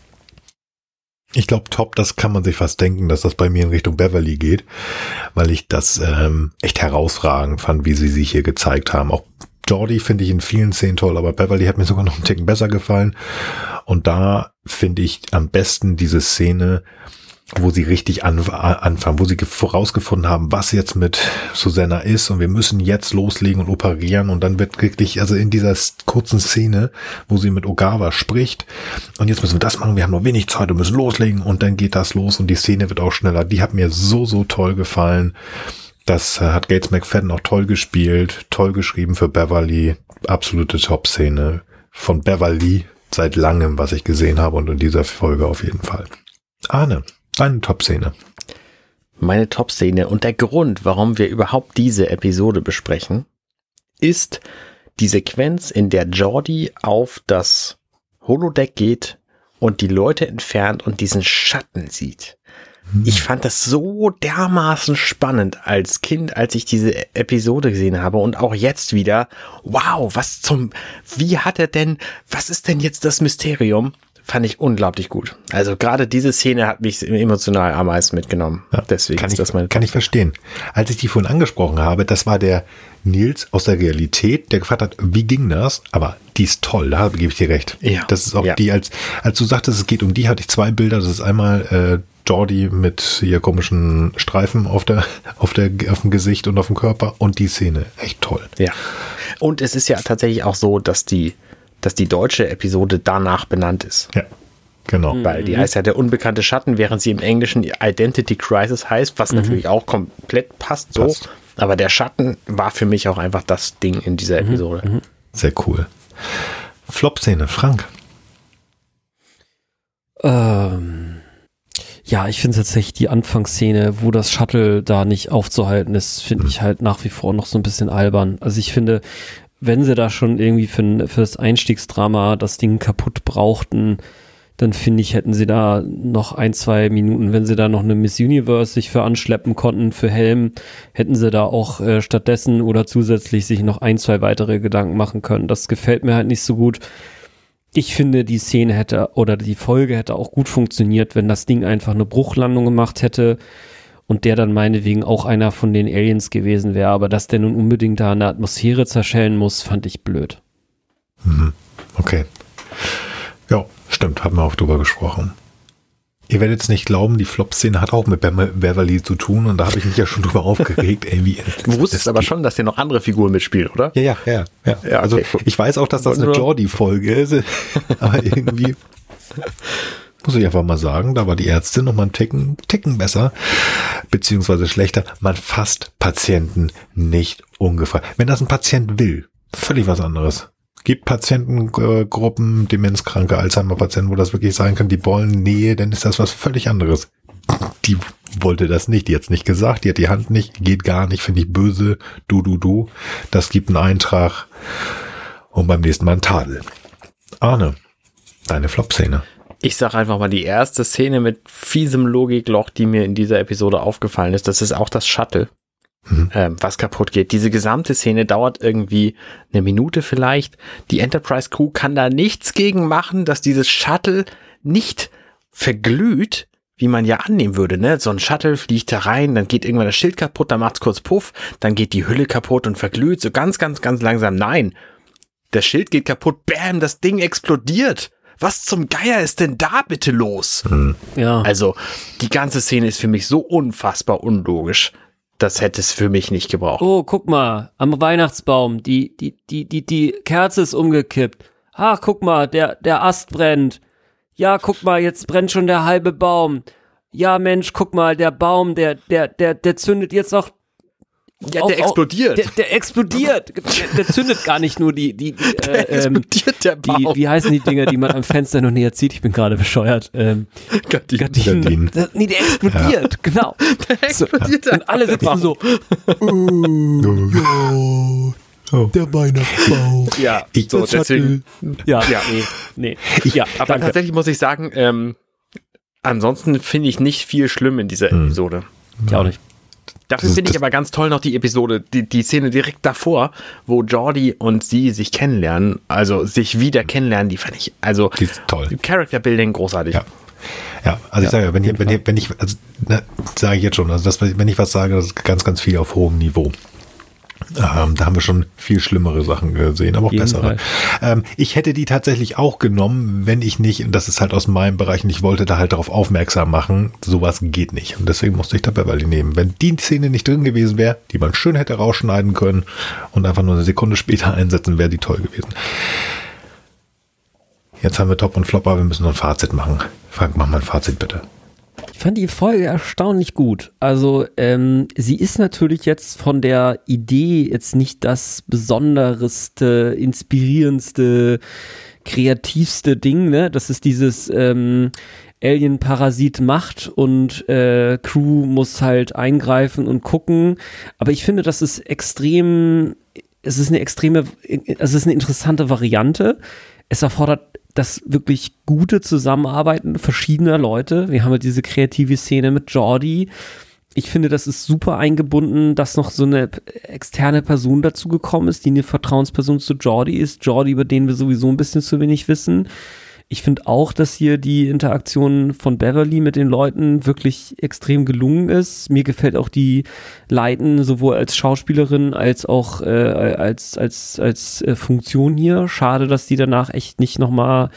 Ich glaube, top, das kann man sich fast denken, dass das bei mir in Richtung Beverly geht, weil ich das ähm, echt herausragend fand, wie sie sich hier gezeigt haben. Auch Geordi finde ich in vielen Szenen toll, aber Beverly hat mir sogar noch einen Ticken besser gefallen. Und da finde ich am besten diese Szene, wo sie richtig an, anfangen, wo sie vorausgefunden haben, was jetzt mit Susanna ist und wir müssen jetzt loslegen und operieren und dann wird wirklich, also in dieser kurzen Szene, wo sie mit Ogawa spricht und jetzt müssen wir das machen, wir haben noch wenig Zeit und müssen loslegen und dann geht das los und die Szene wird auch schneller. Die hat mir so, so toll gefallen. Das hat Gates McFadden auch toll gespielt, toll geschrieben für Beverly, absolute Top-Szene von Beverly seit langem, was ich gesehen habe und in dieser Folge auf jeden Fall. Arne, deine Top-Szene. Meine Top-Szene und der Grund, warum wir überhaupt diese Episode besprechen, ist die Sequenz, in der Geordi auf das Holodeck geht und die Leute entfernt und diesen Schatten sieht. Ich fand das so dermaßen spannend als Kind, als ich diese Episode gesehen habe und auch jetzt wieder. Wow, was zum, wie hat er denn, was ist denn jetzt das Mysterium? Fand ich unglaublich gut. Also gerade diese Szene hat mich emotional am meisten mitgenommen. Ja, deswegen kann ist ich, das meine. Kann ich verstehen. Als ich die vorhin angesprochen habe, das war der Nils aus der Realität, der gefragt hat, wie ging das? Aber die ist toll, da gebe ich dir recht. Ja. Das ist auch Ja. die, als, als du sagtest, es geht um die, hatte ich zwei Bilder. Das ist einmal äh, Geordi mit ihr komischen Streifen auf der, auf der, auf dem Gesicht und auf dem Körper und die Szene. Echt toll. Ja. Und es ist ja tatsächlich auch so, dass die, dass die deutsche Episode danach benannt ist. Ja, genau. Weil die heißt ja der unbekannte Schatten, während sie im Englischen Identity Crisis heißt, was mhm. natürlich auch komplett passt so. Passt. Aber der Schatten war für mich auch einfach das Ding in dieser Episode. Mhm. Sehr cool. Flop-Szene, Frank. Ähm, ja, ich finde tatsächlich die Anfangsszene, wo das Shuttle da nicht aufzuhalten ist, finde ich halt nach wie vor noch so ein bisschen albern. Also ich finde, wenn sie da schon irgendwie für, für das Einstiegsdrama das Ding kaputt brauchten, dann finde ich, hätten sie da noch ein, zwei Minuten, wenn sie da noch eine Miss Universe sich für anschleppen konnten, für Helm, hätten sie da auch äh, stattdessen oder zusätzlich sich noch ein, zwei weitere Gedanken machen können. Das gefällt mir halt nicht so gut. Ich finde, die Szene hätte oder die Folge hätte auch gut funktioniert, wenn das Ding einfach eine Bruchlandung gemacht hätte und der dann meinetwegen auch einer von den Aliens gewesen wäre. Aber dass der nun unbedingt da in der Atmosphäre zerschellen muss, fand ich blöd. Mhm. Okay. Ja, stimmt, haben wir auch drüber gesprochen. Ihr werdet es nicht glauben, die Flop-Szene hat auch mit Be- Beverly zu tun und da habe ich mich ja schon drüber aufgeregt. Ey, wie, Du wusstest aber schon, dass hier noch andere Figuren mitspielen, oder? Ja, ja, ja. ja. Ja, also okay, cool. ich weiß auch, dass das eine Geordi-Folge ist, aber irgendwie muss ich einfach mal sagen, da war die Ärztin noch mal einen Ticken, Ticken besser, beziehungsweise schlechter. Man fasst Patienten nicht ungefragt. Wenn das ein Patient will, völlig was anderes. Gibt Patientengruppen, Demenzkranke, Alzheimer-Patienten, wo das wirklich sein kann, die wollen Nähe, dann ist das was völlig anderes. Die wollte das nicht, die hat es nicht gesagt, die hat die Hand nicht, geht gar nicht, finde ich böse, du, du, du. Das gibt einen Eintrag und beim nächsten Mal einen Tadel. Arne, deine Flop-Szene. Ich sage einfach mal, die erste Szene mit fiesem Logikloch, die mir in dieser Episode aufgefallen ist, das ist auch das Shuttle. Mhm. Ähm, was kaputt geht. Diese gesamte Szene dauert irgendwie eine Minute vielleicht. Die Enterprise Crew kann da nichts gegen machen, dass dieses Shuttle nicht verglüht, wie man ja annehmen würde. Ne? So ein Shuttle fliegt da rein, dann geht irgendwann das Schild kaputt, dann macht's kurz Puff, dann geht die Hülle kaputt und verglüht so ganz, ganz, ganz langsam. Nein, das Schild geht kaputt, bam, das Ding explodiert. Was zum Geier ist denn da bitte los? Mhm. Ja. Also, die ganze Szene ist für mich so unfassbar unlogisch. Das hätte es für mich nicht gebraucht. Oh, guck mal, am Weihnachtsbaum, die, die, die, die, die Kerze ist umgekippt. Ach, guck mal, der, der Ast brennt. Ja, guck mal, jetzt brennt schon der halbe Baum. Ja, Mensch, guck mal, der Baum, der, der, der, der zündet jetzt noch. Ja, auf, der explodiert. Der, der explodiert. Der, der zündet gar nicht nur die, die, die der äh, ähm, explodiert, der Baum. die, wie heißen die Dinger, die man am Fenster noch näher zieht? Ich bin gerade bescheuert. Ähm, Gardinen. Gardinen. Gardinen. Das, nee, der explodiert, ja. Genau. Der explodiert. So, und alle sitzen so. Oh. Der Weihnachtsbaum. Ja, Ich so, das deswegen, Ja, ja. nee, nee. Ich, Ja, Aber danke. tatsächlich muss ich sagen, ähm, ansonsten finde ich nicht viel schlimm in dieser Hm. Episode. Ich auch nicht. Dafür Das ist finde ich das- aber ganz toll noch die Episode, die, die Szene direkt davor, wo Geordi und sie sich kennenlernen, also sich wieder kennenlernen, die fand ich, also Die ist toll. Character Building großartig. Ja. Ja, also ich sage ja, wenn ich, wenn ich, wenn ich, also, ne, sage ich jetzt schon, also das, wenn ich was sage, das ist ganz, ganz viel auf hohem Niveau. Ähm, da haben wir schon viel schlimmere Sachen gesehen, aber auch Jeden bessere. Fall. Ähm, ich hätte die tatsächlich auch genommen, wenn ich nicht, und das ist halt aus meinem Bereich, und ich wollte da halt darauf aufmerksam machen, sowas geht nicht. Und deswegen musste ich da Beverly nehmen. Wenn die Szene nicht drin gewesen wäre, die man schön hätte rausschneiden können und einfach nur eine Sekunde später einsetzen, wäre die toll gewesen. Jetzt haben wir Top und Flop, aber wir müssen noch ein Fazit machen. Frank, mach mal ein Fazit bitte. Ich fand die Folge erstaunlich gut. Also ähm, sie ist natürlich jetzt von der Idee jetzt nicht das besonderste, inspirierendste, kreativste Ding, ne? Das ist dieses ähm, Alien-Parasit macht und äh, Crew muss halt eingreifen und gucken. Aber ich finde, das ist extrem, es ist eine extreme, es ist eine interessante Variante. Es erfordert das wirklich gute Zusammenarbeiten verschiedener Leute. Wir haben halt diese kreative Szene mit Geordi. Ich finde, das ist super eingebunden, dass noch so eine externe Person dazu gekommen ist, die eine Vertrauensperson zu Geordi ist. Geordi, über den wir sowieso ein bisschen zu wenig wissen. Ich finde auch, dass hier die Interaktion von Beverly mit den Leuten wirklich extrem gelungen ist. Mir gefällt auch die Leiten sowohl als Schauspielerin als auch äh, als als als äh, Funktion hier. Schade, dass die danach echt nicht nochmal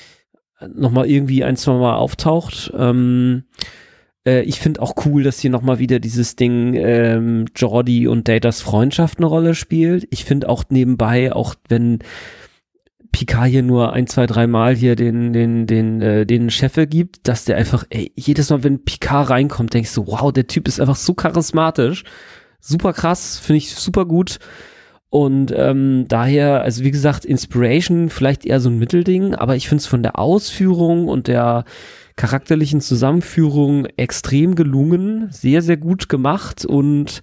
noch mal irgendwie ein, zwei Mal auftaucht. Ähm, äh, ich finde auch cool, dass hier nochmal wieder dieses Ding ähm, Geordi und Datas Freundschaft eine Rolle spielt. Ich finde auch nebenbei, auch wenn Picard hier nur ein, zwei, drei Mal hier den, den, den, äh, den Chef gibt, dass der einfach, ey, jedes Mal, wenn Picard reinkommt, denkst du, wow, der Typ ist einfach so charismatisch, super krass, finde ich super gut. Und ähm, daher, also wie gesagt, Inspiration vielleicht eher so ein Mittelding, aber ich finde es von der Ausführung und der charakterlichen Zusammenführung extrem gelungen, sehr, sehr gut gemacht und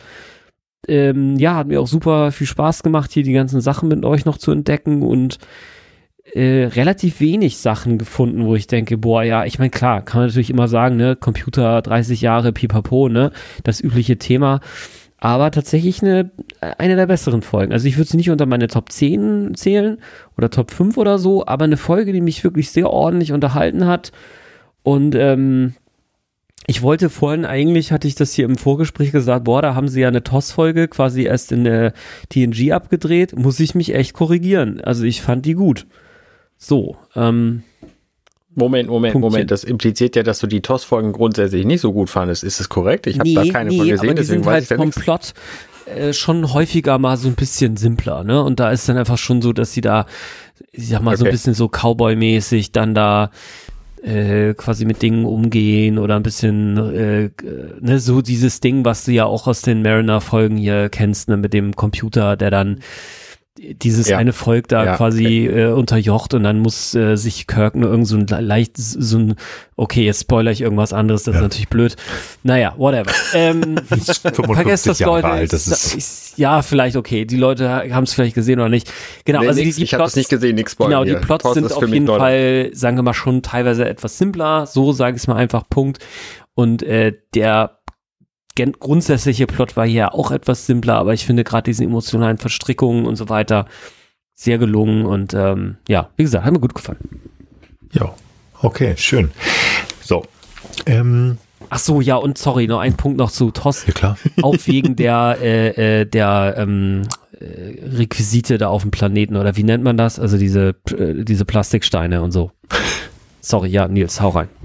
ähm, ja, hat mir auch super viel Spaß gemacht, hier die ganzen Sachen mit euch noch zu entdecken und äh, relativ wenig Sachen gefunden, wo ich denke, boah, ja, ich meine, klar, kann man natürlich immer sagen, ne, Computer, dreißig Jahre, pipapo, ne, das übliche Thema, aber tatsächlich eine, eine der besseren Folgen. Also ich würde sie nicht unter meine Top zehn zählen oder Top fünf oder so, aber eine Folge, die mich wirklich sehr ordentlich unterhalten hat und ähm, ich wollte vorhin eigentlich, hatte ich das hier im Vorgespräch gesagt, boah, da haben sie ja eine T O S-Folge quasi erst in der T N G abgedreht, muss ich mich echt korrigieren. Also ich fand die gut. So, ähm. Moment, Moment, Punktchen. Moment. Das impliziert ja, dass du die T O S-Folgen grundsätzlich nicht so gut fandest. Ist das korrekt? Ich habe nee, da keine nee, von gesehen, aber die deswegen sind weiß halt ich da vom nichts. Plot äh, schon häufiger mal so ein bisschen simpler, ne? Und da ist dann einfach schon so, dass sie da, ich sag mal, so ein Okay. bisschen so Cowboy-mäßig dann da äh, quasi mit Dingen umgehen oder ein bisschen, äh, ne, so dieses Ding, was du ja auch aus den Mariner-Folgen hier kennst, ne, mit dem Computer, der dann dieses Ja. eine Volk da Ja, quasi äh, unterjocht und dann muss äh, sich Kirk nur irgend so ein le- leicht, so ein, okay, jetzt spoilere ich irgendwas anderes, das Ja. ist natürlich blöd. Naja, whatever. Ähm, vergesst das, fünfundfünfzig Jahre Leute. alt, das Ich- ist- ich- ja, vielleicht okay. Die Leute haben es vielleicht gesehen oder nicht. Genau, Nee, also nix, die, die ich habe das Plots- nicht gesehen, nichts spoilern Genau, die hier. Plots T O S sind ist auf für mich jeden Neuland. Fall, sagen wir mal, schon teilweise etwas simpler. So sage ich es mal einfach, Punkt. Und äh, der gen- grundsätzliche Plot war hier auch etwas simpler, aber ich finde gerade diese emotionalen Verstrickungen und so weiter sehr gelungen und ähm, ja, wie gesagt, hat mir gut gefallen. Ja, okay, schön. So, ähm, Ach so, ja, und sorry, noch ein Punkt noch zu T O S. ja klar. Auch wegen der, äh, äh, der ähm, äh, Requisite da auf dem Planeten oder wie nennt man das? Also diese, äh, diese Plastiksteine und so. Sorry, ja, Nils, hau rein.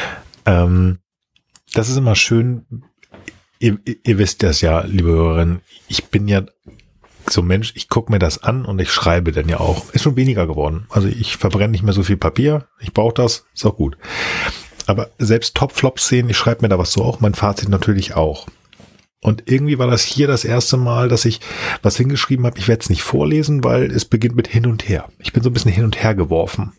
Ähm, das ist immer schön. Ihr, ihr wisst das ja, liebe Hörerinnen. Ich bin ja so Mensch, ich gucke mir das an und ich schreibe dann ja auch. Ist schon weniger geworden. Also ich verbrenne nicht mehr so viel Papier. Ich brauche das. Ist auch gut. Aber selbst Top-Flop-Szenen, ich schreibe mir da was so auch. Mein Fazit natürlich auch. Und irgendwie war das hier das erste Mal, dass ich was hingeschrieben habe. Ich werde es nicht vorlesen, weil es beginnt mit hin und her. Ich bin so ein bisschen hin und her geworfen.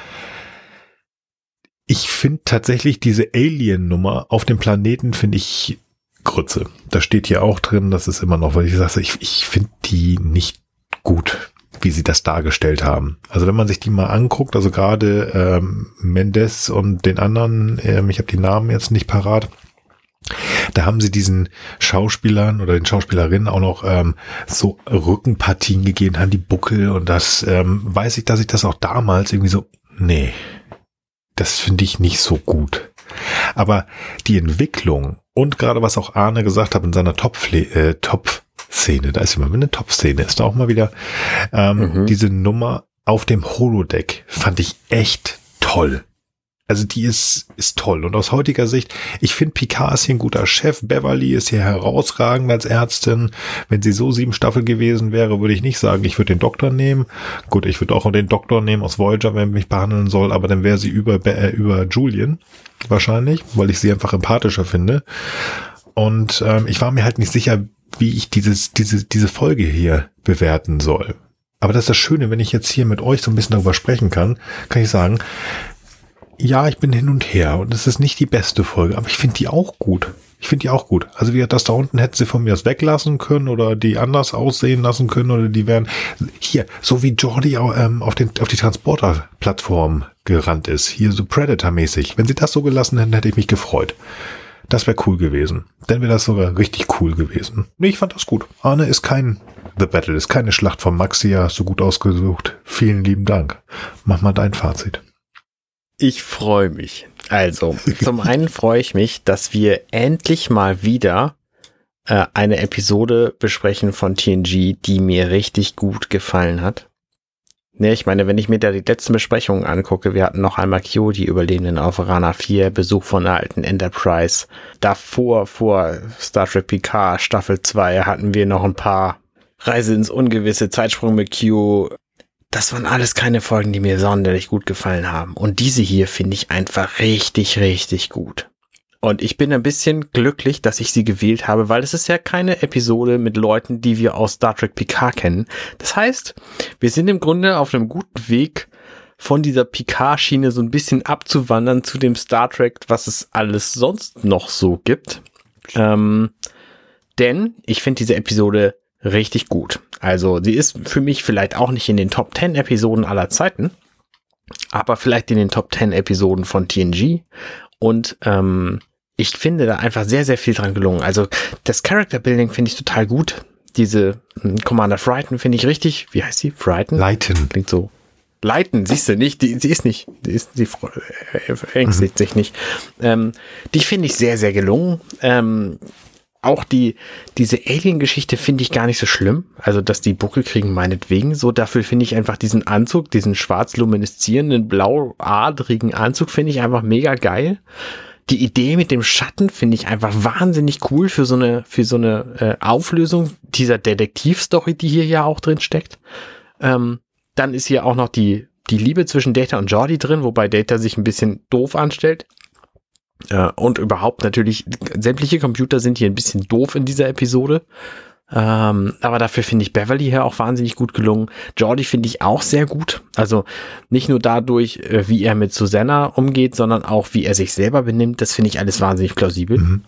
Ich finde tatsächlich diese Alien-Nummer auf dem Planeten finde ich Grütze. Da steht hier auch drin, das ist immer noch, weil ich sage, ich, ich finde die nicht gut, wie sie das dargestellt haben. Also wenn man sich die mal anguckt, also gerade ähm, Mendes und den anderen, ähm, ich habe die Namen jetzt nicht parat, da haben sie diesen Schauspielern oder den Schauspielerinnen auch noch ähm, so Rückenpartien gegeben, haben die Buckel und das ähm, weiß ich, dass ich das auch damals irgendwie so, nee, das finde ich nicht so gut. Aber die Entwicklung und gerade was auch Arne gesagt hat in seiner Top-Szene, äh, Top da ist immer eine Top-Szene, ist da auch mal wieder ähm, mhm. diese Nummer auf dem Holodeck fand ich echt toll. Also die ist ist toll. Und aus heutiger Sicht, ich finde, Picard ist hier ein guter Chef. Beverly ist hier herausragend als Ärztin. Wenn sie so sieben Staffel gewesen wäre, würde ich nicht sagen, ich würde den Doktor nehmen. Gut, ich würde auch den Doktor nehmen aus Voyager, wenn er mich behandeln soll. Aber dann wäre sie über, äh, über Julian wahrscheinlich, weil ich sie einfach empathischer finde. Und ähm, ich war mir halt nicht sicher, wie ich dieses diese diese Folge hier bewerten soll. Aber das ist das Schöne, wenn ich jetzt hier mit euch so ein bisschen darüber sprechen kann, kann ich sagen, ja, ich bin hin und her und es ist nicht die beste Folge, aber ich finde die auch gut. Ich finde die auch gut. Also wie das da unten hätten sie von mir aus weglassen können oder die anders aussehen lassen können oder die wären hier, so wie Geordi ähm, auf den auf die Transporter-Plattform gerannt ist, hier so Predator-mäßig. Wenn sie das so gelassen hätten, hätte ich mich gefreut. Das wäre cool gewesen. Dann wäre das sogar richtig cool gewesen. Nee, ich fand das gut. Arne ist kein The Battle, ist keine Schlacht von Maxia, so gut ausgesucht. Vielen lieben Dank. Mach mal dein Fazit. Ich freue mich. Also, zum einen freue ich mich, dass wir endlich mal wieder äh, eine Episode besprechen von T N G, die mir richtig gut gefallen hat. Ne, ich meine, wenn ich mir da die letzten Besprechungen angucke, wir hatten noch einmal Q, die Überlebenden auf Rana vier, Besuch von der alten Enterprise. Davor, vor Star Trek Picard Staffel zwei, hatten wir noch ein paar Reise ins Ungewisse, Zeitsprung mit Q. Das waren alles keine Folgen, die mir sonderlich gut gefallen haben. Und diese hier finde ich einfach richtig, richtig gut. Und ich bin ein bisschen glücklich, dass ich sie gewählt habe, weil es ist ja keine Episode mit Leuten, die wir aus Star Trek Picard kennen. Das heißt, wir sind im Grunde auf einem guten Weg, von dieser Picard-Schiene so ein bisschen abzuwandern zu dem Star Trek, was es alles sonst noch so gibt. Ähm, denn ich finde diese Episode richtig gut. Also sie ist für mich vielleicht auch nicht in den Top zehn Episoden aller Zeiten, aber vielleicht in den Top zehn Episoden von T N G. Und ähm, ich finde da einfach sehr, sehr viel dran gelungen. Also das Character Building finde ich total gut. Diese äh, Commander Frighten finde ich richtig. Wie heißt sie? Frighten? Leiten. Klingt so. Leiten, siehst du nicht, die, sie ist nicht, die ist, die äh, ängstigt mhm. sich nicht. Ähm, die finde ich sehr, sehr gelungen. Ähm, Auch die, diese Alien-Geschichte finde ich gar nicht so schlimm. Also, dass die Buckel kriegen, meinetwegen. So, dafür finde ich einfach diesen Anzug, diesen schwarz lumineszierenden, blau-adrigen Anzug finde ich einfach mega geil. Die Idee mit dem Schatten finde ich einfach wahnsinnig cool für so eine, für so eine äh, Auflösung dieser Detektivstory, die hier ja auch drin steckt. Ähm, dann ist hier auch noch die, die Liebe zwischen Data und Geordi drin, wobei Data sich ein bisschen doof anstellt. Uh, und überhaupt natürlich, sämtliche Computer sind hier ein bisschen doof in dieser Episode. Ähm, aber dafür finde ich Beverly hier auch wahnsinnig gut gelungen. Geordi finde ich auch sehr gut. Also nicht nur dadurch, äh, wie er mit Susanna umgeht, sondern auch, wie er sich selber benimmt. Das finde ich alles wahnsinnig plausibel. Mhm.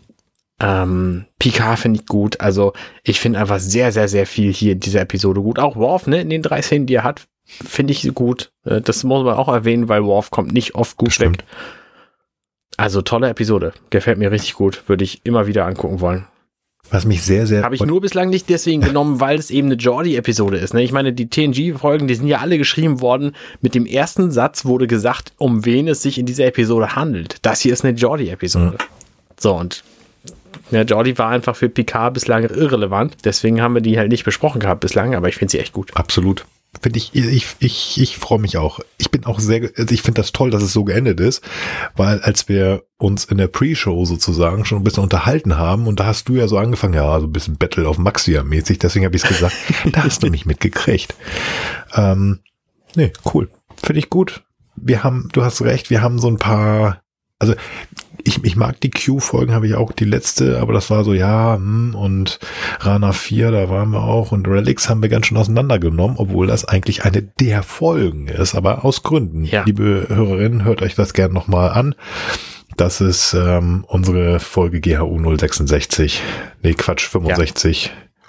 Ähm, Picard finde ich gut. Also ich finde einfach sehr, sehr, sehr viel hier in dieser Episode gut. Auch Worf, ne, in den drei Szenen, die er hat, finde ich gut. Äh, das muss man auch erwähnen, weil Worf kommt nicht oft gut weg. Also tolle Episode. Gefällt mir richtig gut. Würde ich immer wieder angucken wollen. Was mich sehr, sehr... Habe ich nur bislang nicht deswegen genommen, weil es eben eine Geordi-Episode ist. Ne? Ich meine, die T N G-Folgen, die sind ja alle geschrieben worden. Mit dem ersten Satz wurde gesagt, um wen es sich in dieser Episode handelt. Das hier ist eine Geordi-Episode. Mhm. So, und ja, Geordi war einfach für Picard bislang irrelevant. Deswegen haben wir die halt nicht besprochen gehabt bislang, aber ich finde sie echt gut. Absolut. Finde ich, ich, ich, ich freue mich auch. Ich bin auch sehr, also ich finde das toll, dass es so geendet ist, weil als wir uns in der Pre-Show sozusagen schon ein bisschen unterhalten haben und da hast du ja so angefangen, ja, so ein bisschen Battle of Maxia mäßig, deswegen habe ich es gesagt, da hast du mich mitgekriegt. Ähm, nee, cool. Finde ich gut. Wir haben, du hast recht, wir haben so ein paar, also ich, ich mag die Q-Folgen, habe ich auch die letzte, aber das war so, ja, hm, und Rana vier, da waren wir auch, und Relics haben wir ganz schön auseinandergenommen, obwohl das eigentlich eine der Folgen ist, aber aus Gründen. Ja. Liebe Hörerinnen, hört euch das gerne nochmal an. Das ist ähm, unsere Folge G H U null sechsundsechzig, nee, Quatsch, fünfundsechzig, ja.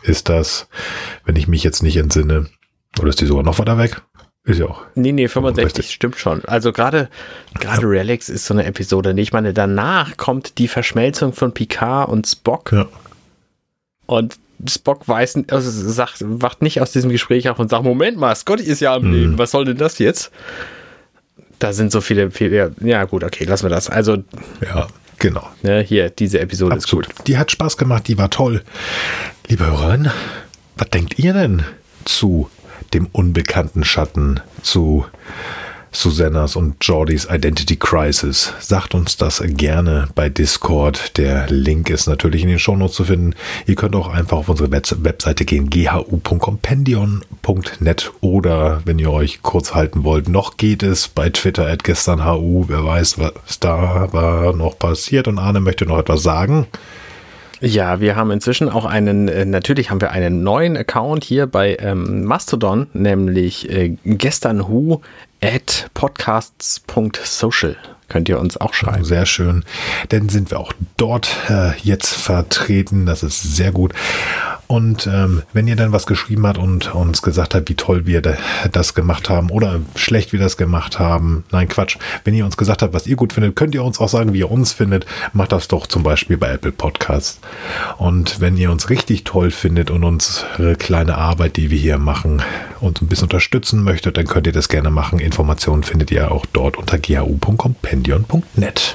ist das, wenn ich mich jetzt nicht entsinne, oder ist die sogar noch weiter weg? Ist ja auch. Nee, nee, fünfundsechzig stimmt schon. Also gerade gerade ja. Relics ist so eine Episode. Ich meine, danach kommt die Verschmelzung von Picard und Spock. Ja. Und Spock weiß, also sagt, wacht nicht aus diesem Gespräch auf und sagt, Moment mal, Scotty ist ja am hm. Leben. Was soll denn das jetzt? Da sind so viele, viele, ja gut, okay, lassen wir das. Also ja, genau. Ne, hier, diese Episode Absolut. ist gut. Die hat Spaß gemacht, die war toll. Liebe Hörerin, was denkt ihr denn zu dem unbekannten Schatten, zu Susannas und Geordies Identity Crisis? Sagt uns das gerne bei Discord. Der Link ist natürlich in den Shownotes zu finden. Ihr könnt auch einfach auf unsere Webseite gehen, g h u punkt compendion punkt net, oder wenn ihr euch kurz halten wollt, noch geht es bei Twitter at gestern h u. Wer weiß, was da war noch passiert, und Arne möchte noch etwas sagen. Ja, wir haben inzwischen auch einen, äh, natürlich haben wir einen neuen Account hier bei ähm, Mastodon, nämlich äh, gesternhu at podcasts punkt social. Könnt ihr uns auch schreiben. Sehr schön. Dann sind wir auch dort äh, jetzt vertreten. Das ist sehr gut. Und ähm, wenn ihr dann was geschrieben habt und uns gesagt habt, wie toll wir das gemacht haben oder schlecht wir das gemacht haben, nein, Quatsch. Wenn ihr uns gesagt habt, was ihr gut findet, könnt ihr uns auch sagen, wie ihr uns findet. Macht das doch zum Beispiel bei Apple Podcasts. Und wenn ihr uns richtig toll findet und unsere kleine Arbeit, die wir hier machen, uns ein bisschen unterstützen möchtet, dann könnt ihr das gerne machen. Informationen findet ihr auch dort unter g h u punkt compendion punkt net.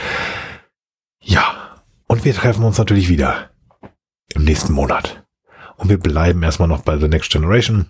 Ja, und wir treffen uns natürlich wieder im nächsten Monat. Und wir bleiben erstmal noch bei The Next Generation.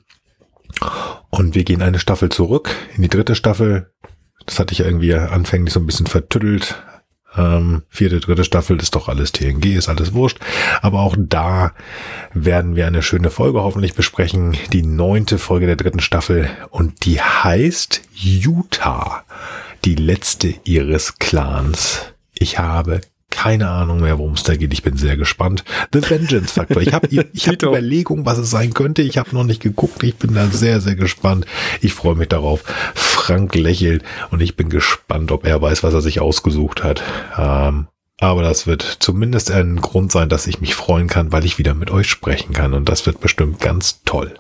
Und wir gehen eine Staffel zurück in die dritte Staffel. Das hatte ich irgendwie anfänglich so ein bisschen vertüttelt. Ähm, vierte, dritte Staffel ist doch alles T N G, ist alles wurscht. Aber auch da werden wir eine schöne Folge hoffentlich besprechen. Die neunte Folge der dritten Staffel. Und die heißt Utah. Die letzte ihres Clans. Ich habe keine Ahnung mehr, worum es da geht. Ich bin sehr gespannt. The Vengeance Factor. Ich habe ich hab Überlegungen, was es sein könnte. Ich habe noch nicht geguckt. Ich bin da sehr, sehr gespannt. Ich freue mich darauf. Frank lächelt und ich bin gespannt, ob er weiß, was er sich ausgesucht hat. Ähm, aber das wird zumindest ein Grund sein, dass ich mich freuen kann, weil ich wieder mit euch sprechen kann. Und das wird bestimmt ganz toll.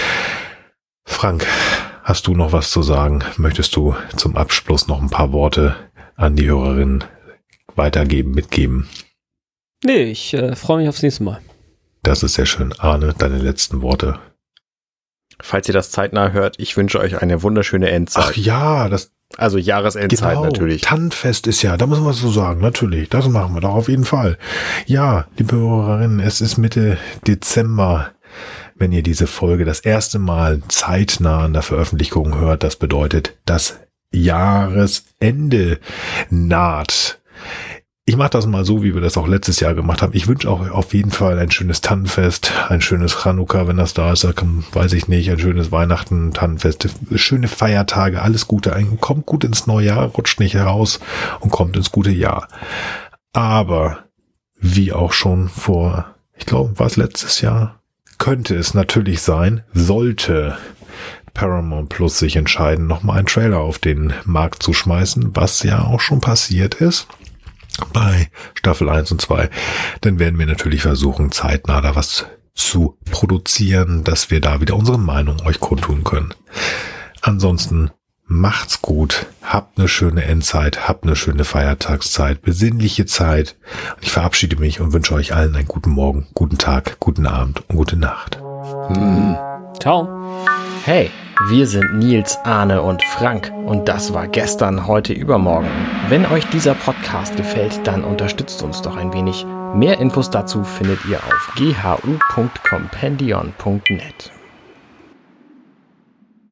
Frank, hast du noch was zu sagen? Möchtest du zum Abschluss noch ein paar Worte an die Hörerinnen weitergeben, mitgeben? Nee, ich äh, freue mich aufs nächste Mal. Das ist sehr schön. Arne, deine letzten Worte. Falls ihr das zeitnah hört, ich wünsche euch eine wunderschöne Endzeit. Ach ja, das... Also Jahresendzeit genau, natürlich. Tannenfest ist ja, da muss man so sagen, natürlich. Das machen wir doch auf jeden Fall. Ja, liebe Hörerinnen, es ist Mitte Dezember, wenn ihr diese Folge das erste Mal zeitnah an der Veröffentlichung hört. Das bedeutet, das Jahresende naht. Ich mache das mal so, wie wir das auch letztes Jahr gemacht haben. Ich wünsche auch auf jeden Fall ein schönes Tannenfest, ein schönes Chanukka, wenn das da ist, da kann, weiß ich nicht, ein schönes Weihnachten, Tannenfest, schöne Feiertage, alles Gute. Kommt gut ins neue Jahr, rutscht nicht heraus und kommt ins gute Jahr. Aber wie auch schon vor, ich glaube, war es letztes Jahr, könnte es natürlich sein, sollte Paramount Plus sich entscheiden, nochmal einen Trailer auf den Markt zu schmeißen, was ja auch schon passiert ist bei Staffel eins und zwei, dann werden wir natürlich versuchen, zeitnah da was zu produzieren, dass wir da wieder unsere Meinung euch kundtun können. Ansonsten macht's gut, habt eine schöne Endzeit, habt eine schöne Feiertagszeit, besinnliche Zeit. Und ich verabschiede mich und wünsche euch allen einen guten Morgen, guten Tag, guten Abend und gute Nacht. Mhm. Ciao. Hey, wir sind Nils, Arne und Frank und das war gestern, heute, übermorgen. Wenn euch dieser Podcast gefällt, dann unterstützt uns doch ein wenig. Mehr Infos dazu findet ihr auf g h u punkt compendion punkt net.